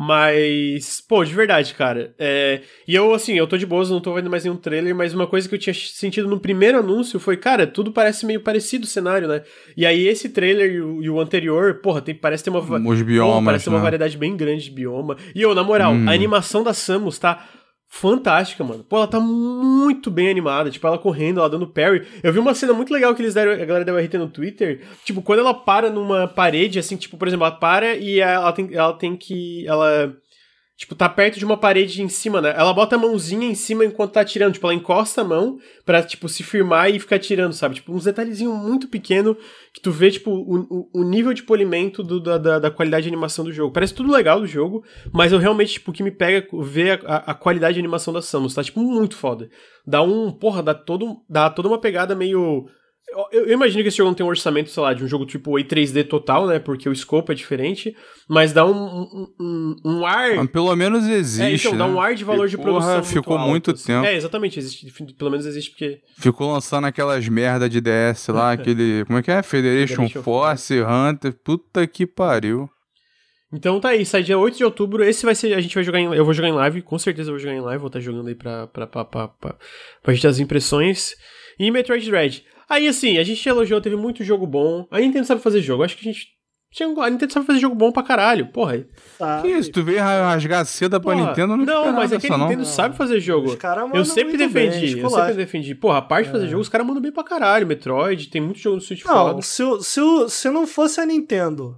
Mas, pô, de verdade, cara. É... E eu, assim, eu tô de boas, não tô vendo mais nenhum trailer, mas uma coisa que eu tinha sentido no primeiro anúncio foi, cara, tudo parece meio parecido o cenário, né? E aí esse trailer e o, e o anterior, porra, tem, parece ter uma... va- Os biomas, porra, parece ter uma né? variedade bem grande de bioma. E, eu, na moral, Hum. a animação da Samus tá... fantástica, mano. Pô, ela tá muito bem animada. Tipo, ela correndo, ela dando parry. Eu vi uma cena muito legal que eles deram, a galera deu R T no Twitter. Tipo, quando ela para numa parede, assim, tipo, por exemplo, ela para e ela tem, ela tem que... Ela... Tipo, tá perto de uma parede em cima, né? Ela bota a mãozinha em cima enquanto tá atirando. Tipo, ela encosta a mão pra, tipo, se firmar e ficar atirando, sabe? Tipo, uns detalhezinhos muito pequenos que tu vê, tipo, o, o, o nível de polimento do, da, da, da qualidade de animação do jogo. Parece tudo legal do jogo, mas eu realmente, tipo, o que me pega é ver a, a, a qualidade de animação da Samus. Tá, tipo, muito foda. Dá um... Porra, dá, todo, dá toda uma pegada meio... Eu, eu imagino que esse jogo não tem um orçamento, sei lá, de um jogo tipo A três D total, né? Porque o scope é diferente, mas dá um, um, um, um ar... Mas pelo menos existe. É, então, dá né? um ar de valor E, de porra, produção ficou muito alto, muito assim. tempo. É, exatamente, existe, pelo menos existe porque... Ficou lançando aquelas merda de D S lá, aquele... Como é que é? Federation, Federation Force, Hunter. Puta que pariu. Então tá aí, sai dia oito de outubro, esse vai ser, a gente vai jogar em, eu vou jogar em live, com certeza eu vou jogar em live, vou estar jogando aí pra, pra, pra, pra, pra, pra gente ter as impressões. E Metroid Dread. Aí assim, a gente elogiou, teve muito jogo bom, a Nintendo sabe fazer jogo, acho que a gente... A Nintendo sabe fazer jogo bom pra caralho, porra. Tá. Que isso? Tu veio rasgar seda pra Porra, Nintendo? Eu não, não, esperava mas é que a essa, Nintendo não. sabe fazer jogo. Os caras mandam Eu sempre muito defendi, bem, eu esculacho. sempre defendi. Porra, a parte de fazer jogo, os caras mandam bem pra caralho. Metroid, tem muito jogo no Switch Não, foda. se, o- se, o- se não fosse a Nintendo,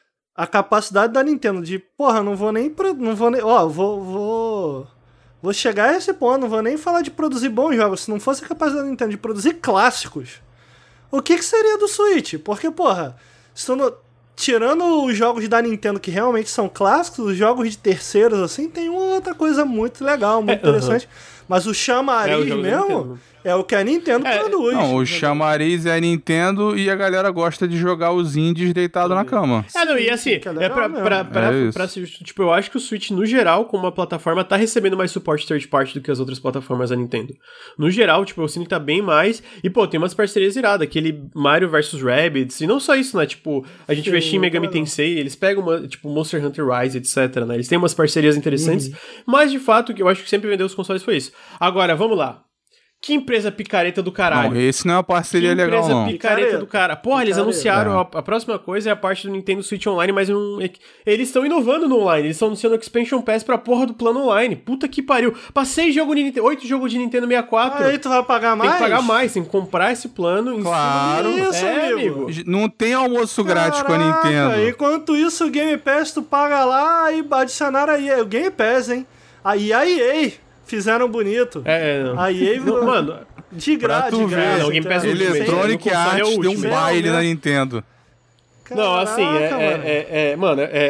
a capacidade da Nintendo de, porra, não vou nem... pro- Não vou nem... Ó, vou... Vou, vou chegar a esse ponto, não vou nem falar de produzir bons jogos. Se não fosse a capacidade da Nintendo de produzir clássicos, o que que seria do Switch? Porque, porra, se tu não- tirando os jogos da Nintendo que realmente são clássicos, os jogos de terceiros, assim, tem uma outra coisa muito legal, muito É, aham. interessante. Mas o É, chamariz os jogos da mesmo Nintendo. é o que a Nintendo É, produz. Não, o entendeu? chamariz é a Nintendo e a galera gosta de jogar os indies deitado na cama. É, não, e assim, que é é legal pra, mesmo. pra, pra, É isso. pra ser justo, tipo, eu acho que o Switch, no geral, como uma plataforma, tá recebendo mais suporte third party do que as outras plataformas da Nintendo. No geral, tipo, eu sinto que tá bem mais, e pô, tem umas parcerias iradas, aquele Mario versus Rabbids, e não só isso, né, tipo, a gente vê Sim, Shin Megami legal. Tensei, eles pegam, uma, tipo, Monster Hunter Rise, etc, né, eles têm umas parcerias interessantes, Uhum. mas, de fato, o que eu acho que sempre vendeu os consoles foi isso. Agora, vamos lá. Que empresa picareta do caralho. Não, esse não é uma parceria Que legal, empresa não. picareta Picareta. do cara. Porra, eles Picareta. anunciaram É. a, a próxima coisa é a parte do Nintendo Switch Online, mas não, é que- eles estão inovando no online. Eles estão anunciando o Expansion Pass pra porra do plano online. Puta que pariu. Passei jogo de Nintendo, oito jogos de Nintendo sessenta e quatro. Aí tu vai pagar tem mais? que pagar mais, tem que comprar esse plano. em Claro. cima do- Isso, é, amigo. Não tem almoço grátis com a Caraca, Nintendo. Enquanto isso, o Game Pass tu paga lá e adicionaram aí. O Game Pass, hein? Aí a E A fizeram bonito. É, não. A E A Não, virou mano, de Pra graça. tu de ver, graça, não, o Game Pass entendeu? Ultimate, Electronic no console é o Arts deu um último. baile né? na Nintendo. não, assim, é, Caraca, é, mano. é, é, mano, é,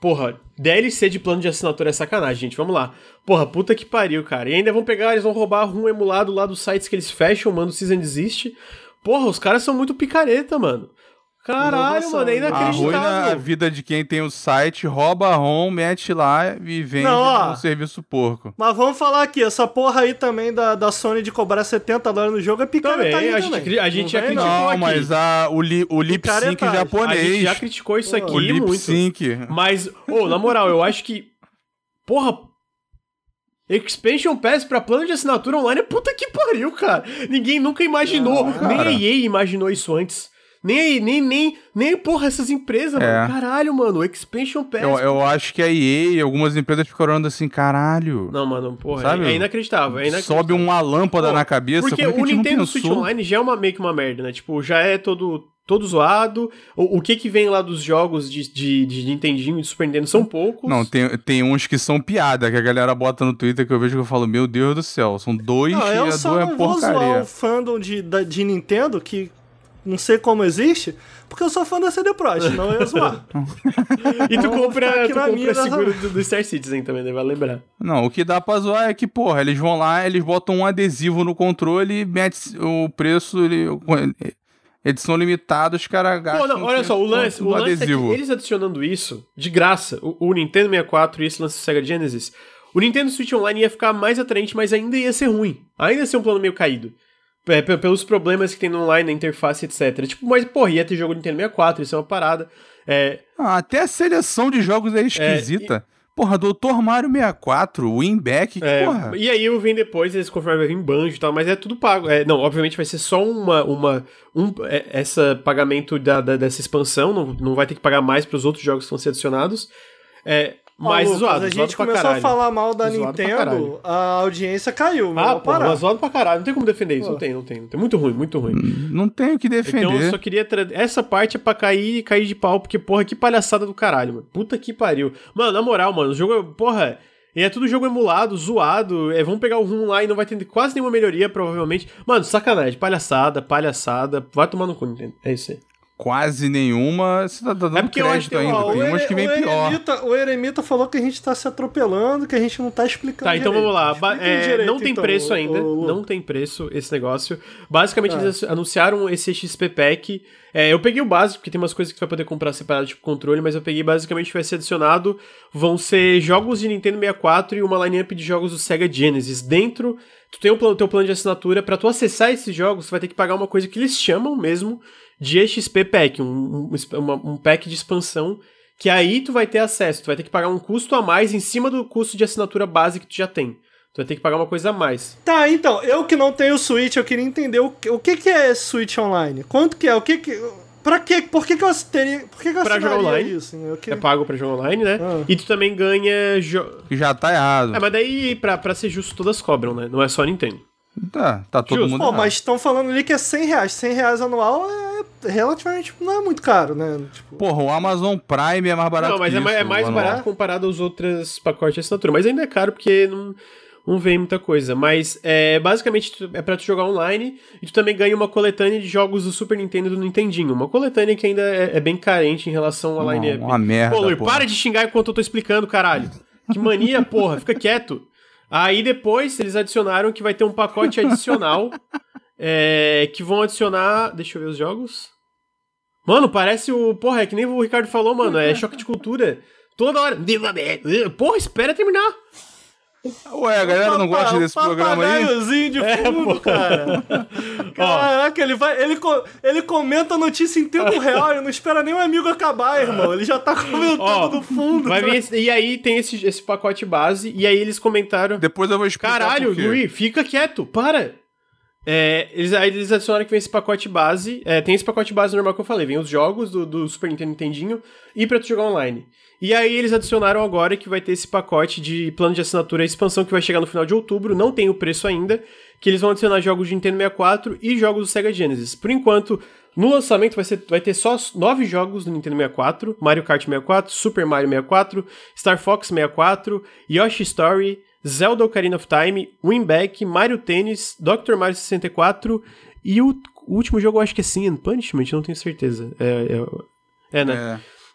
porra, D L C de plano de assinatura é sacanagem, gente, vamos lá. Porra, puta que pariu, cara. E ainda vão pegar, eles vão roubar ROM emulado lá dos sites que eles fecham, mano, o Season Desist. Porra, os caras são muito picareta, mano. Caralho, Inovação, mano, é inacreditável. Arruina a vida de quem tem o site, rouba a ROM, mete lá e vende Não, ó. um serviço porco. Mas vamos falar aqui, essa porra aí também da, da Sony de cobrar setenta dólares no jogo é picareta Também, aí a também. gente, a gente já Não vem, criticou não. Não, aqui. mas a, o, li, o lip sync Picaretagem. A japonês. gente já criticou isso aqui o lip muito. sync. Mas, ô, na moral, eu acho que... Porra... Expansion Pass pra plano de assinatura online é puta que pariu, cara. Ninguém nunca imaginou. Não, nem cara. a E A imaginou isso antes. Nem, nem, nem, nem, porra, essas empresas, É. mano. Caralho, mano, Expansion Pass. Eu, eu acho que a E A e algumas empresas ficaram olhando assim, caralho. Não, mano, porra, Sabe? é, é inacreditável, é inacreditável. Sobe uma lâmpada Pô, na cabeça, Porque como é que a o gente Nintendo não Switch pensou? Online já é uma, meio que uma merda, né? Tipo, já é todo, todo zoado. O, o que que vem lá dos jogos de, de, de Nintendinho e de Super Nintendo são poucos. Não, tem, tem uns que são piada, que a galera bota no Twitter que eu vejo que eu falo, meu Deus do céu, são dois Não, e eu a só duas é não vou zoar porcaria. o fandom de, da- de Nintendo, que não sei como existe, porque eu sou fã da C D Projekt, senão eu ia zoar. E tu Vamos compra, ficar aqui tu na minha compra dessa- seguro do, do Star Citizen também, né? Vai lembrar. Não, o que dá pra zoar é que, porra, eles vão lá, eles botam um adesivo no controle, mete o preço, ele, edição limitada, os caras gastam... Pô, não, olha só, o lance, no o lance é adesivo. que eles adicionando isso, de graça, o, o Nintendo sessenta e quatro e esse lance do Sega Genesis, o Nintendo Switch Online ia ficar mais atraente, mas ainda ia ser ruim. Ainda ia ser um plano meio caído. É, p- pelos problemas que tem no online, na interface, etcétera. Tipo, mas, porra, ia ter jogo do Nintendo sessenta e quatro, isso é uma parada. É, Ah, até a seleção de jogos é esquisita. Porra, doutor Mario sessenta e quatro, Winback, é, porra. e aí eu vem depois, eles confirmaram que vai vir Banjo e tal, mas é tudo pago. É, não, obviamente vai ser só uma... uma um, é, essa pagamento da, da- dessa expansão, não, não vai ter que pagar mais para os outros jogos que vão ser adicionados. É, Ó, mas Lucas, zoado, a zoado gente pra começou caralho. a falar mal da Zoado pra Nintendo, caralho. a audiência caiu, mas Ah, vou pô, parar. mas zoado pra caralho, não tem como defender isso, Pô. não tem, não tem, não tem. Muito ruim, muito ruim. Não tem o que defender. Então eu só queria... Tra... Essa parte é pra cair cair de pau, porque, porra, que palhaçada do caralho, mano. Puta que pariu. Mano, na moral, mano, o jogo é... Porra... E é tudo jogo emulado, zoado, é, vão pegar o ROM lá e não vai ter quase nenhuma melhoria, provavelmente. Mano, sacanagem, palhaçada, palhaçada, vai tomar no cu, Nintendo. É isso aí. Quase nenhuma, você tá dando É porque eu acho crédito que tem- ainda. ó, Tem o umas Ere- que vem o pior. Eremita, o Eremita falou que a gente tá se atropelando, que a gente não tá explicando Tá, então direito. vamos lá. Ba- Explica é, direito, não tem então, preço ô- ainda. ô, Lu. Não tem preço esse negócio. Basicamente, Ah. eles anunciaram esse X P Pack. É, eu peguei o básico, porque tem umas coisas que tu vai poder comprar separado, tipo controle, mas eu peguei basicamente o que vai ser adicionado. Vão ser jogos de Nintendo sessenta e quatro e uma lineup de jogos do Sega Genesis. Dentro, tu tem o plano- teu plano de assinatura. Pra tu acessar esses jogos, tu vai ter que pagar uma coisa que eles chamam mesmo de X P Pack, um, um, uma- um pack de expansão, que aí tu vai ter acesso. Tu vai ter que pagar um custo a mais em cima do custo de assinatura base que tu já tem. Tu vai ter que pagar uma coisa a mais. Tá, então, eu que não tenho Switch, eu queria entender o que, o que, que é esse Switch Online? Quanto que é? O que que... Pra quê? Por que que eu teria... Por que que eu Pra jogar assinaria online. isso? Eu que... É pago pra jogo online, né? Ah. E tu também ganha... Jo... Que já tá errado. É, mas daí, pra, pra ser justo, todas cobram, né? Não é só a Nintendo. Tá, tá todo Justo. mundo Pô, errado. mas estão falando ali que é cem reais. cem reais anual é relativamente... Não é muito caro, né? Tipo... Porra, o Amazon Prime é mais barato Não, mas que é, mais- isso, é mais anual. barato comparado aos outros pacotes de assinatura. Mas ainda é caro porque não, não vem muita coisa. Mas é, basicamente tu- é pra tu jogar online e tu também ganha uma coletânea de jogos do Super Nintendo e do Nintendinho. Uma coletânea que ainda é, é bem carente em relação à Uma- line-up. uma merda, Pô, Luiz, porra. para de xingar enquanto eu tô explicando, caralho. Que mania, porra. Fica quieto. Aí depois eles adicionaram que vai ter um pacote adicional é, que vão adicionar... Deixa eu ver os jogos. Mano, parece o... Porra, é que nem o Ricardo falou, mano. É choque de cultura. Toda hora. Porra, espera terminar. Ué, a galera não gosta desse programa aí? Papagaiozinho de É, fundo, pô. cara. Caraca, ele vai... Ele, co- ele comenta a notícia em tempo real e não espera nem o amigo acabar, irmão. Ele já tá comentando Ó, do fundo. Vai vir esse- e aí tem esse, esse pacote base, e aí eles comentaram... Depois eu vou explicar Caralho, por quê. Gui, fica quieto, para! É, eles, aí eles adicionaram que vem esse pacote base, é, tem esse pacote base normal que eu falei, vem os jogos do, do Super Nintendo e Nintendinho, e pra tu jogar online. E aí eles adicionaram agora que vai ter esse pacote de plano de assinatura e expansão que vai chegar no final de outubro, não tem o preço ainda, que eles vão adicionar jogos de Nintendo sessenta e quatro e jogos do Sega Genesis. Por enquanto, no lançamento vai, ser, vai ter só nove jogos do Nintendo sessenta e quatro, Mario Kart sessenta e quatro, Super Mario sessenta e quatro, Star Fox sessenta e quatro, Yoshi Story, Zelda Ocarina of Time, Winback, Mario Tennis, doutor Mario sessenta e quatro e o, o último jogo eu acho que é Sin and Punishment, não tenho certeza. É, é, é né? É.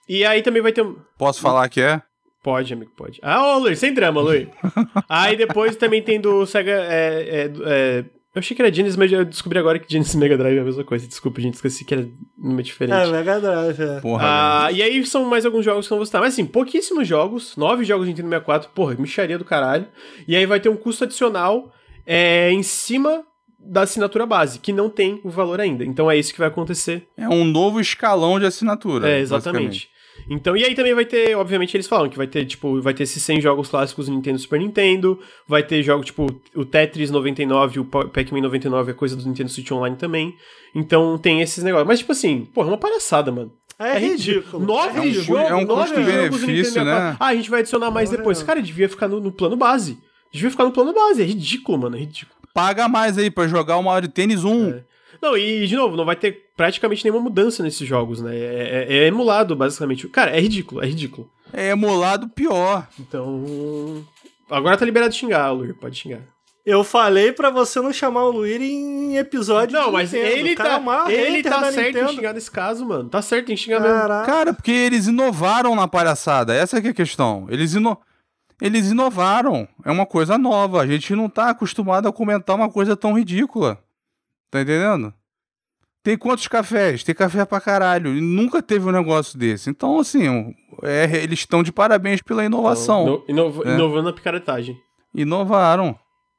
E aí também vai ter um... Posso falar que é? Pode, amigo, pode. Ah, ô, Luiz, sem drama, Luiz. Aí depois também tem do Sega... É, é, é, eu achei que era Genesis, mas eu descobri agora que Genesis e Mega Drive é a mesma coisa. Desculpa, gente, esqueci que era nome diferente. É, Mega Drive, é. Porra, ah, e aí são mais alguns jogos que eu não vou citar. Mas assim, pouquíssimos jogos. Nove jogos de Nintendo sessenta e quatro. Porra, micharia do caralho. E aí vai ter um custo adicional é, em cima da assinatura base, que não tem o valor ainda. Então é isso que vai acontecer. É um novo escalão de assinatura. É, exatamente. Então, e aí também vai ter, obviamente, eles falam que vai ter, tipo, vai ter esses cem jogos clássicos do Nintendo e Super Nintendo, vai ter jogo, tipo, o Tetris noventa e nove, o Pac-Man noventa e nove, é coisa do Nintendo Switch Online também. Então tem esses negócios. Mas, tipo assim, porra, é uma palhaçada, mano. É, é ridículo. Nove é um, jogos, é um nove custo-benefício, né? Ah, a gente vai adicionar mais Não, depois. não. Cara, devia ficar no, no plano base. Devia ficar no plano base. É ridículo, mano, é ridículo. Paga mais aí pra jogar o Mario Tênis um. É. Não, e de novo, não vai ter praticamente nenhuma mudança nesses jogos, né? É, é, é emulado, basicamente. Cara, é ridículo, é ridículo. É emulado pior. Então. Agora tá liberado de xingar, Luir, pode xingar. Eu falei pra você não chamar o Luir em episódio Não, de mas Nintendo. ele O cara é o maior tá, ele hater tá da certo Nintendo. em xingar nesse caso, mano. Tá certo em xingar mesmo. Caraca. Cara, porque eles inovaram na palhaçada. Essa é que é a questão. Eles, ino... eles inovaram. É uma coisa nova. A gente não tá acostumado a comentar uma coisa tão ridícula. Tá entendendo? Tem quantos cafés? Tem café pra caralho. E nunca teve um negócio desse. Então, assim, é, eles estão de parabéns pela inovação. Então, inov- É. Inovando a picaretagem. Inovaram.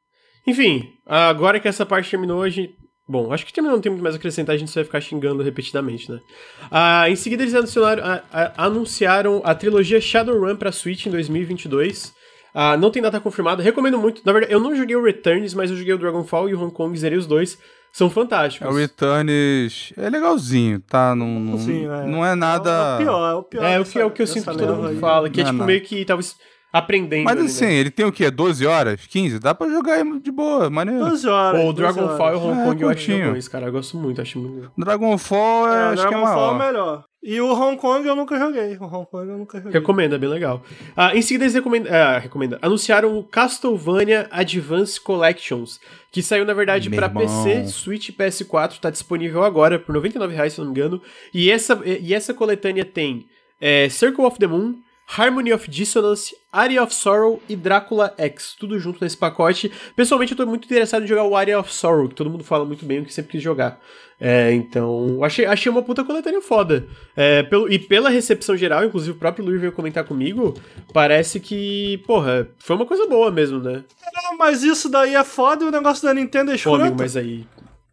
Enfim, agora que essa parte terminou, a gente... Bom, acho que também não tem muito mais a acrescentar, a gente só vai ficar xingando repetidamente, né? Ah, em seguida, eles anunciaram a, a, anunciaram a trilogia Shadowrun pra Switch em dois mil e vinte e dois. Ah, não tem data confirmada, recomendo muito. Na verdade, eu não joguei o Returns, mas eu joguei o Dragonfall e o Hong Kong, zerei os dois. São fantásticos. O Returns é legalzinho, tá? Não, não, Sim, é. não é nada... É o pior, é o pior. É, o dessa- que, é o que eu dessa sinto que todo leva mundo aí. fala, que é Não, tipo não. meio que tava aprendendo. Mas ali, assim, né? ele tem o quê? doze horas? quinze? Dá pra jogar aí de boa, maneiro. doze horas. O doze Dragonfall e o horas. Hong É, Kong eu acho curtinho. jogões, cara. Eu gosto muito, acho muito. Dragonfall, é, É, acho que é Dragonfall é o maior. melhor. E o Hong Kong eu nunca joguei. O Hong Kong eu nunca joguei. Recomendo, é bem legal. Ah, em seguida, eles recomenda, ah, recomenda, anunciaram o Castlevania Advance Collections, que saiu, na verdade, Meu pra irmão. P C, Switch e P S quatro, tá disponível agora por noventa e nove reais, se não me engano. E essa, e essa coletânea tem é, Circle of the Moon, Harmony of Dissonance, Aria of Sorrow e Drácula X, tudo junto nesse pacote. Pessoalmente, eu tô muito interessado em jogar o Aria of Sorrow, que todo mundo fala muito bem, o que sempre quis jogar. É, então, achei, achei uma puta coletânea foda. É, pelo, e pela recepção geral, inclusive o próprio Luiz veio comentar comigo, parece que, porra, foi uma coisa boa mesmo, né? Ah, mas isso daí é foda e o negócio da Nintendo é Pô, escroto. amigo, mas aí...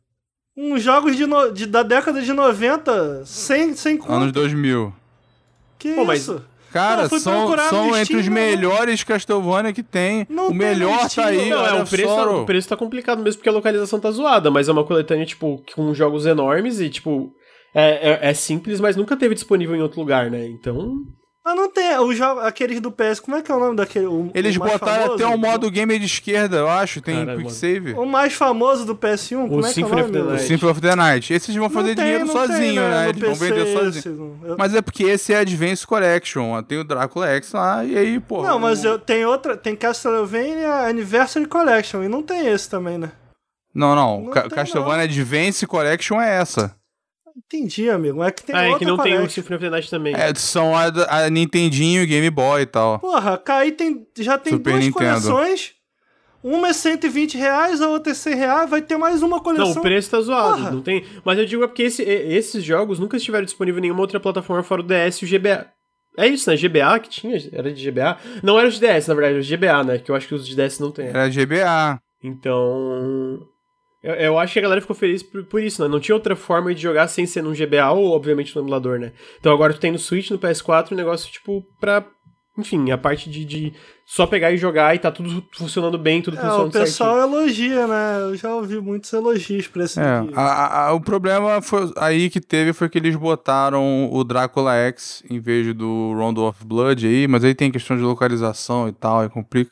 Uns jogos de no- de- da década de noventa sem, sem conta. Anos dois mil. Que Pô, mas- isso? Cara, Não, fui são, procurar são no entre Steam, os não. melhores Castlevania que tem. Não o tem melhor no Steam, tá aí, Não, é, olha o preço, só. tá, o preço tá complicado mesmo porque a localização tá zoada, mas é uma coletânea, tipo, com jogos enormes e, tipo, é, é, é simples, mas nunca teve disponível em outro lugar, né? Então... Mas não tem. Os jogos, aqueles do P S, como é que é o nome daquele? O, Eles o mais botaram famoso? até o modo gamer de esquerda, eu acho. Tem Caralho, Quick mano. Save. O mais famoso do P S um, como é que é o Symphony of nome? the meu? O Night. Symphony of the Night. Esses vão fazer Não tem, dinheiro não sozinho, tem, né? No Eles vão P C vender sozinho. esse, não. Eu- Mas é porque esse é Advance Collection. ó. Tem o Drácula X lá e aí, pô. Não, mas eu, tem outra, tem Castlevania Anniversary Collection, e não tem esse também, né? Não, não. Não Ca- tem, Castlevania Advance Collection é essa. Entendi, amigo. É que tem ah, é outra que não tem o collection. Symphony of the Night também. É, são a, a Nintendinho, Game Boy e tal. Porra, Caí tem, já tem Super duas Nintendo. coleções. Uma é cento e vinte reais, a outra é cem reais. Vai ter mais uma coleção. Não, o preço tá zoado, Porra. não tem... Mas eu digo é porque esse- e- esses jogos nunca estiveram disponíveis em nenhuma outra plataforma fora o D S e o G B A. É isso, né? G B A que tinha? Era de G B A? Não era os de D S, na verdade, era os de G B A, né? Que eu acho que os de D S não tem. Era G B A. Então... Eu, eu acho que a galera ficou feliz por, por isso, né? Não tinha outra forma de jogar sem ser num G B A ou, obviamente, no emulador, né? Então agora tu tem no Switch, no P S quatro, um negócio, tipo, pra... Enfim, a parte de, de só pegar e jogar e tá tudo funcionando bem, tudo É, funcionando o pessoal certinho. elogia, né? Eu já ouvi muitos elogios pra esse É, aqui. a- a- a- o problema foi, aí que teve foi que eles botaram o Drácula X em vez do Rondo of Blood aí, mas aí tem questão de localização e tal, aí complica.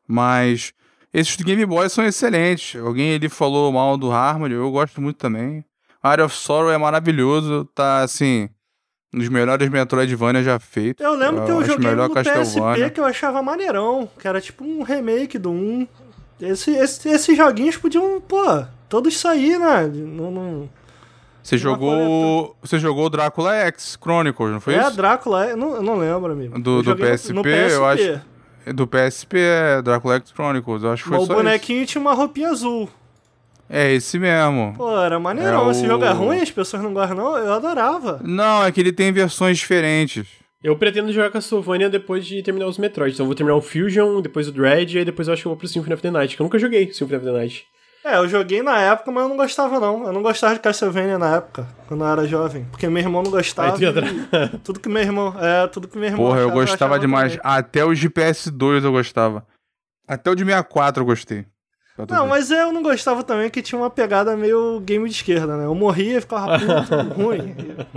Mas esses do Game Boy são excelentes. Alguém ali falou mal do Harmony, eu gosto muito também. Area of Sorrow é maravilhoso, tá assim, um dos melhores Metroidvania já feitos. Eu lembro que eu acho joguei melhor no P S P Castlevania. que eu achava maneirão, que era tipo um remake do um. Esse, esse- esses joguinhos podiam, pô, todos sair, né? Não, não... Você jogou. Você jogou o Drácula X Chronicles, não foi é, isso? É, Drácula, eu não, eu não lembro, amigo. Do, do P S P, no, no P S P, eu acho. Do P S P é Drácula X Chronicles, eu acho que foi Mas só o bonequinho isso. tinha uma roupinha azul. É esse mesmo. Pô, era maneirão. É Esse o... jogo é ruim, as pessoas não gostam, não? Eu adorava. Não, é que ele tem versões diferentes. Eu pretendo jogar Castlevania depois de terminar os Metroid. Então eu vou terminar o Fusion, depois o Dread, e aí depois eu acho que eu vou pro Symphony of the Night, que eu nunca joguei Symphony of the Night. É, eu joguei na época, mas eu não gostava, não. Eu não gostava de Castlevania na época, quando eu era jovem. Porque meu irmão não gostava. Aí, e... tudo que meu irmão... É, tudo que meu irmão Porra, achava, eu gostava eu demais. também. Até os de P S dois eu gostava. Até o de sessenta e quatro eu gostei. Não, mas eu não gostava também que tinha uma pegada meio game de esquerda, né? Eu morria e ficava puto, ruim.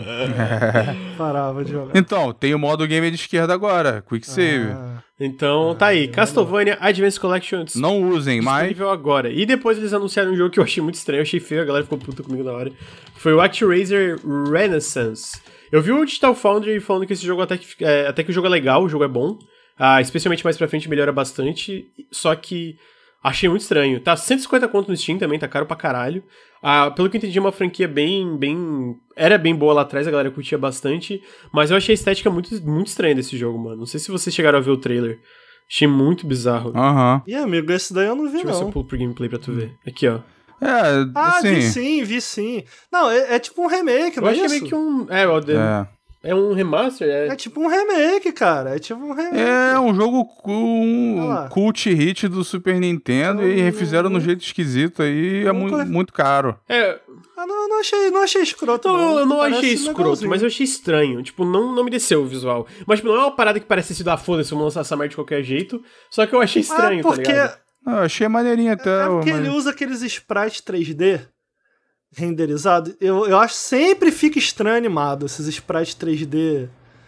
Parava de jogar. Então, tem o modo game de esquerda agora, Quick Save. Ah, então, tá aí. Castlevania Advance Collection Não usem, mas... disponível agora. E depois eles anunciaram um jogo que eu achei muito estranho, eu achei feio, a galera ficou puta comigo na hora. Foi o ActRaiser Renaissance. Eu vi o Digital Foundry falando que esse jogo até que, é, até que o jogo é legal, o jogo é bom. Ah, especialmente mais pra frente melhora bastante, só que... Achei muito estranho. Tá cento e cinquenta conto no Steam também, tá caro pra caralho. Ah, pelo que eu entendi, é uma franquia bem, bem... Era bem boa lá atrás, a galera curtia bastante. Mas eu achei a estética muito, muito estranha desse jogo, mano. Não sei se vocês chegaram a ver o trailer. Achei muito bizarro. Aham. Uhum. E, amigo, esse daí eu não vi, Deixa eu não. ver se eu pulo pro gameplay pra tu ver. Aqui, ó. É, Ah, assim... vi sim, vi sim. Não, é, é tipo um remake, Eu não é acho que isso? é meio que um... É, ó, É. é um remaster, é... É tipo um remake, cara. É tipo um remake. É um jogo cu- um Olha lá. cult hit do Super Nintendo Eu e refizeram não- no jeito esquisito aí, é mu Nunca- muito caro. É, Ah, não, eu não achei, não achei escroto, então, não. eu não Parece achei escroto, legalzinho. mas eu achei estranho. Tipo, não, não me desceu o visual. Mas, tipo, não é uma parada que parece se dar foda-se, vamos lançar essa merda de qualquer jeito. Só que eu achei estranho, ah, porque, tá ligado? Não, eu achei maneirinho até. É porque mas... ele usa aqueles sprites três D renderizados. Eu, eu acho que sempre fica estranho animado, esses sprites três D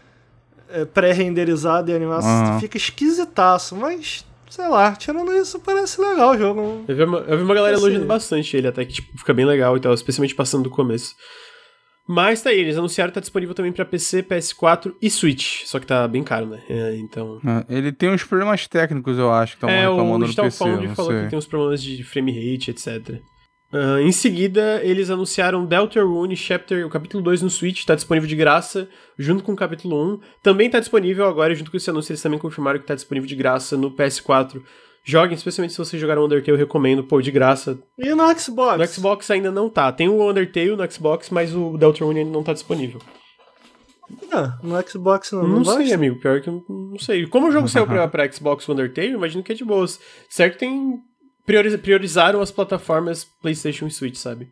é, pré-renderizado e animado. Uhum. Fica esquisitaço, mas... Sei lá, tirando isso, parece legal o jogo. Eu vi uma, eu vi uma galera Esse- elogiando bastante ele, até que tipo, fica bem legal e tal, especialmente passando do começo. Mas tá aí, eles anunciaram que tá disponível também pra P C, P S quatro e Switch, só que tá bem caro, né? É, então... É, ele tem uns problemas técnicos, eu acho, que estão É, o reclamando no Digital P C. Foundry Não falou sei. que tem uns problemas de frame rate, etcétera. Ah, em seguida, eles anunciaram Deltarune Chapter, o capítulo dois no Switch, tá disponível de graça, junto com o capítulo um. Também tá disponível agora, junto com esse anúncio, eles também confirmaram que tá disponível de graça no P S quatro. Joguem, especialmente se vocês jogaram Undertale, eu recomendo, pô, de graça. E no Xbox? No Xbox ainda não tá. Tem o Undertale no Xbox, mas o Deltarune ainda não tá disponível. Ah, no Xbox não, Não, não, sei, gosta? amigo, pior que eu não sei. Como o jogo saiu pra, pra Xbox o Undertale, eu imagino que é de boas. Certo que tem... Prioriza, priorizaram as plataformas PlayStation e Switch, sabe?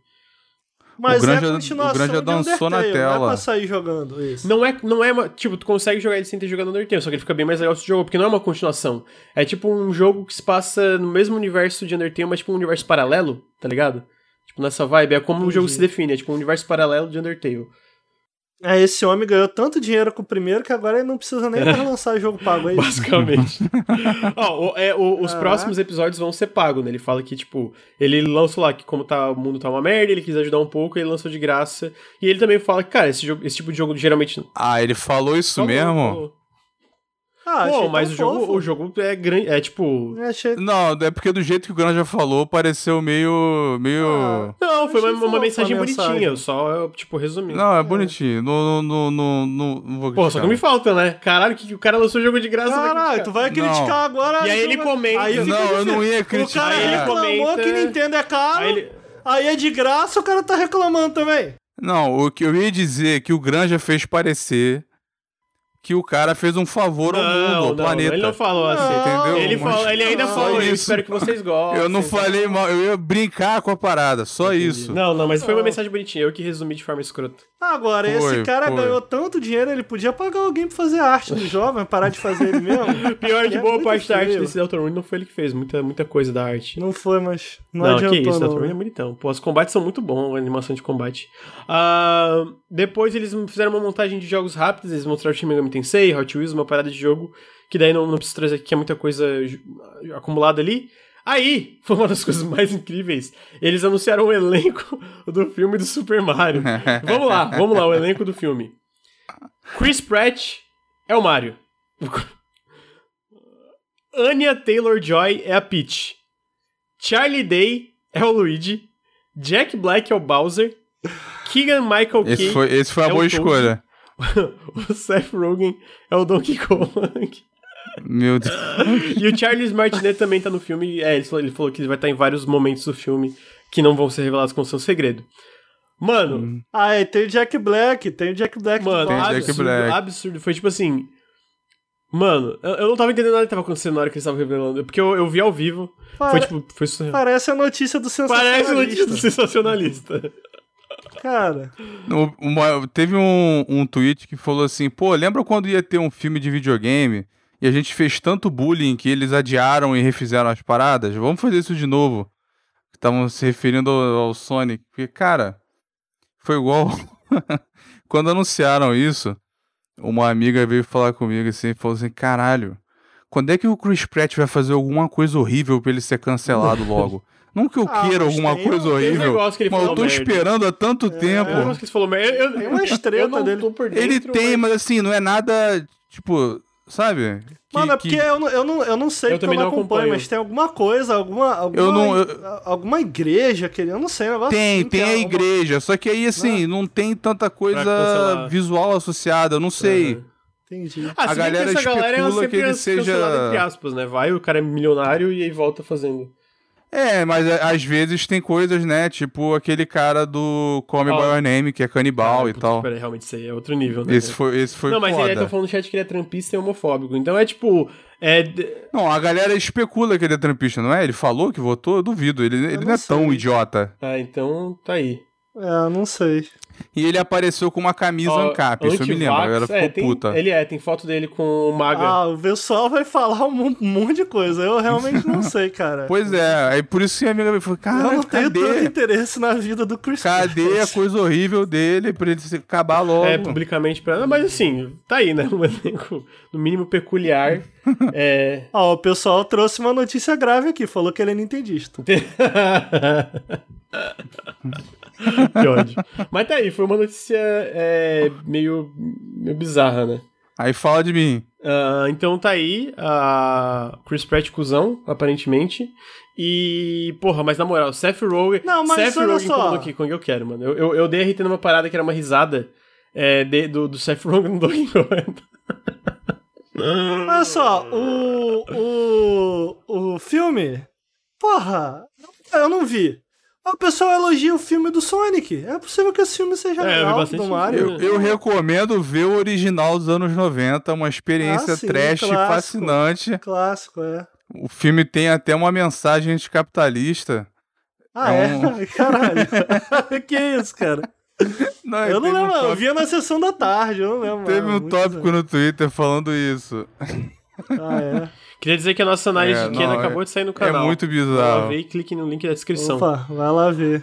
Mas O Granja- é a continuação o Granja de dançou na Undertale, não é tela. pra sair jogando isso. Não é, não é uma, tipo, tu consegue jogar ele sem ter jogado Undertale, só que ele fica bem mais legal se tu jogou, porque não é uma continuação. É tipo um jogo que se passa no mesmo universo de Undertale, mas tipo um universo paralelo, tá ligado? Tipo, nessa vibe, é como Entendi. o jogo se define, é tipo um universo paralelo de Undertale. É, esse homem ganhou tanto dinheiro com o primeiro que agora ele não precisa nem mais lançar jogo pago aí. Basicamente. Ó, o- é, o- os Caraca. próximos episódios vão ser pagos, né? Ele fala que, tipo, ele lançou lá que como tá, o mundo tá uma merda, ele quis ajudar um pouco, ele lançou de graça. E ele também fala que, cara, esse, jogo, esse tipo de jogo geralmente... Ah, ele falou isso Falou, mesmo? falou. Ah, achei Pô, tão mas o jogo, fofo. o jogo é grande, é tipo... Eu achei... Não, é porque do jeito que o Granja falou, pareceu meio. meio. Ah, Não, foi uma, achei uma fofa mensagem a bonitinha, mensagem. eu só, eu, tipo, resumi. Não, é bonitinho. Não, não, não, não, não vou Pô, só que me falta, né? Caralho, que, que o cara lançou jogo de graça. vai Caralho, criticar. tu vai Não. criticar agora... E aí ele jogo- comenta- Aí fica Não, eu difícil. não ia O criticar. cara Aí ele reclamou comenta- que Nintendo é caro, Aí aí, ele... é de graça, o cara tá reclamando também. Não, o que eu ia dizer é que o Granja fez parecer que o cara fez um favor ao mundo, ao Não, não, planeta. ele não falou assim. Entendeu? Ele, Mas falou, ele ainda não, falou, eu isso. espero que vocês gostem. Eu não falei mal, eu ia brincar com a parada, só isso. Não, não, mas foi uma Não. mensagem bonitinha, eu que resumi de forma escrota. Agora, Foi, esse cara foi. ganhou tanto dinheiro, ele podia pagar alguém pra fazer a arte do jovem, parar de fazer ele mesmo. Pior que É boa muito parte da arte feio. desse Deltarune não foi ele que fez, muita, muita coisa da arte. Não foi, mas não, Não, adiantou que isso, não. Deltarune é bonitão. Pô, os combates são muito bons, a animação de combate. Ah, depois eles fizeram uma montagem de jogos rápidos, eles mostraram Shin Megami Tensei, Hot Wheels, uma parada de jogo, que daí não, não preciso trazer aqui, que é muita coisa ju- acumulada ali. Aí, foi uma das coisas mais incríveis, eles anunciaram o elenco do filme do Super Mario. Vamos lá, vamos lá, o elenco do filme. Chris Pratt é o Mario. Anya Taylor-Joy é a Peach. Charlie Day é o Luigi. Jack Black é o Bowser. Keegan Michael Key. Esse foi, esse foi a é boa o escolha. O Seth Rogen é o Donkey Kong. Meu Deus. E o Charles Martinet também tá no filme. É, ele falou, ele falou que ele vai estar em vários momentos do filme que não vão ser revelados com seu segredo. Mano. Hum. Ah, e tem o Jack Black. Tem o Jack Black. Mano, Tem absurdo, Jack Black. absurdo. Foi tipo assim. Mano, eu, eu não tava entendendo nada que tava acontecendo na hora que eles estavam revelando. Porque eu, eu vi ao vivo. Pare... Foi tipo. Foi surreal. Parece a notícia do sensacionalista. Parece a notícia do sensacionalista. Cara. Uma, teve um, um tweet que falou assim: pô, lembra quando ia ter um filme de videogame e a gente fez tanto bullying que eles adiaram e refizeram as paradas? Vamos fazer isso de novo. Estavam se referindo ao, ao Sonic. Porque, cara, foi igual. Quando anunciaram isso, uma amiga veio falar comigo assim e falou assim: caralho, quando é que o Chris Pratt vai fazer alguma coisa horrível pra ele ser cancelado logo? Não que eu Ah, queira mas alguma tem coisa um- tem um horrível, negócio que ele mas eu falou tô merda. esperando há tanto tempo. É um negócio que você falou, mas eu, eu, Tem uma estrela eu não dele. tô por dentro, Ele tem, mas... mas assim, não é nada, tipo, sabe? Que- Mano, é que- porque eu, não, eu, não, eu não sei Eu porque eu também não não acompanho, acompanho. mas tem alguma coisa, alguma. alguma Eu não- alguma igreja que ele. Eu não sei, um negócio Tem, assim, tem que é a uma- igreja, só que aí, assim, não tem tanta coisa cancelar. visual associada, eu não sei. Uhum. Entendi. Ah, A se bem galera que essa galera ela especula sempre que ele é seja- cancelada, entre aspas, né? Vai, o cara é milionário e aí volta fazendo. É, mas é, às vezes tem coisas, né, tipo aquele cara do Call Me Ah. By Your Name, que é canibal Cara, e puta, tal. Pera, realmente, isso aí é outro nível, né? Esse foi, esse foi Não, mas foda. ele tá falando no chat que ele é trampista e homofóbico. Então é tipo... É... d- Não, a galera especula que ele é trampista, não é? Ele falou que votou? Eu duvido. Ele, ele não não é tão sei. idiota. Ah, então tá aí. É, não sei. E ele apareceu com uma camisa Ó, Ancap, isso eu me lembro. A galera antivax, é, ficou tem- puta. Ele é, tem foto dele com o Maga. Ah, o pessoal vai falar um mon- monte de coisa. Eu realmente não sei, cara. Pois é, aí por isso que a amiga me falou, Eu cara, não tenho tanto cadê? interesse na vida do Chris Cadê a Pratt. coisa horrível dele pra ele se acabar logo? É, publicamente pra... Mas assim, tá aí, né? Um elenco, no mínimo, peculiar. É... Ó, o pessoal trouxe uma notícia grave aqui. Falou que ele é nintendista. Que ódio. Mas tá aí, foi uma notícia é, meio, meio bizarra, né? Aí fala de mim. Ah, então tá aí, a Chris Pratt cuzão, aparentemente. E, porra, mas na moral, Seth Rogen... Não, mas Seth olha Rogen só. como Donkey Kong eu quero, mano. Eu, eu, eu dei a R T numa parada que era uma risada é, de- do, do Seth Rogen no Donkey Kong. Olha só, o, o, o filme, porra, eu não vi. O pessoal elogia o filme do Sonic. É possível que esse filme seja É, eu vi legal, bastante do gente Mario. Eu, eu recomendo ver o original dos anos noventa, uma experiência Ah, sim, trash clássico. fascinante. Clássico, é. O filme tem até uma mensagem anticapitalista. Ah, É é? um- Caralho. que isso, cara? Não, Eu não teve um lembro, não. Eu tópico- via na sessão da tarde, eu não lembro. Teve não. um Muito tópico bem. no Twitter falando isso. Ah, é. Queria dizer que a nossa análise É, de Ken não, acabou é- de sair no É canal. muito Vai lá bizarro. ver e clique no link da descrição. Opa, vai lá ver.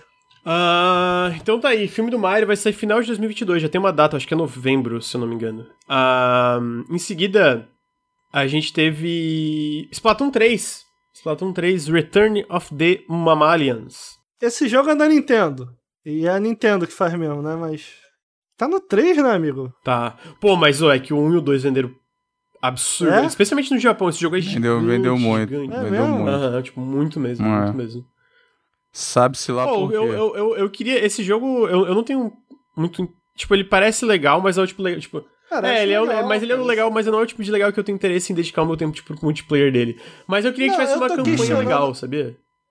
Ah, então tá aí, filme do Mario vai sair final de dois mil e vinte e dois, já tem uma data, acho que é novembro, se eu não me engano. Ah, em seguida, a gente teve Splatoon três. Splatoon três Return of the Mammalians. Esse jogo é da Nintendo. E é a Nintendo que faz mesmo, né? Mas. Tá no três, né, amigo? Tá. Pô, mas ó, é que o um e o dois venderam absurdo. É? Especialmente no Japão, esse jogo é Vendeu, gigante. vendeu muito. gigante. É vendeu mesmo? muito. Aham, tipo, muito mesmo, É. muito mesmo. Sabe-se lá Pô, por quê. eu, eu, eu, eu queria. Esse jogo, eu, eu não tenho muito. Tipo, ele parece legal, mas é o tipo legal. Tipo, Cara, é, ele é, o- legal, mas ele é o cara. legal, mas não é o tipo de legal que eu tenho interesse em dedicar o meu tempo, tipo, pro multiplayer dele. Mas eu queria que Não, tivesse eu uma tô campanha questionando- legal, sabia?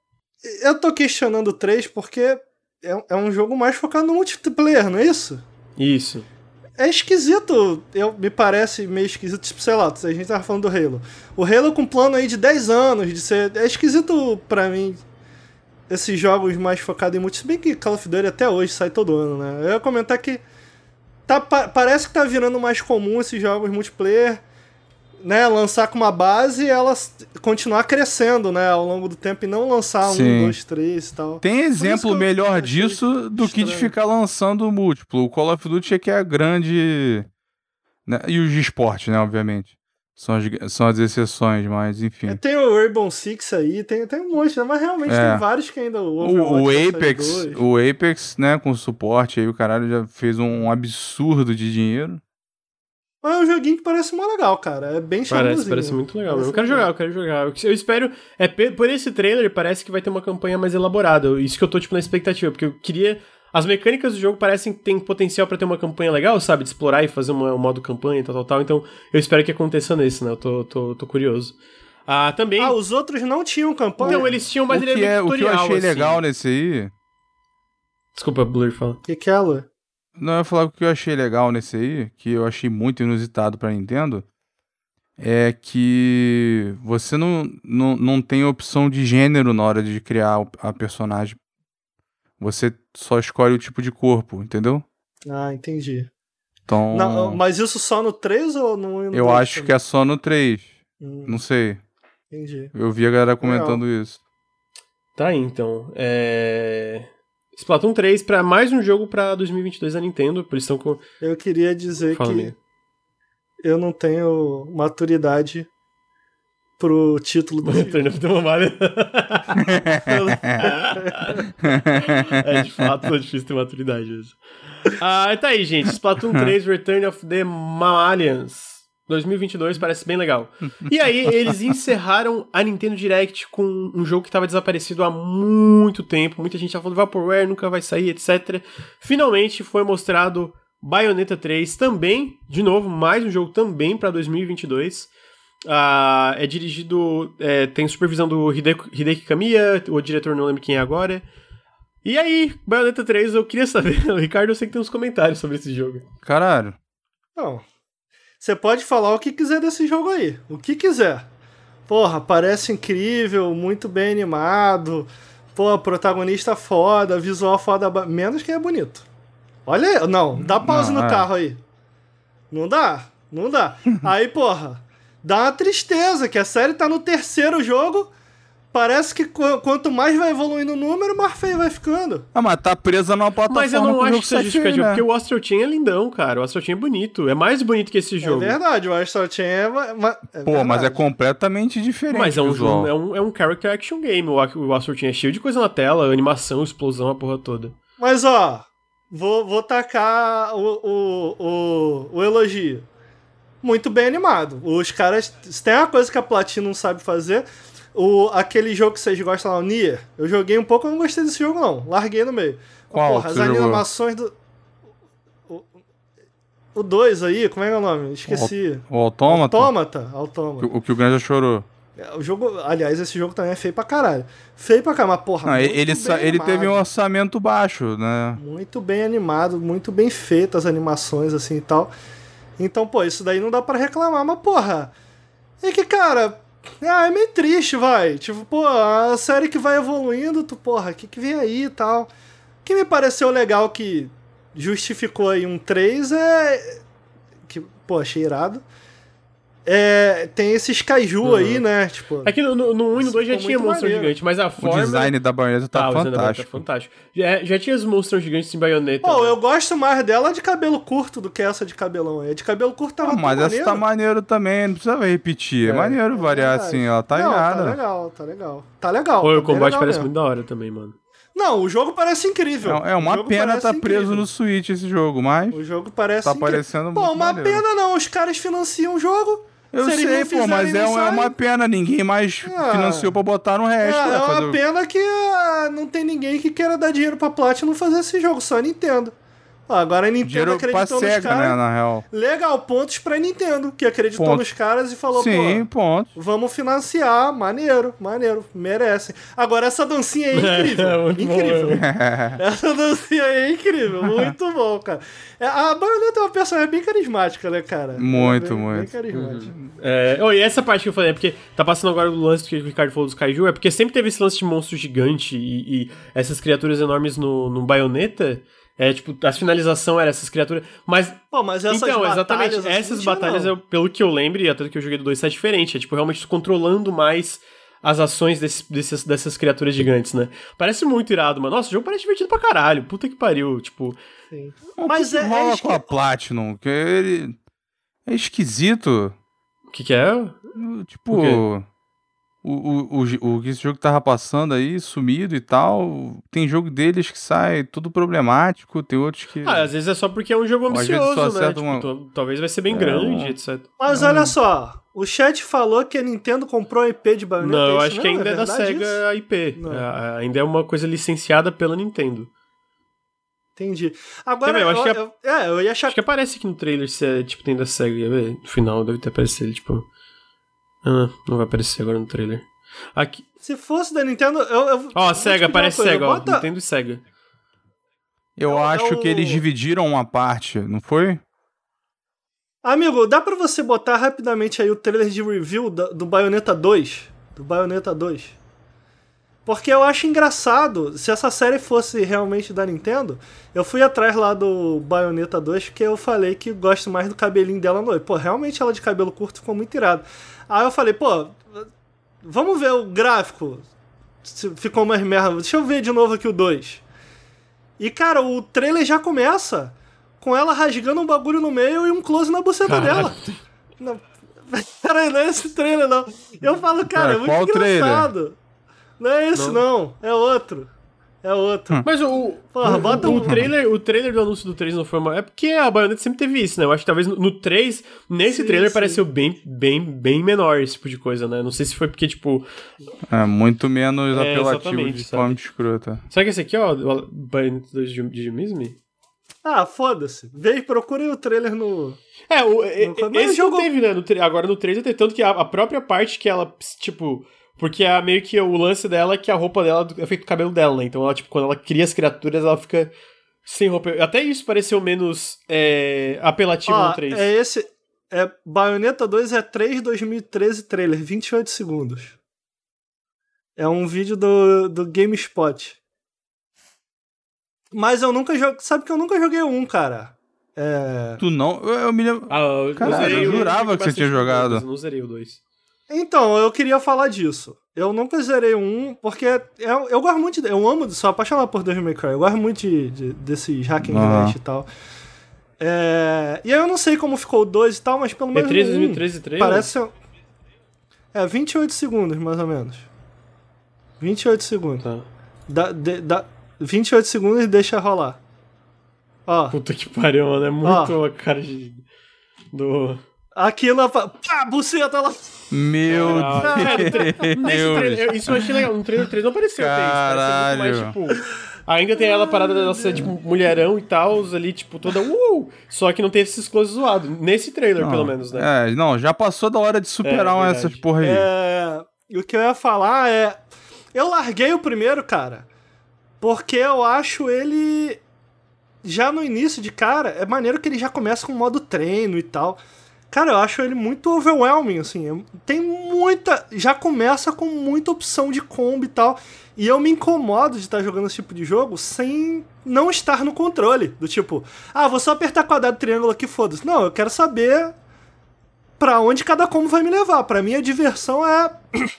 Eu tô questionando o três porque é, é um jogo mais focado no multiplayer, não é isso? Isso. É esquisito, eu, me parece meio esquisito, tipo, sei lá, a gente tava falando do Halo. O Halo com plano aí de dez anos, de ser. É esquisito pra mim esses jogos mais focados em multi. Se bem que Call of Duty até hoje sai todo ano, né? Eu ia comentar que tá, pa- parece que tá virando mais comum esses jogos multiplayer, né? Lançar com uma base e ela s- continuar crescendo, né? Ao longo do tempo e não lançar Sim. um, dois, três e tal. Tem Por isso exemplo que eu melhor achei disso do que de estranho. ficar lançando múltiplo. O Call of Duty é que é a grande... né? E os de esporte, né, obviamente. São as, são as exceções, mas enfim. É, tem o Rainbow Six aí, tem, tem um monte, né? Mas realmente É. tem vários que ainda... O, O, Overwatch o vai sair Apex, dois. o Apex, né, com suporte aí, o caralho já fez um absurdo de dinheiro. Mas é um joguinho que parece mó legal, cara. É bem Parece, charmosinho. parece muito legal. Parece Eu quero legal. jogar, eu quero jogar. Eu espero. É, pe- por esse trailer, parece que vai ter uma campanha mais elaborada. Isso que eu tô, tipo, na expectativa, porque eu queria As mecânicas do jogo parecem que tem potencial pra ter uma campanha legal, sabe? De explorar e fazer uma, um modo campanha e tal, tal, tal. Então, eu espero que aconteça nesse, né? Eu tô, tô, tô curioso. Ah, também... Ah, os outros não tinham campanha? Não, eles tinham, mas o ele que é é, meio tutorial, O que eu achei assim. legal nesse aí... Desculpa, Blur, fala. O que que é, Lu? Não, eu ia falar que o que eu achei legal nesse aí, que eu achei muito inusitado pra Nintendo, é que você não, não, não tem opção de gênero na hora de criar o- a personagem. Você só escolhe o tipo de corpo, entendeu? Ah, entendi. Então, Não, mas isso só no três ou no, no eu dois acho também? que é só no três. Hum, Não sei. entendi. Eu vi a galera comentando isso. Tá aí, então. É... Splatoon três pra mais um jogo pra dois mil e vinte e dois da Nintendo, por isso estão com... Eu queria dizer Fala, que amigo. eu não tenho maturidade pro título do filme. Return of the Mamalha. É, de fato, é difícil ter maturidade mesmo. Ah, tá aí, gente. Splatoon três Return of the Mammalians dois mil e vinte e dois parece bem legal. E aí, eles encerraram a Nintendo Direct com um jogo que estava desaparecido há muito tempo. Muita gente tava falando Vaporware, nunca vai sair, etcétera. Finalmente foi mostrado Bayonetta três também, de novo, mais um jogo também para dois mil e vinte e dois. Ah, é dirigido, é, tem supervisão do Hideki, Hideki Kamiya, o diretor não lembro quem é agora. E aí, Bayonetta três, eu queria saber, Ricardo, eu sei que tem uns comentários sobre esse jogo. Caralho. Não. Você pode falar o que quiser desse jogo aí. O que quiser. Porra, parece incrível, muito bem animado. Pô, protagonista foda, visual foda. Menos que é bonito. Olha aí. Não, dá pause Não, no é. carro aí. Não dá? Não dá. Aí, porra, dá uma tristeza que a série tá no terceiro jogo. Parece que qu- quanto mais vai evoluindo o número, mais feio vai ficando. Ah, mas tá presa numa plataforma. Mas eu não com o acho jogo que seja sai justificativo, feio, né? porque o Astral Chain é lindão, cara. O Astral Chain é bonito. É mais bonito que esse jogo. É verdade, o Astral Chain é... ma- ma- é Pô, mas é verdade. completamente diferente. Mas é um visual. jogo, é um, é um character action game. O, o Astral Chain é cheio de coisa na tela, animação, explosão, a porra toda. Mas, ó, vou, vou tacar o, o, o, o elogio. Muito bem animado. Os caras... Se tem uma coisa que a Platinum sabe fazer... O, aquele jogo que vocês gostam lá, o Nier, eu joguei um pouco, eu não gostei desse jogo, não. Larguei no meio. Qual Porra, que as você jogou? animações do... O dois aí, como é que é o nome? Esqueci. O Autômata? Autômata. Autômata. O, o que o Granja chorou. O jogo, aliás, esse jogo também é feio pra caralho. Feio pra caralho, mas porra, Não, muito ele, bem sa- ele animado. teve um orçamento baixo, né? Muito bem animado, muito bem feito as animações, assim, e tal. Então, pô, isso daí não dá pra reclamar, mas, porra... É que, cara... Ah, é meio triste, vai. Tipo, pô, a série que vai evoluindo, tu, porra, o que que vem aí e tal. O que me pareceu legal que justificou aí um três é... Que, pô, achei irado. É, tem esses kaiju Uhum. aí, né? Tipo, Aqui no, no, no um e no dois já ficou tinha muito monstro maneiro. gigante, mas a O forma... design da baioneta tá Tá, o design da Bayonetta fantástico. tá fantástico. Já, já tinha os monstros gigantes em Bayonetta. pô, né? eu gosto mais dela de cabelo curto do que essa de cabelão aí. A de cabelo curto tava Ah, tão mas essa maneiro. tá maneiro também, não precisa repetir. É, É, maneiro É variar verdade. assim, ela tá Não, irada. tá legal, tá legal. Tá legal. Pô, tá o bem combate legal parece mesmo. muito da hora também, mano. Não, o jogo parece incrível. É, é O uma jogo pena parece tá preso incrível. no Switch esse jogo, mas O jogo parece tá incrível. parecendo Pô, muito uma maneiro. pena não, os caras financiam o jogo. Eu Se eles sei, não pô, mas fizerem, é, não um- é sai. uma pena, ninguém mais Ah. financiou pra botar no É, resto. é né, fazer uma o- pena que ah, não tem ninguém que queira dar dinheiro pra Platinum fazer esse jogo, só a Nintendo. Ah, agora a Nintendo Dinheiro pra acreditou nos SEGA, né, caras. na real. Legal, pontos pra Nintendo, que acreditou Ponto. nos caras e falou, Sim, pô, ponto. vamos financiar, maneiro, maneiro, merecem. Agora essa dancinha aí é incrível, É, muito bom, incrível. né? Essa dancinha aí é incrível, muito bom, cara. É, a Bayonetta é uma personagem bem carismática, né, cara? Muito, Bem- muito. Bem carismática. É, oh, e essa parte que eu falei, é porque tá passando agora do lance que o Ricardo falou dos kaiju, é porque sempre teve esse lance de monstro gigante e, e essas criaturas enormes no, no Bayonetta. É, tipo, a finalização era essas criaturas. Mas. Pô, mas essas então, batalhas, exatamente. assim, essas não tinha, batalhas, não. eu- pelo que eu lembro, e até que eu joguei do dois, é diferente. É, tipo, realmente controlando mais as ações desse, desses, dessas criaturas gigantes, né? Parece muito irado, mano. Nossa, o jogo parece divertido pra caralho. Puta que pariu. Tipo. Sim. O Mas que é- que é rola esqui- com a Platinum? Que ele... É esquisito. O que que é? Tipo, O quê? o, o, o, o que esse jogo tava passando aí, sumido e tal. Tem jogo deles que sai tudo problemático, tem outros que. Ah, às vezes é só porque é um jogo Ou às vezes ambicioso, só né? acerta Tipo, uma- to- talvez vai ser bem É, grande, um- etcétera. Mas olha só, o chat falou que a Nintendo comprou a I P de Bayonetta. Não, eu isso acho que mesmo? ainda é, da verdade SEGA isso? I P. Não. É, ainda é uma coisa licenciada pela Nintendo. Entendi. Agora, Também, eu acho eu, que eu, é, eu ia achar Acho que aparece aqui no trailer se é, tipo, tem da SEGA. No final deve ter aparecido, tipo... Ah, não vai aparecer agora no trailer. Aqui... Se fosse da Nintendo, eu... eu Ó, SEGA, aparece SEGA, ó. Bota... Nintendo e SEGA. Eu eu, acho eu... que eles dividiram uma parte, não foi? Amigo, dá pra você botar rapidamente aí o trailer de review do, do Bayonetta dois? Do Bayonetta dois. Porque eu acho engraçado, se essa série fosse realmente da Nintendo, eu fui atrás lá do Bayonetta dois, porque eu falei que gosto mais do cabelinho dela no olho. Pô, realmente ela de cabelo curto ficou muito irado. Aí eu falei, pô, vamos ver o gráfico. Se ficou mais merda. Deixa eu ver de novo aqui o dois. E, cara, o trailer já começa com ela rasgando um bagulho no meio e um close na buceta Caralho. dela. Não, peraí, não é esse trailer, não. Eu falo, cara, é muito qual engraçado. trailer? Não é esse, não. não. É outro. É outro. Mas o, Porra, o, bota o, um- o, trailer, o trailer do anúncio do três não foi uma... É porque a Bayonetta sempre teve isso, né? Eu acho que talvez no, no três, nesse Sim, trailer sim. pareceu bem, bem, bem menor esse tipo de coisa, né? Não sei se foi porque, tipo... É muito menos É, apelativo exatamente, de sabe? forma escrota. Será que esse aqui, ó, o Bayonetta dois de Digimizme? Ah, foda-se. Vem, procurem o trailer no... É, o, e- No- e- esse jogo- não teve, né? No tra- agora no três tem tanto que a, a própria parte que ela, tipo... Porque é meio que o lance dela é que a roupa dela é feito do cabelo dela, né? Então ela, tipo, quando ela cria as criaturas, ela fica sem roupa. Até isso pareceu menos é, apelativo Ó, no três. é esse... É Bayonetta dois é três de dois mil e treze trailer, vinte e oito segundos. É um vídeo do, do GameSpot. Mas eu nunca joguei... Sabe que eu nunca joguei um, cara. É... Tu não? Eu, eu me lembro. Ah, eu, Caralho, zerei eu o- jurava joguei que você tinha bastante o jogado. dois, eu não zerei o dois. Então, eu queria falar disso. Eu nunca zerei um, porque eu, eu gosto muito de... Eu amo, sou apaixonado por Devil May Cry. Eu gosto muito de, de, desses hack and Ah. slash e tal. É, e aí eu não sei como ficou o dois e tal, mas pelo menos E três, no um, dois mil e treze trailer? parece ser... É, vinte e oito segundos, mais ou menos. vinte e oito segundos. Tá. Dá, de, dá, vinte e oito segundos e deixa rolar. Ó, Puta que pariu, mano. É muito a cara de... Do... aqui na... Pá, buceta lá... Meu Ah, cara, no tra- Deus. nesse trailer, eu- isso eu achei legal. No trailer três não apareceu o Tails, pareceu muito mais, tipo... Ainda tem ela parada dela ser, tipo, mulherão e tal, ali, tipo, toda... Uh! Só que não teve esses closes zoados. Nesse trailer, Não, pelo menos, né? É, não, já passou da hora de superar É, verdade. essas porra aí. É, e o que eu ia falar é... Eu larguei o primeiro, cara, porque eu acho ele... Já no início de cara, é maneiro que ele já começa com modo treino e tal. Cara, eu acho ele muito overwhelming, assim. Tem muita... Já começa com muita opção de combo e tal. E eu me incomodo de estar jogando esse tipo de jogo sem não estar no controle. Do tipo, ah, vou só apertar quadrado e triângulo aqui, foda-se. Não, eu quero saber pra onde cada combo vai me levar. Pra mim, a diversão é...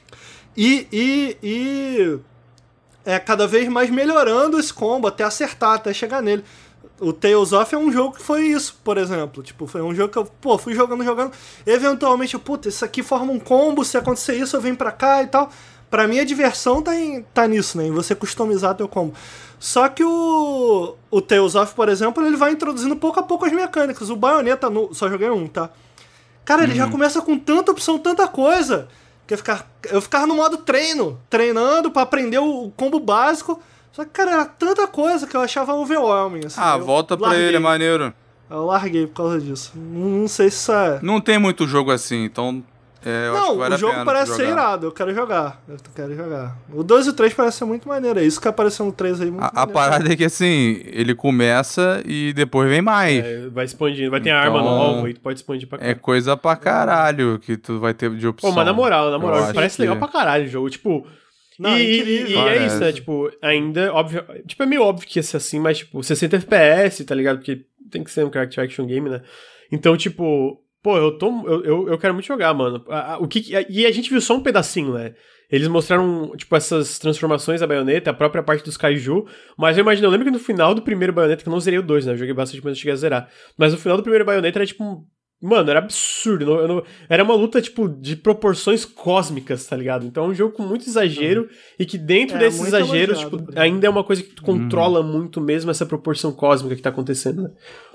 e... e, e... É cada vez mais melhorando esse combo, até acertar, até chegar nele. O Tales of é um jogo que foi isso, por exemplo. Tipo, foi um jogo que eu, pô, fui jogando, jogando. Eventualmente, eu, puta, isso aqui forma um combo, se acontecer isso, eu venho pra cá e tal. Pra mim, a diversão tá, em, tá nisso, né? Em você customizar teu combo. Só que o, o Tales of, por exemplo, ele vai introduzindo pouco a pouco as mecânicas. O Bayonetta, no, só joguei um, tá? Cara, ele já começa com tanta opção, tanta coisa, que eu ficava, eu ficava no modo treino, treinando pra aprender o, o combo básico. Só que, cara, era tanta coisa que eu achava overwhelming, assim. Ah, eu volta pra larguei. ele, é maneiro. Eu larguei por causa disso. Não, não sei se isso é... Não tem muito jogo assim, então é, eu acho que Não, vale o a jogo pena parece jogar. ser irado, eu quero jogar. Eu quero jogar. O dois e o três parece ser muito maneiro, é isso que apareceu no três aí. Muito A, a maneiro. parada é que assim, ele começa e depois vem mais. É, É, vai expandindo, vai ter arma Então, nova e tu pode expandir pra cá. coisa pra caralho que tu vai ter de opção. Pô, mas na moral, na moral, Eu acho parece que- legal pra caralho o jogo. Tipo, Não, e, é incrível. e- e é isso, né? Parece. Tipo, ainda, óbvio. Tipo, é meio óbvio que ia ser assim, mas, tipo, sessenta F P S, tá ligado? Porque tem que ser um character action game, né? Então, tipo, pô, eu tô. Eu, eu, eu quero muito jogar, mano. A- a- o que, e a gente viu só um pedacinho, né? Eles mostraram, tipo, essas transformações da Bayonetta, a própria parte dos Kaiju, mas eu imagino, eu lembro que no final do primeiro Bayonetta, que eu não zerei o dois, né? Eu joguei bastante, mas eu cheguei a zerar. Mas no final do primeiro Bayonetta era, tipo, um- mano, era absurdo. Eu não- eu não- era uma luta, tipo, de proporções cósmicas, tá ligado? Então é um jogo com muito exagero e que dentro É, desses muito exageros, elogiado, tipo, por exemplo. ainda é uma coisa que tu controla muito mesmo essa proporção cósmica que tá acontecendo, né?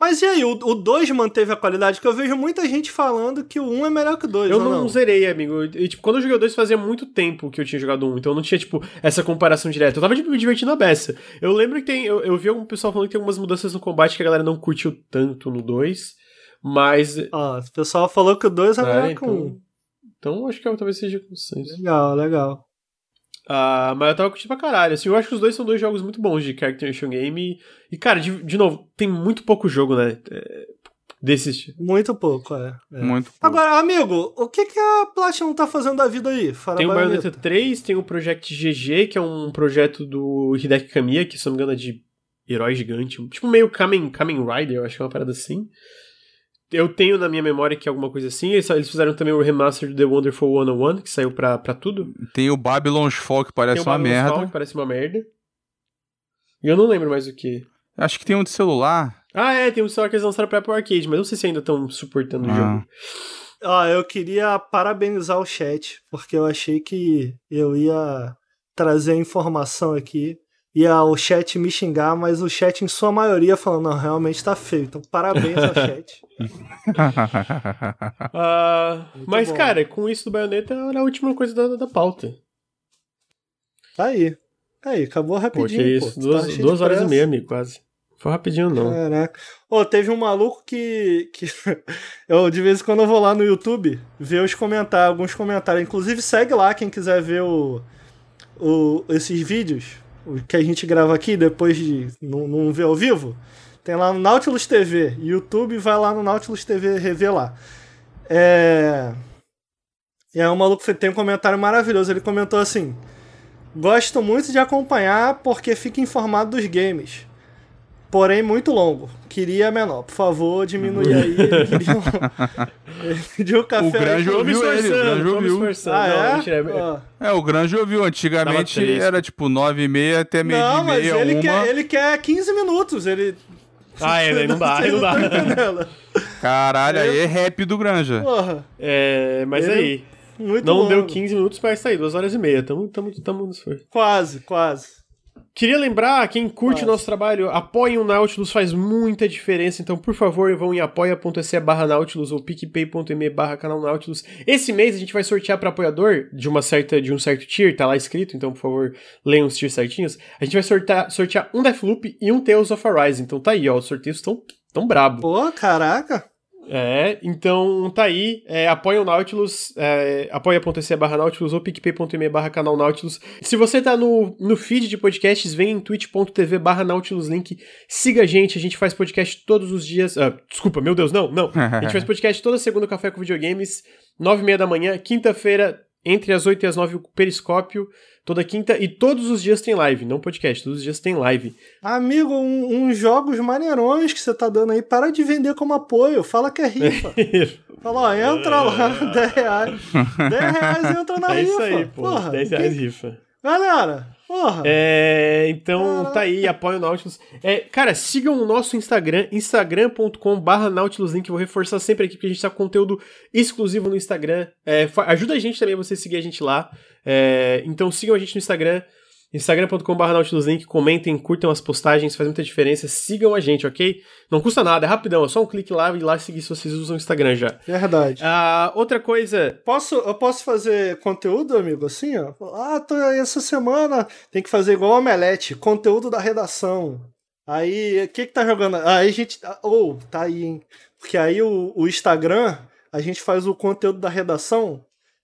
Mas e aí, o dois manteve a qualidade? Que eu vejo muita gente falando que o um é melhor que o dois. Eu não, não zerei, amigo. E, tipo, quando eu joguei o dois fazia muito tempo que eu tinha jogado um, então eu não tinha, tipo, essa comparação direta. Eu tava tipo, me divertindo a beça. Eu lembro que tem. Eu, eu vi algum pessoal falando que tem algumas mudanças no combate que a galera não curtiu tanto no dois, mas. Ó, o pessoal falou que o dois é, é melhor que o um. Então acho que eu, talvez seja consenso. Legal, legal. Ah, mas eu tava curtindo pra caralho. Assim, eu acho que os dois são dois jogos muito bons de Character Action Game. E, cara, de, de novo, tem muito pouco jogo, né? É, desses tipo. Muito pouco, é. é. Muito pouco. Agora, amigo, o que, que a Platinum tá fazendo da vida aí? Fora tem o Bayonetta. Bayonetta três, tem o Project G G, que é um projeto do Hideki Kamiya, que se não me engano é de herói gigante. Tipo meio Kamen, Kamen Rider, eu acho que é uma parada assim. Eu tenho na minha memória que é alguma coisa assim. Eles, eles fizeram também o remaster do The Wonderful cento e um, que saiu pra, pra tudo. Tem o Babylon's Fall, que parece uma Babylon's merda. Fall, que parece uma merda. E eu não lembro mais o que. Acho que tem um de celular. Ah, é, tem um celular que eles lançaram pra Apple Arcade, mas não sei se ainda estão suportando ah. o jogo. Ó, eu queria parabenizar o chat, porque eu achei que eu ia trazer informação aqui. Ia o chat me xingar, mas o chat em sua maioria falando, não, realmente tá feio. Então, parabéns ao chat. uh, mas, bom. cara, com isso do Bayonetta era a última coisa da, da pauta. Tá aí. Tá aí, acabou rapidinho. Pô, que isso, pô. duas, tá duas horas e meia, amigo, quase. Foi rapidinho, não. Caraca. Ô, teve um maluco que... que eu, de vez em quando, eu vou lá no YouTube ver os comentários, alguns comentários. Inclusive, segue lá quem quiser ver o, o, esses vídeos que a gente grava aqui, depois de não, não ver ao vivo. Tem lá no Nautilus T V. YouTube, vai lá no Nautilus T V rever lá. É... E aí o maluco tem um comentário maravilhoso. Ele comentou assim: gosto muito de acompanhar porque fica informado dos games. Porém, muito longo. Queria menor. Por favor, diminui aí. Ele queria um... Ele pediu o café. O Granjo Tô me ouviu ele. O Granjo tô me ouviu. esforçando. Ah, Não, é? mentira, é- Ah. É, o Granjo ouviu. Antigamente três. era tipo nove e meia até meio Não, e mas meia, ele uma. quer, ele quer quinze minutos. Ele... Ah, é, aí não dá, aí não dá. Caralho, aí é rap do Granja. Porra, É, mas Ele- aí, muito não longo. deu quinze minutos pra sair, duas horas e meia. Tamo, tamo, tamo no esforço. Quase, quase. Queria lembrar, quem curte Quase. o nosso trabalho, apoiem o Nautilus, faz muita diferença. Então, por favor, vão em apoia.se barra Nautilus ou picpay.me barra canal Nautilus. Esse mês a gente vai sortear para apoiador de uma certa, de um certo tier, tá lá escrito, então, por favor, leiam os tiers certinhos. A gente vai sortear, sortear um Deathloop e um Tales of Arise. Então tá aí, ó, os sorteios estão tão brabo. Pô, caraca. É, então tá aí, é, apoia o Nautilus, é, apoia.se barra Nautilus ou picpay.me barra canal Nautilus. Se você tá no, no feed de podcasts, vem em twitch.tv barra Nautilus Link, siga a gente, a gente faz podcast todos os dias, ah, desculpa, meu Deus, não, não, a gente faz podcast toda segunda, Café com Videogames, nove e meia da manhã, quinta-feira, entre as oito e as nove, o Periscópio, toda quinta, e todos os dias tem live, não podcast, todos os dias tem live. Amigo, um- uns jogos maneirões que você tá dando aí, para de vender como apoio, fala que é rifa. Fala, ó, entra lá, dez reais. dez reais e entra na É rifa. isso aí, pô, Porra, dez reais que- rifa. Galera, porra. É, então Caraca. tá aí, apoia o Nautilus. É, cara, sigam o nosso Instagram, instagram.com barra Nautiluslink, vou reforçar sempre aqui porque a gente tá com conteúdo exclusivo no Instagram. É, fa- ajuda a gente também, você seguir a gente lá. É, então sigam a gente no Instagram, instagram.com barra Nautiluslink, comentem, curtam as postagens, faz muita diferença, sigam a gente, ok? Não custa nada, é rapidão, é só um clique lá e lá seguir se vocês usam o Instagram já. Verdade. Ah, outra coisa, Posso, eu posso fazer conteúdo, amigo, assim, ó? Ah, tô, essa semana tem que fazer igual Omelete, conteúdo da redação. Aí, o que que tá jogando? Aí a gente... Ou, oh, tá aí, hein? Porque aí o, o Instagram, a gente faz o conteúdo da redação,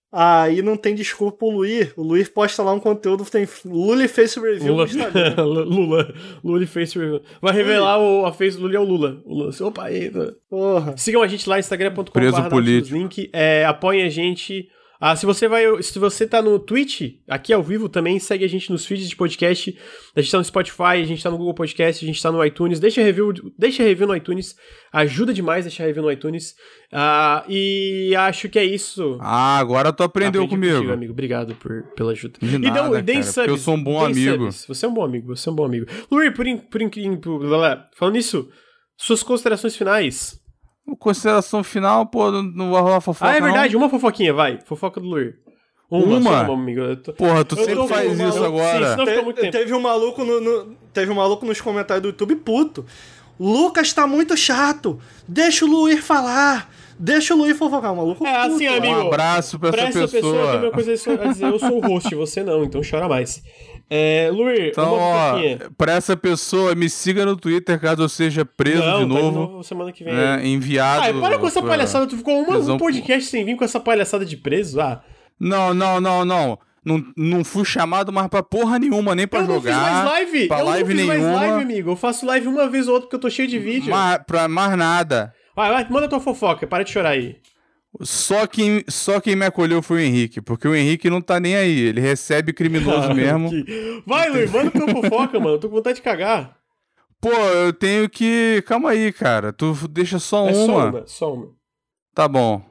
aí não tem desculpa pro Luir. O Luir posta lá um conteúdo, tem Lula e Face Review Lula, no Instagram. Lula, Lula e Face Review. Vai revelar o, a face do Lula é o Lula. O Lula. Opa, aí. Porra. Sigam a gente lá, instagram.com Preso barra político. Link. É, apoiem a gente. Ah, se você vai, se você tá no Twitch, aqui ao vivo também, segue a gente nos feeds de podcast. A gente tá no Spotify, a gente tá no Google Podcast, a gente tá no iTunes. Deixa review, deixa review no iTunes. Ajuda demais deixar review no iTunes. Ah, e acho que é isso. Ah, agora tu aprendeu Aprendi comigo. contigo, amigo. Obrigado por, pela ajuda. De e nada, dê, deem cara, subs. porque eu sou um bom deem amigo. subs. Você é um bom amigo, você é um bom amigo. Luir, por, in, por incrível... Falando nisso, suas considerações finais. Consideração final, pô, não- não vai rolar fofoca. Ah, é não? verdade, uma fofoquinha, vai. Fofoca do Luir. Uma, Uma? só uma, amigo. Eu tô- Porra, tu Eu sempre tô faz com uma- isso eu- agora. Sim, senão fica Te- muito tempo. teve um maluco no, no- teve um maluco nos comentários do YouTube puto. Lucas tá muito chato. Deixa o Luir falar. Deixa o Luir fofocar, maluco. É assim, puto. amigo. Um abraço pra, pra essa, essa pessoa. pessoa tem uma coisa a dizer. Eu sou o host, você não, então chora mais. É, Luir, então, uma ó, pra essa pessoa, me siga no Twitter caso eu seja preso não, de novo. Tá de novo semana que vem. É, enviado. Ah, para com essa palhaçada. Tu ficou uma, prisão... um podcast sem vir com essa palhaçada de preso? Ah. Não, não, não, não. Não, não fui chamado mais pra porra nenhuma, nem pra eu jogar. Eu não fiz mais live. Pra eu live não fiz nenhuma. mais live, amigo. Eu faço live uma vez ou outra porque eu tô cheio de vídeo. Mas, pra mais nada. Vai, vai, manda tua fofoca. Para de chorar aí. Só quem, só quem me acolheu foi o Henrique, porque o Henrique não tá nem aí. Ele recebe criminoso mesmo. Que... Vai, Luir, manda tua fofoca, mano. Eu tô com vontade de cagar. Pô, eu tenho que... Calma aí, cara. Tu deixa só é uma. Só uma, só uma. Tá bom.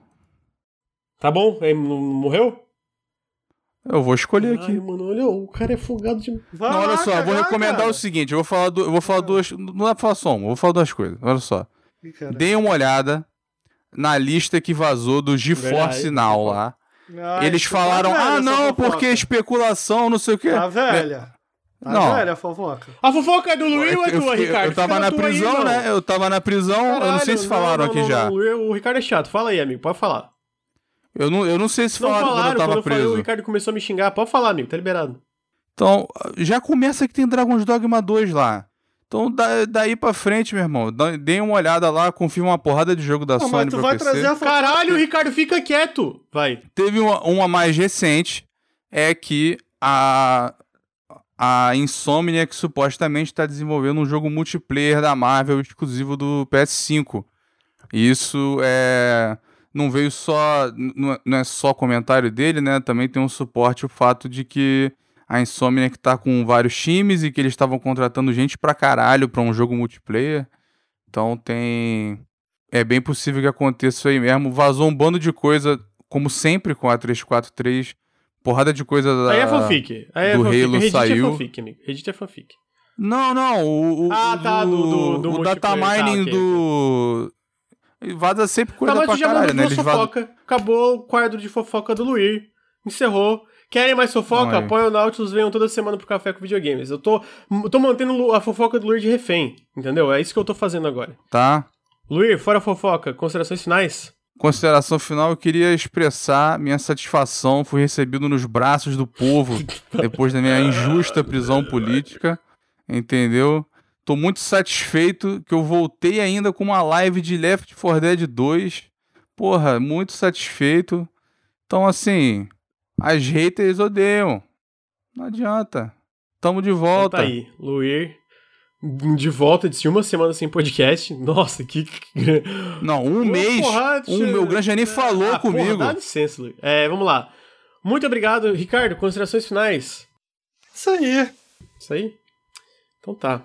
Tá bom? Ele não morreu? Eu vou escolher Ai, aqui. Mano, olha, o cara é folgado de... Vai não, olha lá, só, eu vou cagar, recomendar cara. o seguinte, eu vou falar, do, eu vou falar duas... Não dá pra falar só uma, eu vou falar duas coisas. Olha só. Deem uma olhada na lista que vazou do GeForce Now lá. Ah, Eles falaram, tá ah, não, porque especulação, não sei o quê. Tá velha. Tá não. velha a fofoca. A fofoca é do Luir ou é eu, tua, fiquei, Ricardo? eu tava Fica na tua prisão, aí, né? Eu tava na prisão, Caralho, eu não sei se falaram não, aqui não, já. Não, o Ricardo é chato, fala aí, amigo, pode falar. Eu não, eu não sei se não falaram, falaram quando eu tava quando eu preso. falei, o Ricardo começou a me xingar. Pode falar, amigo, tá liberado. Então, já começa que tem Dragon's Dogma dois lá. Então, da, daí pra frente, meu irmão, deem uma olhada lá, confirma uma porrada de jogo da Não, Sony mas tu pra vai P C. trazer a fofoca. Caralho, Ricardo, fica quieto. Vai. Teve uma, uma mais recente, é que a, a Insomniac supostamente está desenvolvendo um jogo multiplayer da Marvel exclusivo do P S cinco. Isso é... não veio só... não é só comentário dele, né? Também tem um suporte o fato de que a Insomniac tá com vários times e que eles estavam contratando gente pra caralho pra um jogo multiplayer. Então tem... é bem possível que aconteça isso aí mesmo. Vazou um bando de coisa, como sempre com a trezentos e quarenta e três. Porrada de coisa da... Aí é fanfic. Aí é do fanfic. Halo Reddit saiu. é fanfic, amigo. Reddit é fanfic. Não, não. O, o, Ah, o tá, do- do- do o data multiplayer, tá, mining ok, do... Vaza sempre coisa Tá, mas pra tu já caralho, mandou né? tua Eles vazam... fofoca. Acabou o quadro de fofoca do Luir. Encerrou. Querem mais fofoca? Não, aí. Apoiem o Nautilus, venham toda semana pro Café com Videogames. Eu tô, eu tô mantendo a fofoca do Luir de refém, entendeu? É isso que eu tô fazendo agora. Tá? Luir, fora a fofoca, considerações finais? Consideração final, eu queria expressar minha satisfação. Fui recebido nos braços do povo depois da minha injusta prisão política. Entendeu? Tô muito satisfeito que eu voltei ainda com uma live de Left four Dead dois. Porra, muito satisfeito. Então, assim, as haters odeiam. Não adianta. Tamo de volta. Então tá aí, Luir, de volta de uma semana sem podcast. Nossa, que... Não, um Uma mês. porrada, Um, meu Granjani falou ah, comigo. Porra, dá licença, Luir. É, vamos lá. Muito obrigado, Ricardo. Considerações finais. Isso aí. Isso aí? Então tá.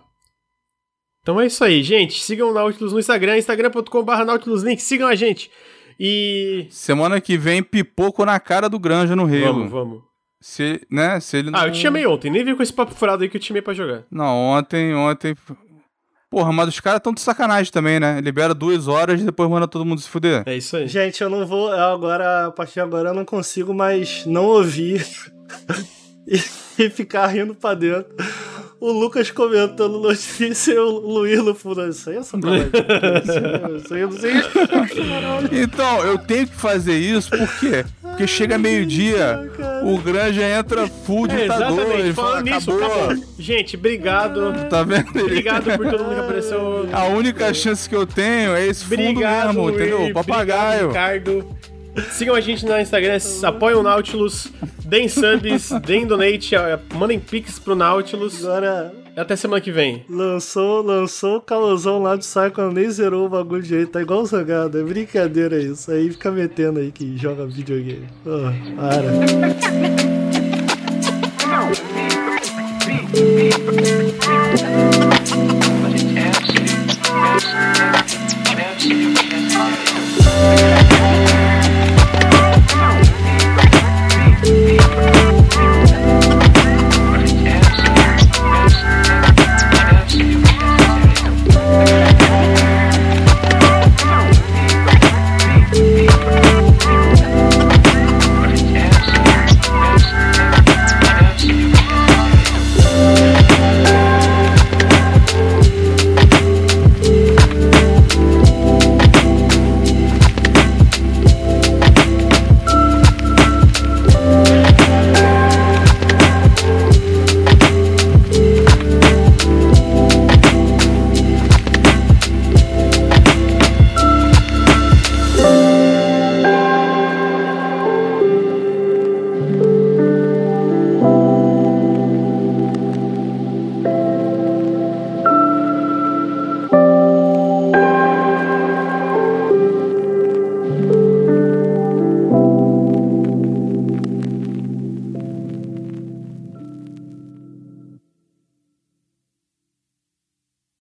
Então é isso aí, gente. Sigam o Nautilus no Instagram, instagram ponto com barra Nautilus Link. Sigam a gente. E... Semana que vem, pipoco na cara do Granja no Halo. Vamos, vamos. Se, né, se ele não... Ah, eu te chamei ontem. Nem veio com esse papo furado aí que eu te chamei pra jogar. Não, ontem, ontem... Porra, mas os caras tão de sacanagem também, né? Libera duas horas e depois manda todo mundo se fuder. É isso aí. Gente, eu não vou. Agora, a partir de agora, eu não consigo mais não ouvir e, e ficar rindo pra dentro. O Lucas comentando notícia e o Luir no fundo. Isso aí é sacanagem. Isso aí eu não sei. Então, eu tenho que fazer isso por quê? Porque chega meio-dia, o Granja entra full É, ditador, exatamente. ele fala, Falando nisso, acabou. acabou. Gente, obrigado. Tá vendo? Obrigado por todo mundo que apareceu. A única chance que eu tenho é esse fundo Obrigado, mesmo, Luir. entendeu? Papagaio. Obrigado, Ricardo. Sigam a gente no Instagram, apoiem o Nautilus, deem subs, deem donate, mandem pix pro Nautilus. Agora, Até semana que vem. lançou, lançou o calosão lá do Psycho, nem zerou o bagulho de jeito. Tá igual o Zangado. É brincadeira isso. Aí fica metendo aí que joga videogame. Oh, para.